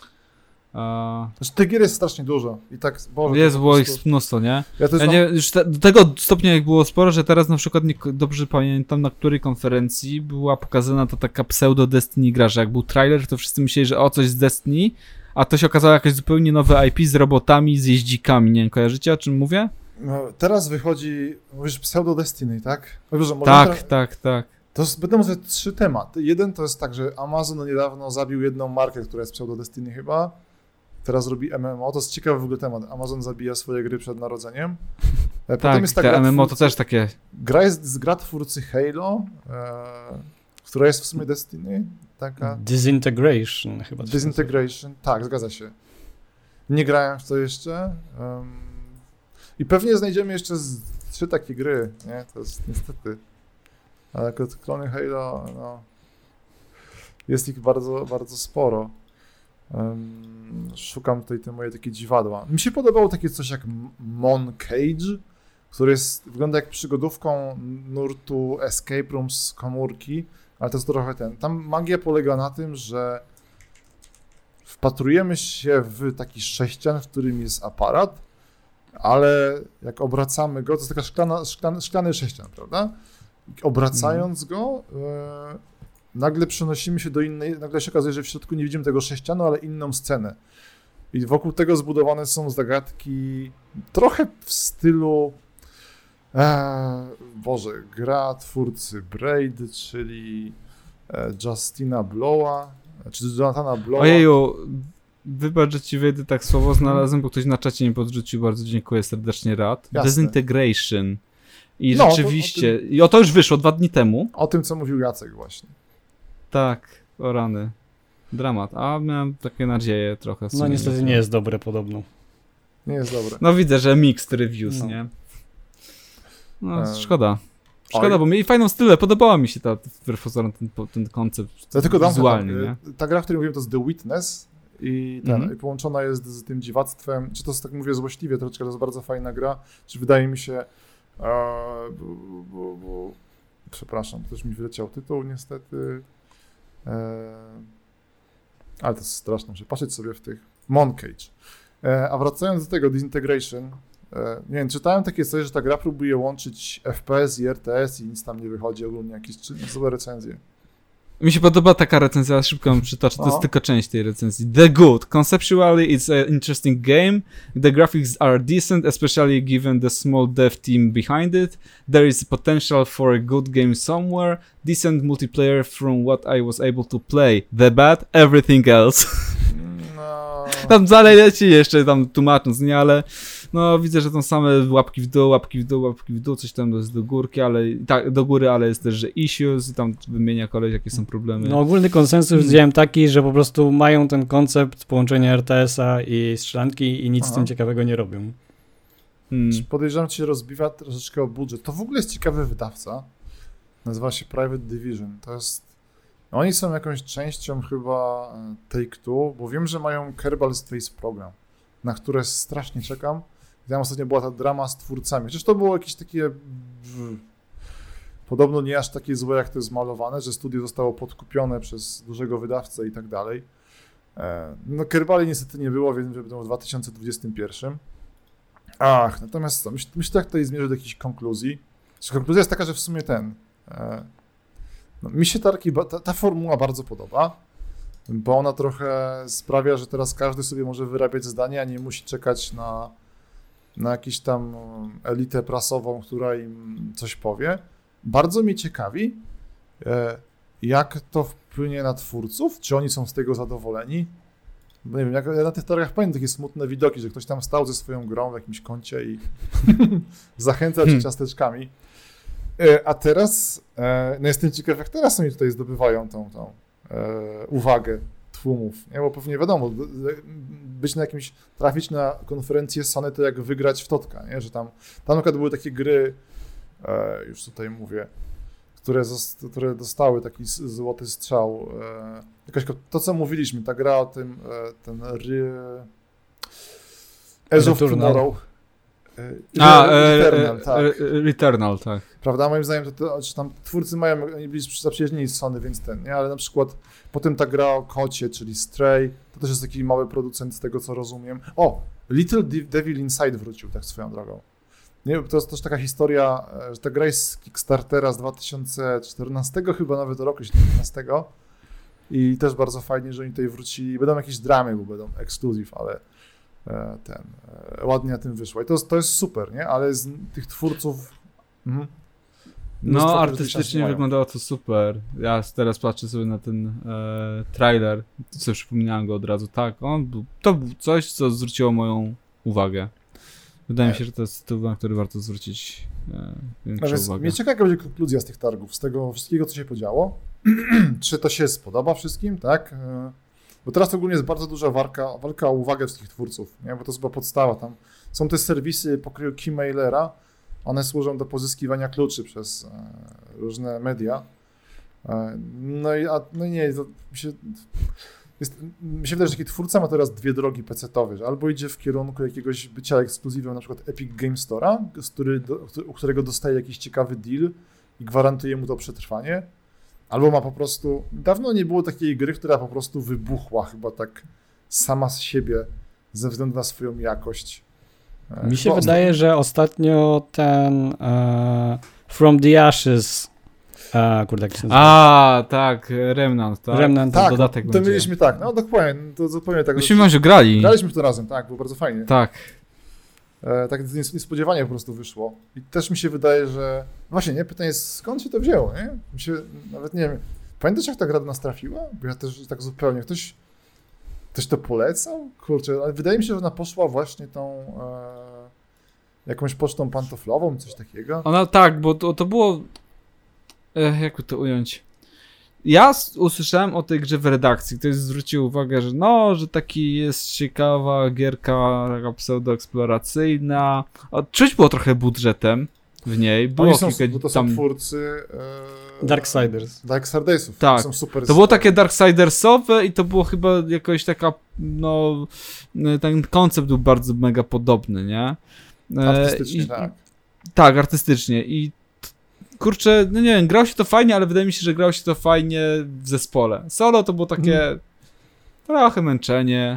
A... Znaczy, tych gier jest strasznie dużo i tak... Boże, jest, było prostu... ich mnóstwo, nie? Ja, ja nie już te, do tego stopnia jak było sporo, że teraz na przykład nie, dobrze pamiętam, na której konferencji była pokazana ta taka pseudo-Destiny gra, że jak był trailer, to wszyscy myśleli, że o, coś z Destiny, a to się okazało jakieś zupełnie nowe I P z robotami, z jeździkami, nie wiem, kojarzycie, o czym mówię? No, teraz wychodzi, mówisz pseudo-Destiny, tak? No, Boże, tak, teraz... tak, tak. To jest, będą może trzy tematy. Jeden to jest tak, że Amazon niedawno zabił jedną markę, która jest pseudo-Destiny chyba. Teraz robi M M O. To jest ciekawy w ogóle temat. Amazon zabija swoje gry przed narodzeniem. Potem tak, jest ta M M O twórcy, to też takie... Gra jest z gra twórcy Halo, e, która jest w sumie Destiny. Taka... Disintegration chyba. Disintegration, tak, zgadza się. Nie grałem w to jeszcze. Um, I pewnie znajdziemy jeszcze z trzy takie gry, nie? To jest niestety... Ale klony Halo, no, jest ich bardzo, bardzo sporo. Um, szukam tutaj te moje takie dziwadła. Mi się podobało takie coś jak Mon Cage, który jest, wygląda jak przygodówką nurtu Escape Room z komórki, ale to jest trochę ten. Tam magia polega na tym, że wpatrujemy się w taki sześcian, w którym jest aparat, ale jak obracamy go, to jest taka szklana, szklany, szklany sześcian, prawda? Obracając go, e, nagle przenosimy się do innej, nagle się okazuje, że w środku nie widzimy tego sześcianu, ale inną scenę. I wokół tego zbudowane są zagadki trochę w stylu e, Boże, gra twórcy Braid, czyli e, Justina Blowa, czy Jonathana Blowa. Ojeju, wybacz, że ci wejdę tak słowo znalazłem, bo ktoś na czacie mi podrzucił, bardzo dziękuję serdecznie, Rad. Jasne. Disintegration. I no, rzeczywiście, to, o tym, i o to już wyszło dwa dni temu. O tym, co mówił Jacek właśnie. Tak, o rany. Dramat, a miałem takie nadzieje trochę. No niestety nie jest dobre podobno. Nie jest dobre. No widzę, że mixed reviews, no. nie? No, e... szkoda. Szkoda, Oj. bo mieli fajną stylę, podobała mi się ta, ten, ten, ten koncept ja tylko wizualny, dam, nie? Ta gra, o której mówiłem, to jest The Witness i, ten, mm-hmm. i połączona jest z tym dziwactwem, czy to jest, tak mówię złośliwie troszeczkę, to jest bardzo fajna gra, czy wydaje mi się Eee, bo, bo, bo, przepraszam, też mi wyleciał tytuł niestety, eee, ale to jest straszne, muszę patrzeć sobie w tych, Mon Cage. Eee, a wracając do tego Disintegration, eee, nie wiem, czytałem takie coś, że ta gra próbuje łączyć F P S i R T S i nic tam nie wychodzi, ogólnie jakieś złe recenzje. Mi się podoba taka recenzja, szybko ją przytoczę, to jest tylko część tej recenzji. The Good. Conceptually it's an interesting game. The graphics are decent, especially given the small dev team behind it. There is potential for a good game somewhere. Decent multiplayer from what I was able to play. The bad, everything else. No. Tam dalej leci jeszcze tam tłumacząc, nie, ale no widzę, że to same łapki w dół, łapki w dół, łapki w dół, coś tam jest do górki, ale tak, do góry, ale jest też, że issues i tam wymienia koleś, jakie są problemy. No ogólny konsensus hmm. widziałem taki, że po prostu mają ten koncept połączenia R T S-a i strzelanki i nic Aha. z tym ciekawego nie robią. Hmm. Podejrzewam, że się rozbiwa troszeczkę o budżet. To w ogóle jest ciekawy wydawca. nazywa się Private Division. To jest, oni są jakąś częścią chyba Take-Two, bo wiem, że mają Kerbal Space Program, na które strasznie czekam. Tam ostatnio była ta drama z twórcami. Chociaż to było jakieś takie podobno nie aż takie złe, jak to jest malowane, że studio zostało podkupione przez dużego wydawcę i tak dalej. No Kerbali niestety nie było, więc będą w dwa tysiące dwudziestym pierwszym. Ach, natomiast co, myślę, myślę, że tutaj zmierzę do jakiejś konkluzji. Konkluzja jest taka, że w sumie ten... No, mi się tarki, ta, ta formuła bardzo podoba, bo ona trochę sprawia, że teraz każdy sobie może wyrabiać zdanie, a nie musi czekać na, na jakąś tam elitę prasową, która im coś powie. Bardzo mnie ciekawi, jak to wpłynie na twórców, czy oni są z tego zadowoleni. Bo nie wiem, jak, ja na tych teoriach pamiętam takie smutne widoki, że ktoś tam stał ze swoją grą w jakimś kącie i zachęcał cię ciasteczkami. A teraz, no jestem ciekaw, jak teraz oni tutaj zdobywają tą, tą e, uwagę tłumów, nie? Bo pewnie wiadomo, być na jakimś, trafić na konferencję Sony to jak wygrać w Totka, nie? Że tam, tam na przykład były takie gry, e, już tutaj mówię, które, zost, które dostały taki złoty strzał. E, jakaś, to, co mówiliśmy, ta gra o tym, e, ten Edge of Tomorrow. A, Returnal, e, tak. Returnal, tak. Prawda? Moim zdaniem to, to że tam twórcy mają, oni byli zaprzyjaźnieni z Sony, więc ten, nie? Ale na przykład potem ta gra o kocie, czyli Stray, to też jest taki mały producent z tego, co rozumiem. O, Little Devil Inside wrócił, tak swoją drogą. Nie, to jest też taka historia, że ta gra jest z Kickstartera z dwa tysiące czternastego chyba nawet roku, siedemnastego i też bardzo fajnie, że oni tutaj wrócili. Będą jakieś dramy, bo będą exclusive, ale ten, ładnie na tym wyszło. I to, to jest super, nie? Ale z tych twórców... Mhm. No, artystycznie wyglądało to super. Ja teraz patrzę sobie na ten e, trailer, sobie przypominałem go od razu. Tak, on był, to był coś, co zwróciło moją uwagę. Wydaje mi się, że to jest tytuł, na który warto zwrócić e, większą no uwagę. Mnie ciekawa, jaka będzie konkluzja z tych targów, z tego wszystkiego, co się podziało. Czy to się spodoba wszystkim, tak? E, Bo teraz ogólnie jest bardzo duża walka, walka o uwagę wszystkich twórców, nie? Bo to jest chyba podstawa. Tam są te serwisy pokroju Keymailera, one służą do pozyskiwania kluczy przez e, różne media. E, no i a, no nie, to mi się, jest, mi się wydaje, że taki twórca ma teraz dwie drogi pecetowe, że albo idzie w kierunku jakiegoś bycia ekskluzywem, na przykład Epic Game Store'a, z który, do, u którego dostaje jakiś ciekawy deal i gwarantuje mu to przetrwanie. Albo ma po prostu... Dawno nie było takiej gry, która po prostu wybuchła chyba tak sama z siebie ze względu na swoją jakość. Mi się chyba wydaje, ostatnio... że ostatnio ten uh, From the Ashes uh, kurde, jak się nazywa? A, tak, Remnant, tak? Remnant, tak, dodatek to będzie. mieliśmy tak, no dokładnie, to zupełnie tak. Myśmy może grali. Graliśmy to razem, tak, było bardzo fajnie. Tak. E, tak niespodziewanie po prostu wyszło. I też mi się wydaje, że... Właśnie, nie? Pytanie jest, skąd się to wzięło, nie? Mi się, nawet nie wiem... Pamiętasz, jak ta gra do nas trafiła? Bo ja też tak zupełnie... Ktoś, ktoś to polecał? Kurczę, ale wydaje mi się, że ona poszła właśnie tą... E, jakąś pocztą pantoflową, coś takiego. Ona tak, bo to, to było... E, jak to ująć? Ja usłyszałem o tej grze w redakcji, ktoś zwrócił uwagę, że no, że taki jest ciekawa gierka, taka pseudoeksploracyjna. A czuć było trochę budżetem w niej. Było Oni są, kilka, bo to są tam... twórcy... E, Darksiders. Darksidersów. Tak, są super to było takie Darksidersowe i to było chyba jakoś taka, no, ten koncept był bardzo mega podobny, nie? E, artystycznie, i, tak. Tak, artystycznie i kurczę, no nie wiem, grało się to fajnie, ale wydaje mi się, że grało się to fajnie w zespole. Solo to było takie mm. trochę męczenie.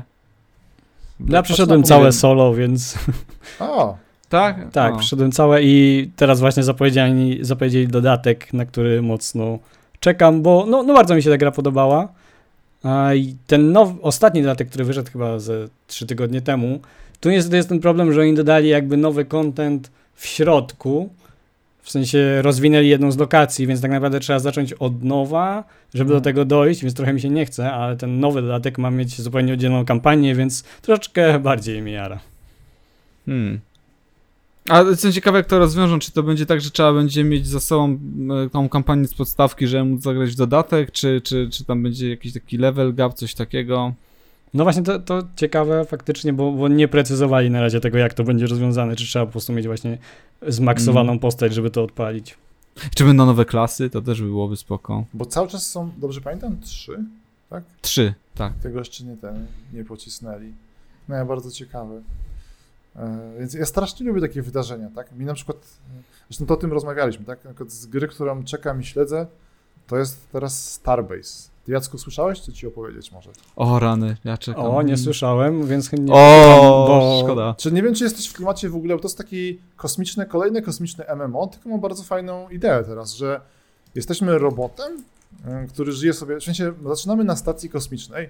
Ja przeszedłem całe solo, więc... O, tak? Tak, o. przeszedłem całe i teraz właśnie zapowiedzieli, zapowiedzieli dodatek, na który mocno czekam, bo no, no bardzo mi się ta gra podobała. A i ten now, ostatni dodatek, który wyszedł chyba ze trzy tygodnie temu, tu niestety jest ten problem, że oni dodali jakby nowy content w środku, w sensie rozwinęli jedną z lokacji, więc tak naprawdę trzeba zacząć od nowa, żeby hmm. do tego dojść, więc trochę mi się nie chce, ale ten nowy dodatek ma mieć zupełnie oddzielną kampanię, więc troszeczkę bardziej mi jara. Hmm. A jestem ciekawy, jak to rozwiążą, czy to będzie tak, że trzeba będzie mieć za sobą tą kampanię z podstawki, żeby móc zagrać w dodatek, czy, czy, czy tam będzie jakiś taki level gap, coś takiego? No właśnie to, to ciekawe faktycznie, bo, bo nie precyzowali na razie tego, jak to będzie rozwiązane, czy trzeba po prostu mieć właśnie zmaksowaną mm. postać, żeby to odpalić. Czy będą nowe klasy, to też byłoby spoko. Bo cały czas są, dobrze pamiętam, trzy, tak? Trzy, tak. Tego jeszcze nie ten, nie pocisnęli. No ja bardzo ciekawe. E, więc ja strasznie lubię takie wydarzenia, tak? Mi na przykład, zresztą to o tym rozmawialiśmy, tak? Na przykład z gry, którą czekam i śledzę, to jest teraz Starbase. Ty, Jacku, słyszałeś, co ci opowiedzieć może? O rany, ja czekam. O, nie słyszałem, więc chętnie... O, bo... szkoda. Czy nie wiem, czy jesteś w klimacie w ogóle, bo to jest taki kosmiczny, kolejny kosmiczny M M O, tylko mam bardzo fajną ideę teraz, że jesteśmy robotem, który żyje sobie, w sensie zaczynamy na stacji kosmicznej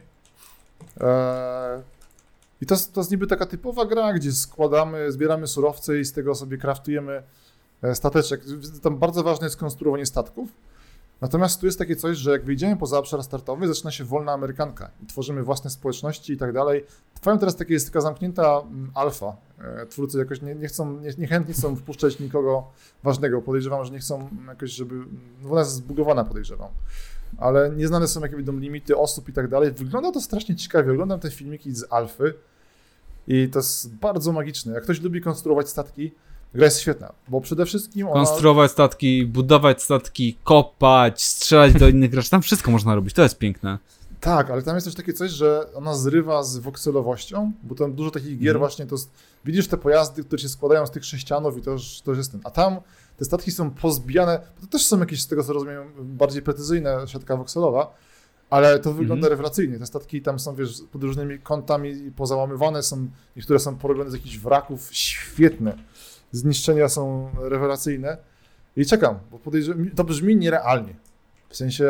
eee, i to, to jest niby taka typowa gra, gdzie składamy, zbieramy surowce i z tego sobie kraftujemy stateczek. Tam bardzo ważne jest konstruowanie statków. Natomiast tu jest takie coś, że jak wyjdziemy poza obszar startowy, zaczyna się wolna amerykanka i tworzymy własne społeczności i tak dalej. Trwają teraz takie, jest taka zamknięta alfa. Twórcy jakoś nie, nie chcą, nie, niechętnie chcą wpuszczać nikogo ważnego. Podejrzewam, że nie chcą jakoś, żeby... No ona jest zbugowana, podejrzewam. Ale nieznane są, jakie będą limity osób i tak dalej. Wygląda to strasznie ciekawie. Oglądam te filmiki z alfy i to jest bardzo magiczne. Jak ktoś lubi konstruować statki, gra jest świetna, bo przede wszystkim ona... Konstruować statki, budować statki, kopać, strzelać do innych graczy, tam wszystko można robić, to jest piękne. Tak, ale tam jest też takie coś, że ona zrywa z wokselowością, bo tam dużo takich gier mm. właśnie to jest, widzisz te pojazdy, które się składają z tych sześcianów i to już, to już jest ten. A tam te statki są pozbijane, to też są jakieś, z tego co rozumiem, bardziej precyzyjne siatka wokselowa, ale to wygląda mm. rewelacyjnie. Te statki tam są, wiesz, pod różnymi kątami pozałamywane, są, niektóre są porobione z jakichś wraków, świetne. Zniszczenia są rewelacyjne i czekam, bo podejrzewam, to brzmi nierealnie. W sensie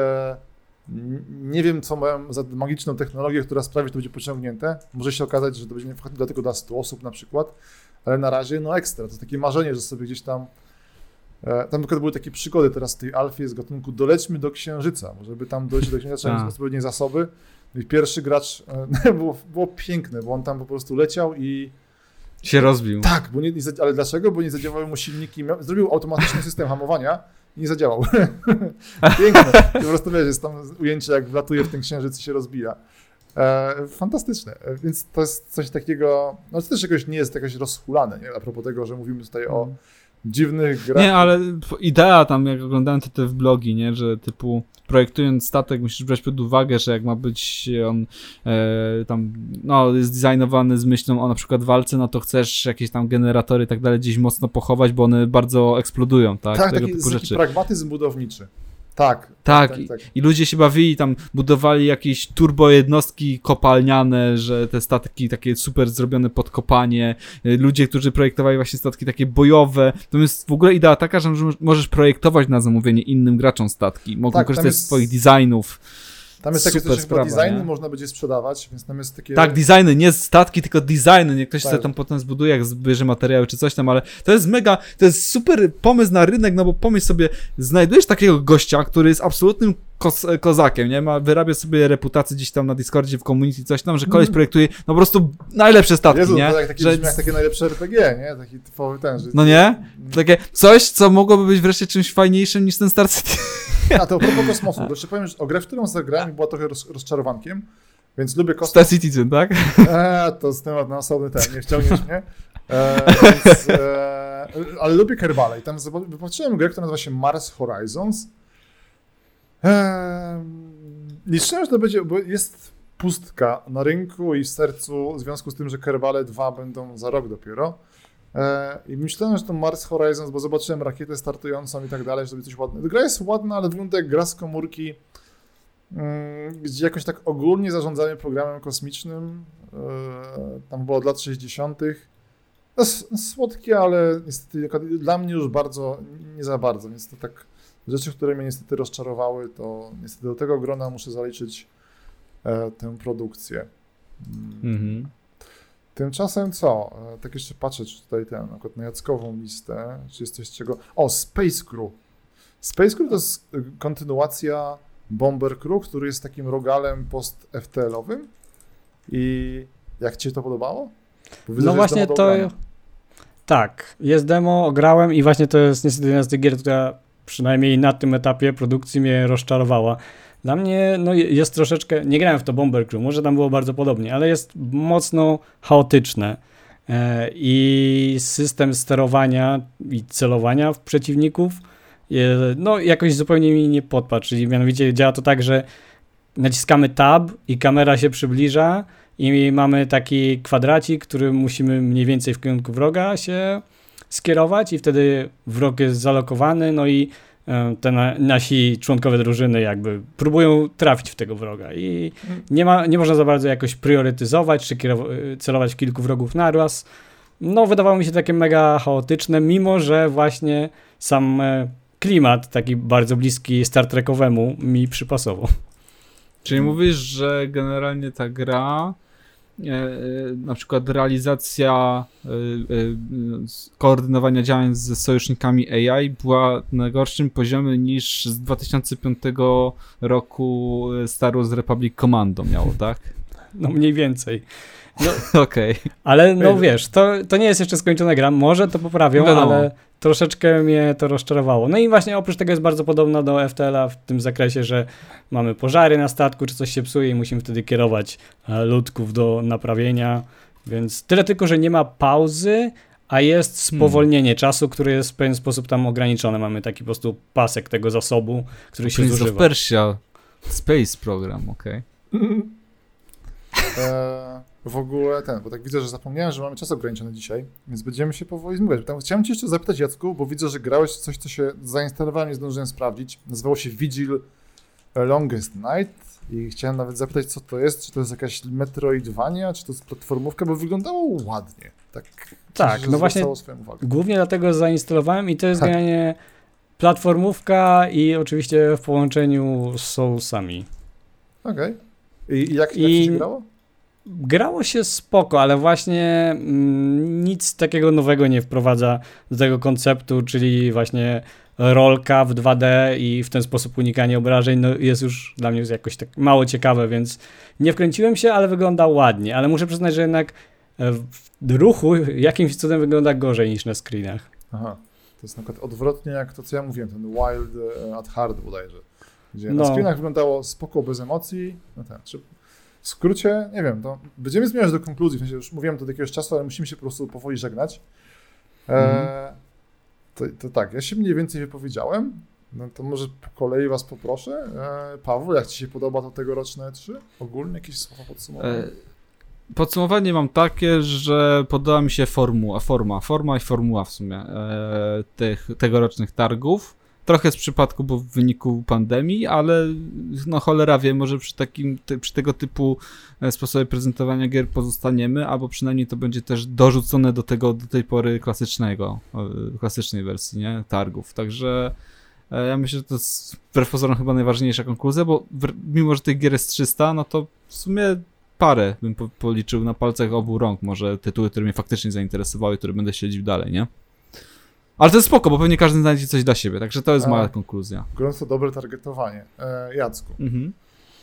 nie wiem, co mają za magiczną technologię, która sprawi, że to będzie pociągnięte. Może się okazać, że to będzie dla tylko dla stu osób na przykład, ale na razie no ekstra. To jest takie marzenie, że sobie gdzieś tam e, tam były takie przygody teraz w tej alfie z gatunku dolećmy do Księżyca. Może by tam dojść do Księżyca, trzeba mieć odpowiednie zasoby. I pierwszy gracz, e, było, było piękne, bo on tam po prostu leciał i się rozbił. Tak, bo nie, nie, ale dlaczego? Bo nie zadziałały mu silniki. Miał, zrobił automatyczny system hamowania i nie zadziałał. Piękne. Po prostu wiesz, jest tam ujęcie, jak wlatuje w ten księżyc i się rozbija. E, fantastyczne. E, więc to jest coś takiego, no to też jakoś nie jest jakoś rozhulane, nie? A propos tego, że mówimy tutaj o dziwnych grach. Nie, ale idea tam, jak oglądałem te, te vlogi, nie, że typu projektując statek musisz brać pod uwagę, że jak ma być on e, tam, no jest designowany z myślą o na przykład walce, no to chcesz jakieś tam generatory i tak dalej gdzieś mocno pochować, bo one bardzo eksplodują, tak? Tak, tego taki, typu taki rzeczy. pragmatyzm budowniczy. Tak. Tak, tak, i, tak. i ludzie się bawili, tam budowali jakieś turbo jednostki kopalniane, że te statki takie super zrobione pod kopanie, ludzie, którzy projektowali właśnie statki takie bojowe, to jest w ogóle idea taka, że możesz projektować na zamówienie innym graczom statki, mogą tak, korzystać jest... z swoich designów. Tam jest takie super coś, że sprawa, designy nie? można będzie sprzedawać, więc tam jest takie... Tak, designy, nie statki, tylko designy, nie ktoś tak. sobie tam potem zbuduje, jak zbierze materiały czy coś tam, ale to jest mega, to jest super pomysł na rynek, no bo pomyśl sobie, znajdujesz takiego gościa, który jest absolutnym Koz, kozakiem, nie? Ma, wyrabia sobie reputację gdzieś tam na Discordzie, w community, coś tam, że koleś projektuje no po prostu najlepsze statki, Jezu, nie? To jak, takie, że... jak takie najlepsze R P G, nie? Taki typowy ten, że... No nie? Takie coś, co mogłoby być wreszcie czymś fajniejszym niż ten Star City. A to a propos kosmosu, to jeszcze powiem, że o grę, w którą zagrałem była trochę roz, rozczarowankiem, więc lubię kosmos. Star Citizen, tak? Eee, to jest temat na osobny ten, nie wciągniesz mnie. Eee, więc, eee, ale lubię Kerbale i tam zobaczyłem grę, która nazywa się Mars Horizons. Eee, liczyłem, że to będzie, bo jest pustka na rynku i w sercu w związku z tym, że Kerbale dwa będą za rok dopiero. I myślałem, że to Mars Horizons, bo zobaczyłem rakietę startującą i tak dalej, żeby coś ładne. Gra jest ładna, ale wygląda jak gra z komórki, gdzie jakoś tak ogólnie zarządzamy programem kosmicznym. Tam było od lat sześćdziesiątych. No, słodkie, ale niestety dla mnie już bardzo, nie za bardzo. Więc to tak rzeczy, które mnie niestety rozczarowały, to niestety do tego grona muszę zaliczyć tę produkcję. Mhm. Tymczasem co? Tak jeszcze patrzę, czy tutaj ten, na przykład na Jackową listę, czy jest coś czego... O, Space Crew. Space Crew to jest kontynuacja Bomber Crew, który jest takim rogalem post-F T L-owym. I jak ci się to podobało? Widzę, no właśnie to... Tak, jest demo, grałem i właśnie to jest niestety jedna z tych gier, która przynajmniej na tym etapie produkcji mnie rozczarowała. Dla mnie no, jest troszeczkę, nie grałem w to Bomber Crew, może tam było bardzo podobnie, ale jest mocno chaotyczne e, i system sterowania i celowania w przeciwników no jakoś zupełnie mi nie podpadł, czyli mianowicie działa to tak, że naciskamy tab i kamera się przybliża i mamy taki kwadracik, który musimy mniej więcej w kierunku wroga się skierować i wtedy wrog jest zalokowany, no i te na, nasi członkowie drużyny jakby próbują trafić w tego wroga i nie ma, nie można za bardzo jakoś priorytetyzować czy kierow- celować w kilku wrogów naraz. No wydawało mi się takie mega chaotyczne, mimo że właśnie sam klimat taki bardzo bliski Star Trekowemu mi przypasował. Czyli mówisz, że generalnie ta gra, e, e, na przykład realizacja e, e, koordynowania działań ze sojusznikami A I była na gorszym poziomie niż z dwa tysiące piątego roku Star Wars Republic Commando miało, tak? No mniej więcej. No, okej. Okay. Ale no wiesz, to, to nie jest jeszcze skończona gra, może to poprawią, no, no. ale troszeczkę mnie to rozczarowało. No i właśnie oprócz tego jest bardzo podobna do F T L-a w tym zakresie, że mamy pożary na statku, czy coś się psuje i musimy wtedy kierować ludków do naprawienia, więc tyle tylko, że nie ma pauzy, a jest spowolnienie hmm. czasu, który jest w pewien sposób tam ograniczony. Mamy taki po prostu pasek tego zasobu, który się Prince zużywa. of Persia Space Program, okej. Okay. W ogóle ten, bo tak widzę, że zapomniałem, że mamy czas ograniczony dzisiaj, więc będziemy się powoli zmywać. Chciałem cię jeszcze zapytać, Jacku, bo widzę, że grałeś coś, co się zainstalowałem i zdążyłem sprawdzić. Nazywało się Vigil Longest Night i chciałem nawet zapytać, co to jest, czy to jest jakaś Metroidvania, czy to jest platformówka, bo wyglądało ładnie. Tak, tak coś, no właśnie głównie dlatego zainstalowałem i to jest generalnie platformówka i oczywiście w połączeniu z Soulsami. Okej. Okay. I, I jak, jak I... się grało? Grało się spoko, ale właśnie mm, nic takiego nowego nie wprowadza do tego konceptu, czyli właśnie rolka w dwa D i w ten sposób unikanie obrażeń, no jest już dla mnie jakoś tak mało ciekawe, więc nie wkręciłem się, ale wygląda ładnie, ale muszę przyznać, że jednak w ruchu jakimś cudem wygląda gorzej niż na screenach. Aha, to jest na przykład odwrotnie jak to, co ja mówiłem, ten Wild at Heart bodajże, gdzie no. na screenach wyglądało spoko, bez emocji, no ten, czy... W skrócie, nie wiem, to będziemy zmierzać do konkluzji, w sensie już mówiłem to od jakiegoś czasu, ale musimy się po prostu powoli żegnać. E, mm. to, to tak, ja się mniej więcej wypowiedziałem, no to może po kolei was poproszę. E, Paweł, jak ci się podoba to tegoroczne E trzy? Ogólnie jakieś słowa podsumowania? E, podsumowanie mam takie, że podoba mi się formuła, forma, forma i formuła w sumie e, tych tegorocznych targów. Trochę z przypadku, bo w wyniku pandemii, ale no cholera wie, może przy takim, te, przy tego typu sposobie prezentowania gier pozostaniemy, albo przynajmniej to będzie też dorzucone do tego do tej pory klasycznego, klasycznej wersji, nie? Targów. Także ja myślę, że to jest wbrew pozorom chyba najważniejsza konkluzja, bo w, mimo, że tych gier jest trzysta, no to w sumie parę bym po, policzył na palcach obu rąk, może tytuły, które mnie faktycznie zainteresowały, które będę śledził dalej, nie? Ale to jest spoko, bo pewnie każdy znajdzie coś dla siebie, także to jest moja konkluzja. Gorąco dobre targetowanie. E, Jacku. Mhm.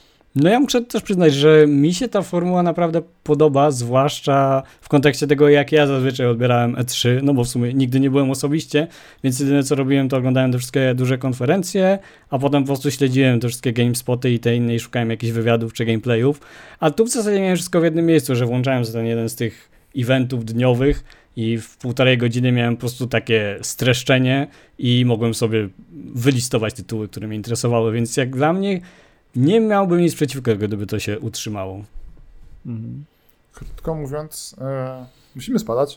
No ja muszę też przyznać, że mi się ta formuła naprawdę podoba, zwłaszcza w kontekście tego, jak ja zazwyczaj odbierałem E trzy, no bo w sumie nigdy nie byłem osobiście, więc jedyne co robiłem, to oglądałem te wszystkie duże konferencje, a potem po prostu śledziłem te wszystkie GameSpoty i te inne i szukałem jakichś wywiadów czy gameplayów, a tu w zasadzie miałem wszystko w jednym miejscu, że włączałem sobie ten jeden z tych eventów dniowych i w półtorej godziny miałem po prostu takie streszczenie i mogłem sobie wylistować tytuły, które mnie interesowały, więc jak dla mnie nie miałbym nic przeciwko, gdyby to się utrzymało. Mhm. Krótko mówiąc, e, musimy spadać.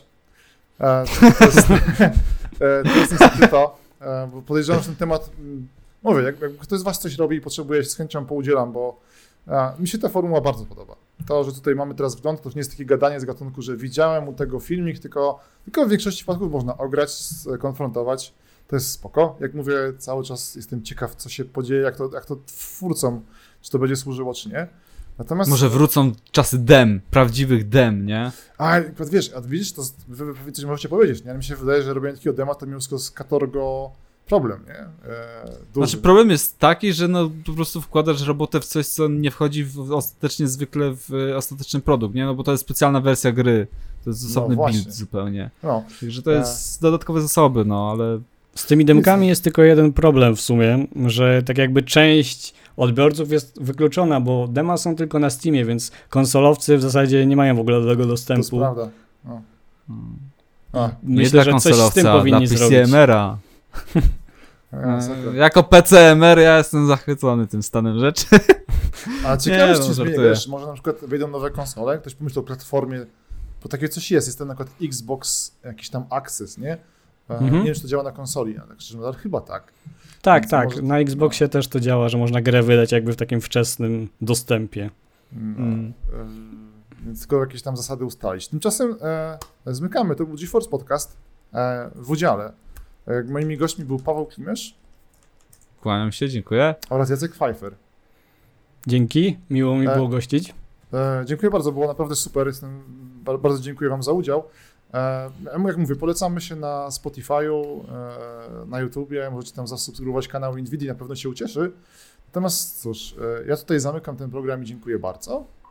E, to, jest, e, to jest niestety to, e, bo podejrzewam, że ten temat, mówię, jak, jak ktoś z was coś robi i potrzebuje, z chęcią poudzielam, bo e, mi się ta formuła bardzo podoba. To, że tutaj mamy teraz wgląd, to już nie jest takie gadanie z gatunku, że widziałem u tego filmik, tylko, tylko w większości przypadków można ograć, skonfrontować. To jest spoko. Jak mówię, cały czas jestem ciekaw, co się podzieje, jak to, jak to twórcom, czy to będzie służyło, czy nie. Natomiast... Może wrócą czasy dem, prawdziwych dem, nie? A, wiesz, a widzisz, to wy, wy coś możecie powiedzieć, nie? Ale mi się wydaje, że robienie takiego dema to mimo wszystko z katorgo problem, nie? E, znaczy problem jest taki, że no po prostu wkładasz robotę w coś, co nie wchodzi w, ostatecznie zwykle w ostateczny produkt, nie? No bo to jest specjalna wersja gry, to jest osobny no build zupełnie. No. Także to jest e... dodatkowe zasoby, no ale... Z tymi demkami jest tylko jeden problem w sumie, że tak jakby część odbiorców jest wykluczona, bo dema są tylko na Steamie, więc konsolowcy w zasadzie nie mają w ogóle do tego dostępu. To jest prawda. No. Hmm. Myślę, że coś z tym powinni dla P C M R-a. E, jako P C M R ja jestem zachwycony tym stanem rzeczy. A ciekawe, czy zmieni, wiesz, może na przykład wejdą nowe konsole, ktoś pomyśli o platformie, bo takie coś jest, jest ten na przykład Xbox, jakiś tam Access, nie? Mhm. Nie wiem, czy to działa na konsoli, ale tak szczerze mówiąc, chyba tak. Tak, Więc tak, może... na Xboxie no. też to działa, że można grę wydać jakby w takim wczesnym dostępie. No, mm. e, więc tylko jakieś tam zasady ustalić. Tymczasem e, zmykamy, to był GeForce Podcast e, w udziale. E, moimi gośćmi był Paweł Klimesz. Kłaniam się, dziękuję. Oraz Jacek Pfeiffer. Dzięki, miło mi było e, gościć. E, dziękuję bardzo, było naprawdę super. Jestem, bardzo dziękuję wam za udział. E, jak mówię, polecamy się na Spotify'u, e, na YouTubie, możecie tam zasubskrybować kanał Nvidia, na pewno się ucieszy. Natomiast cóż, e, ja tutaj zamykam ten program i dziękuję bardzo.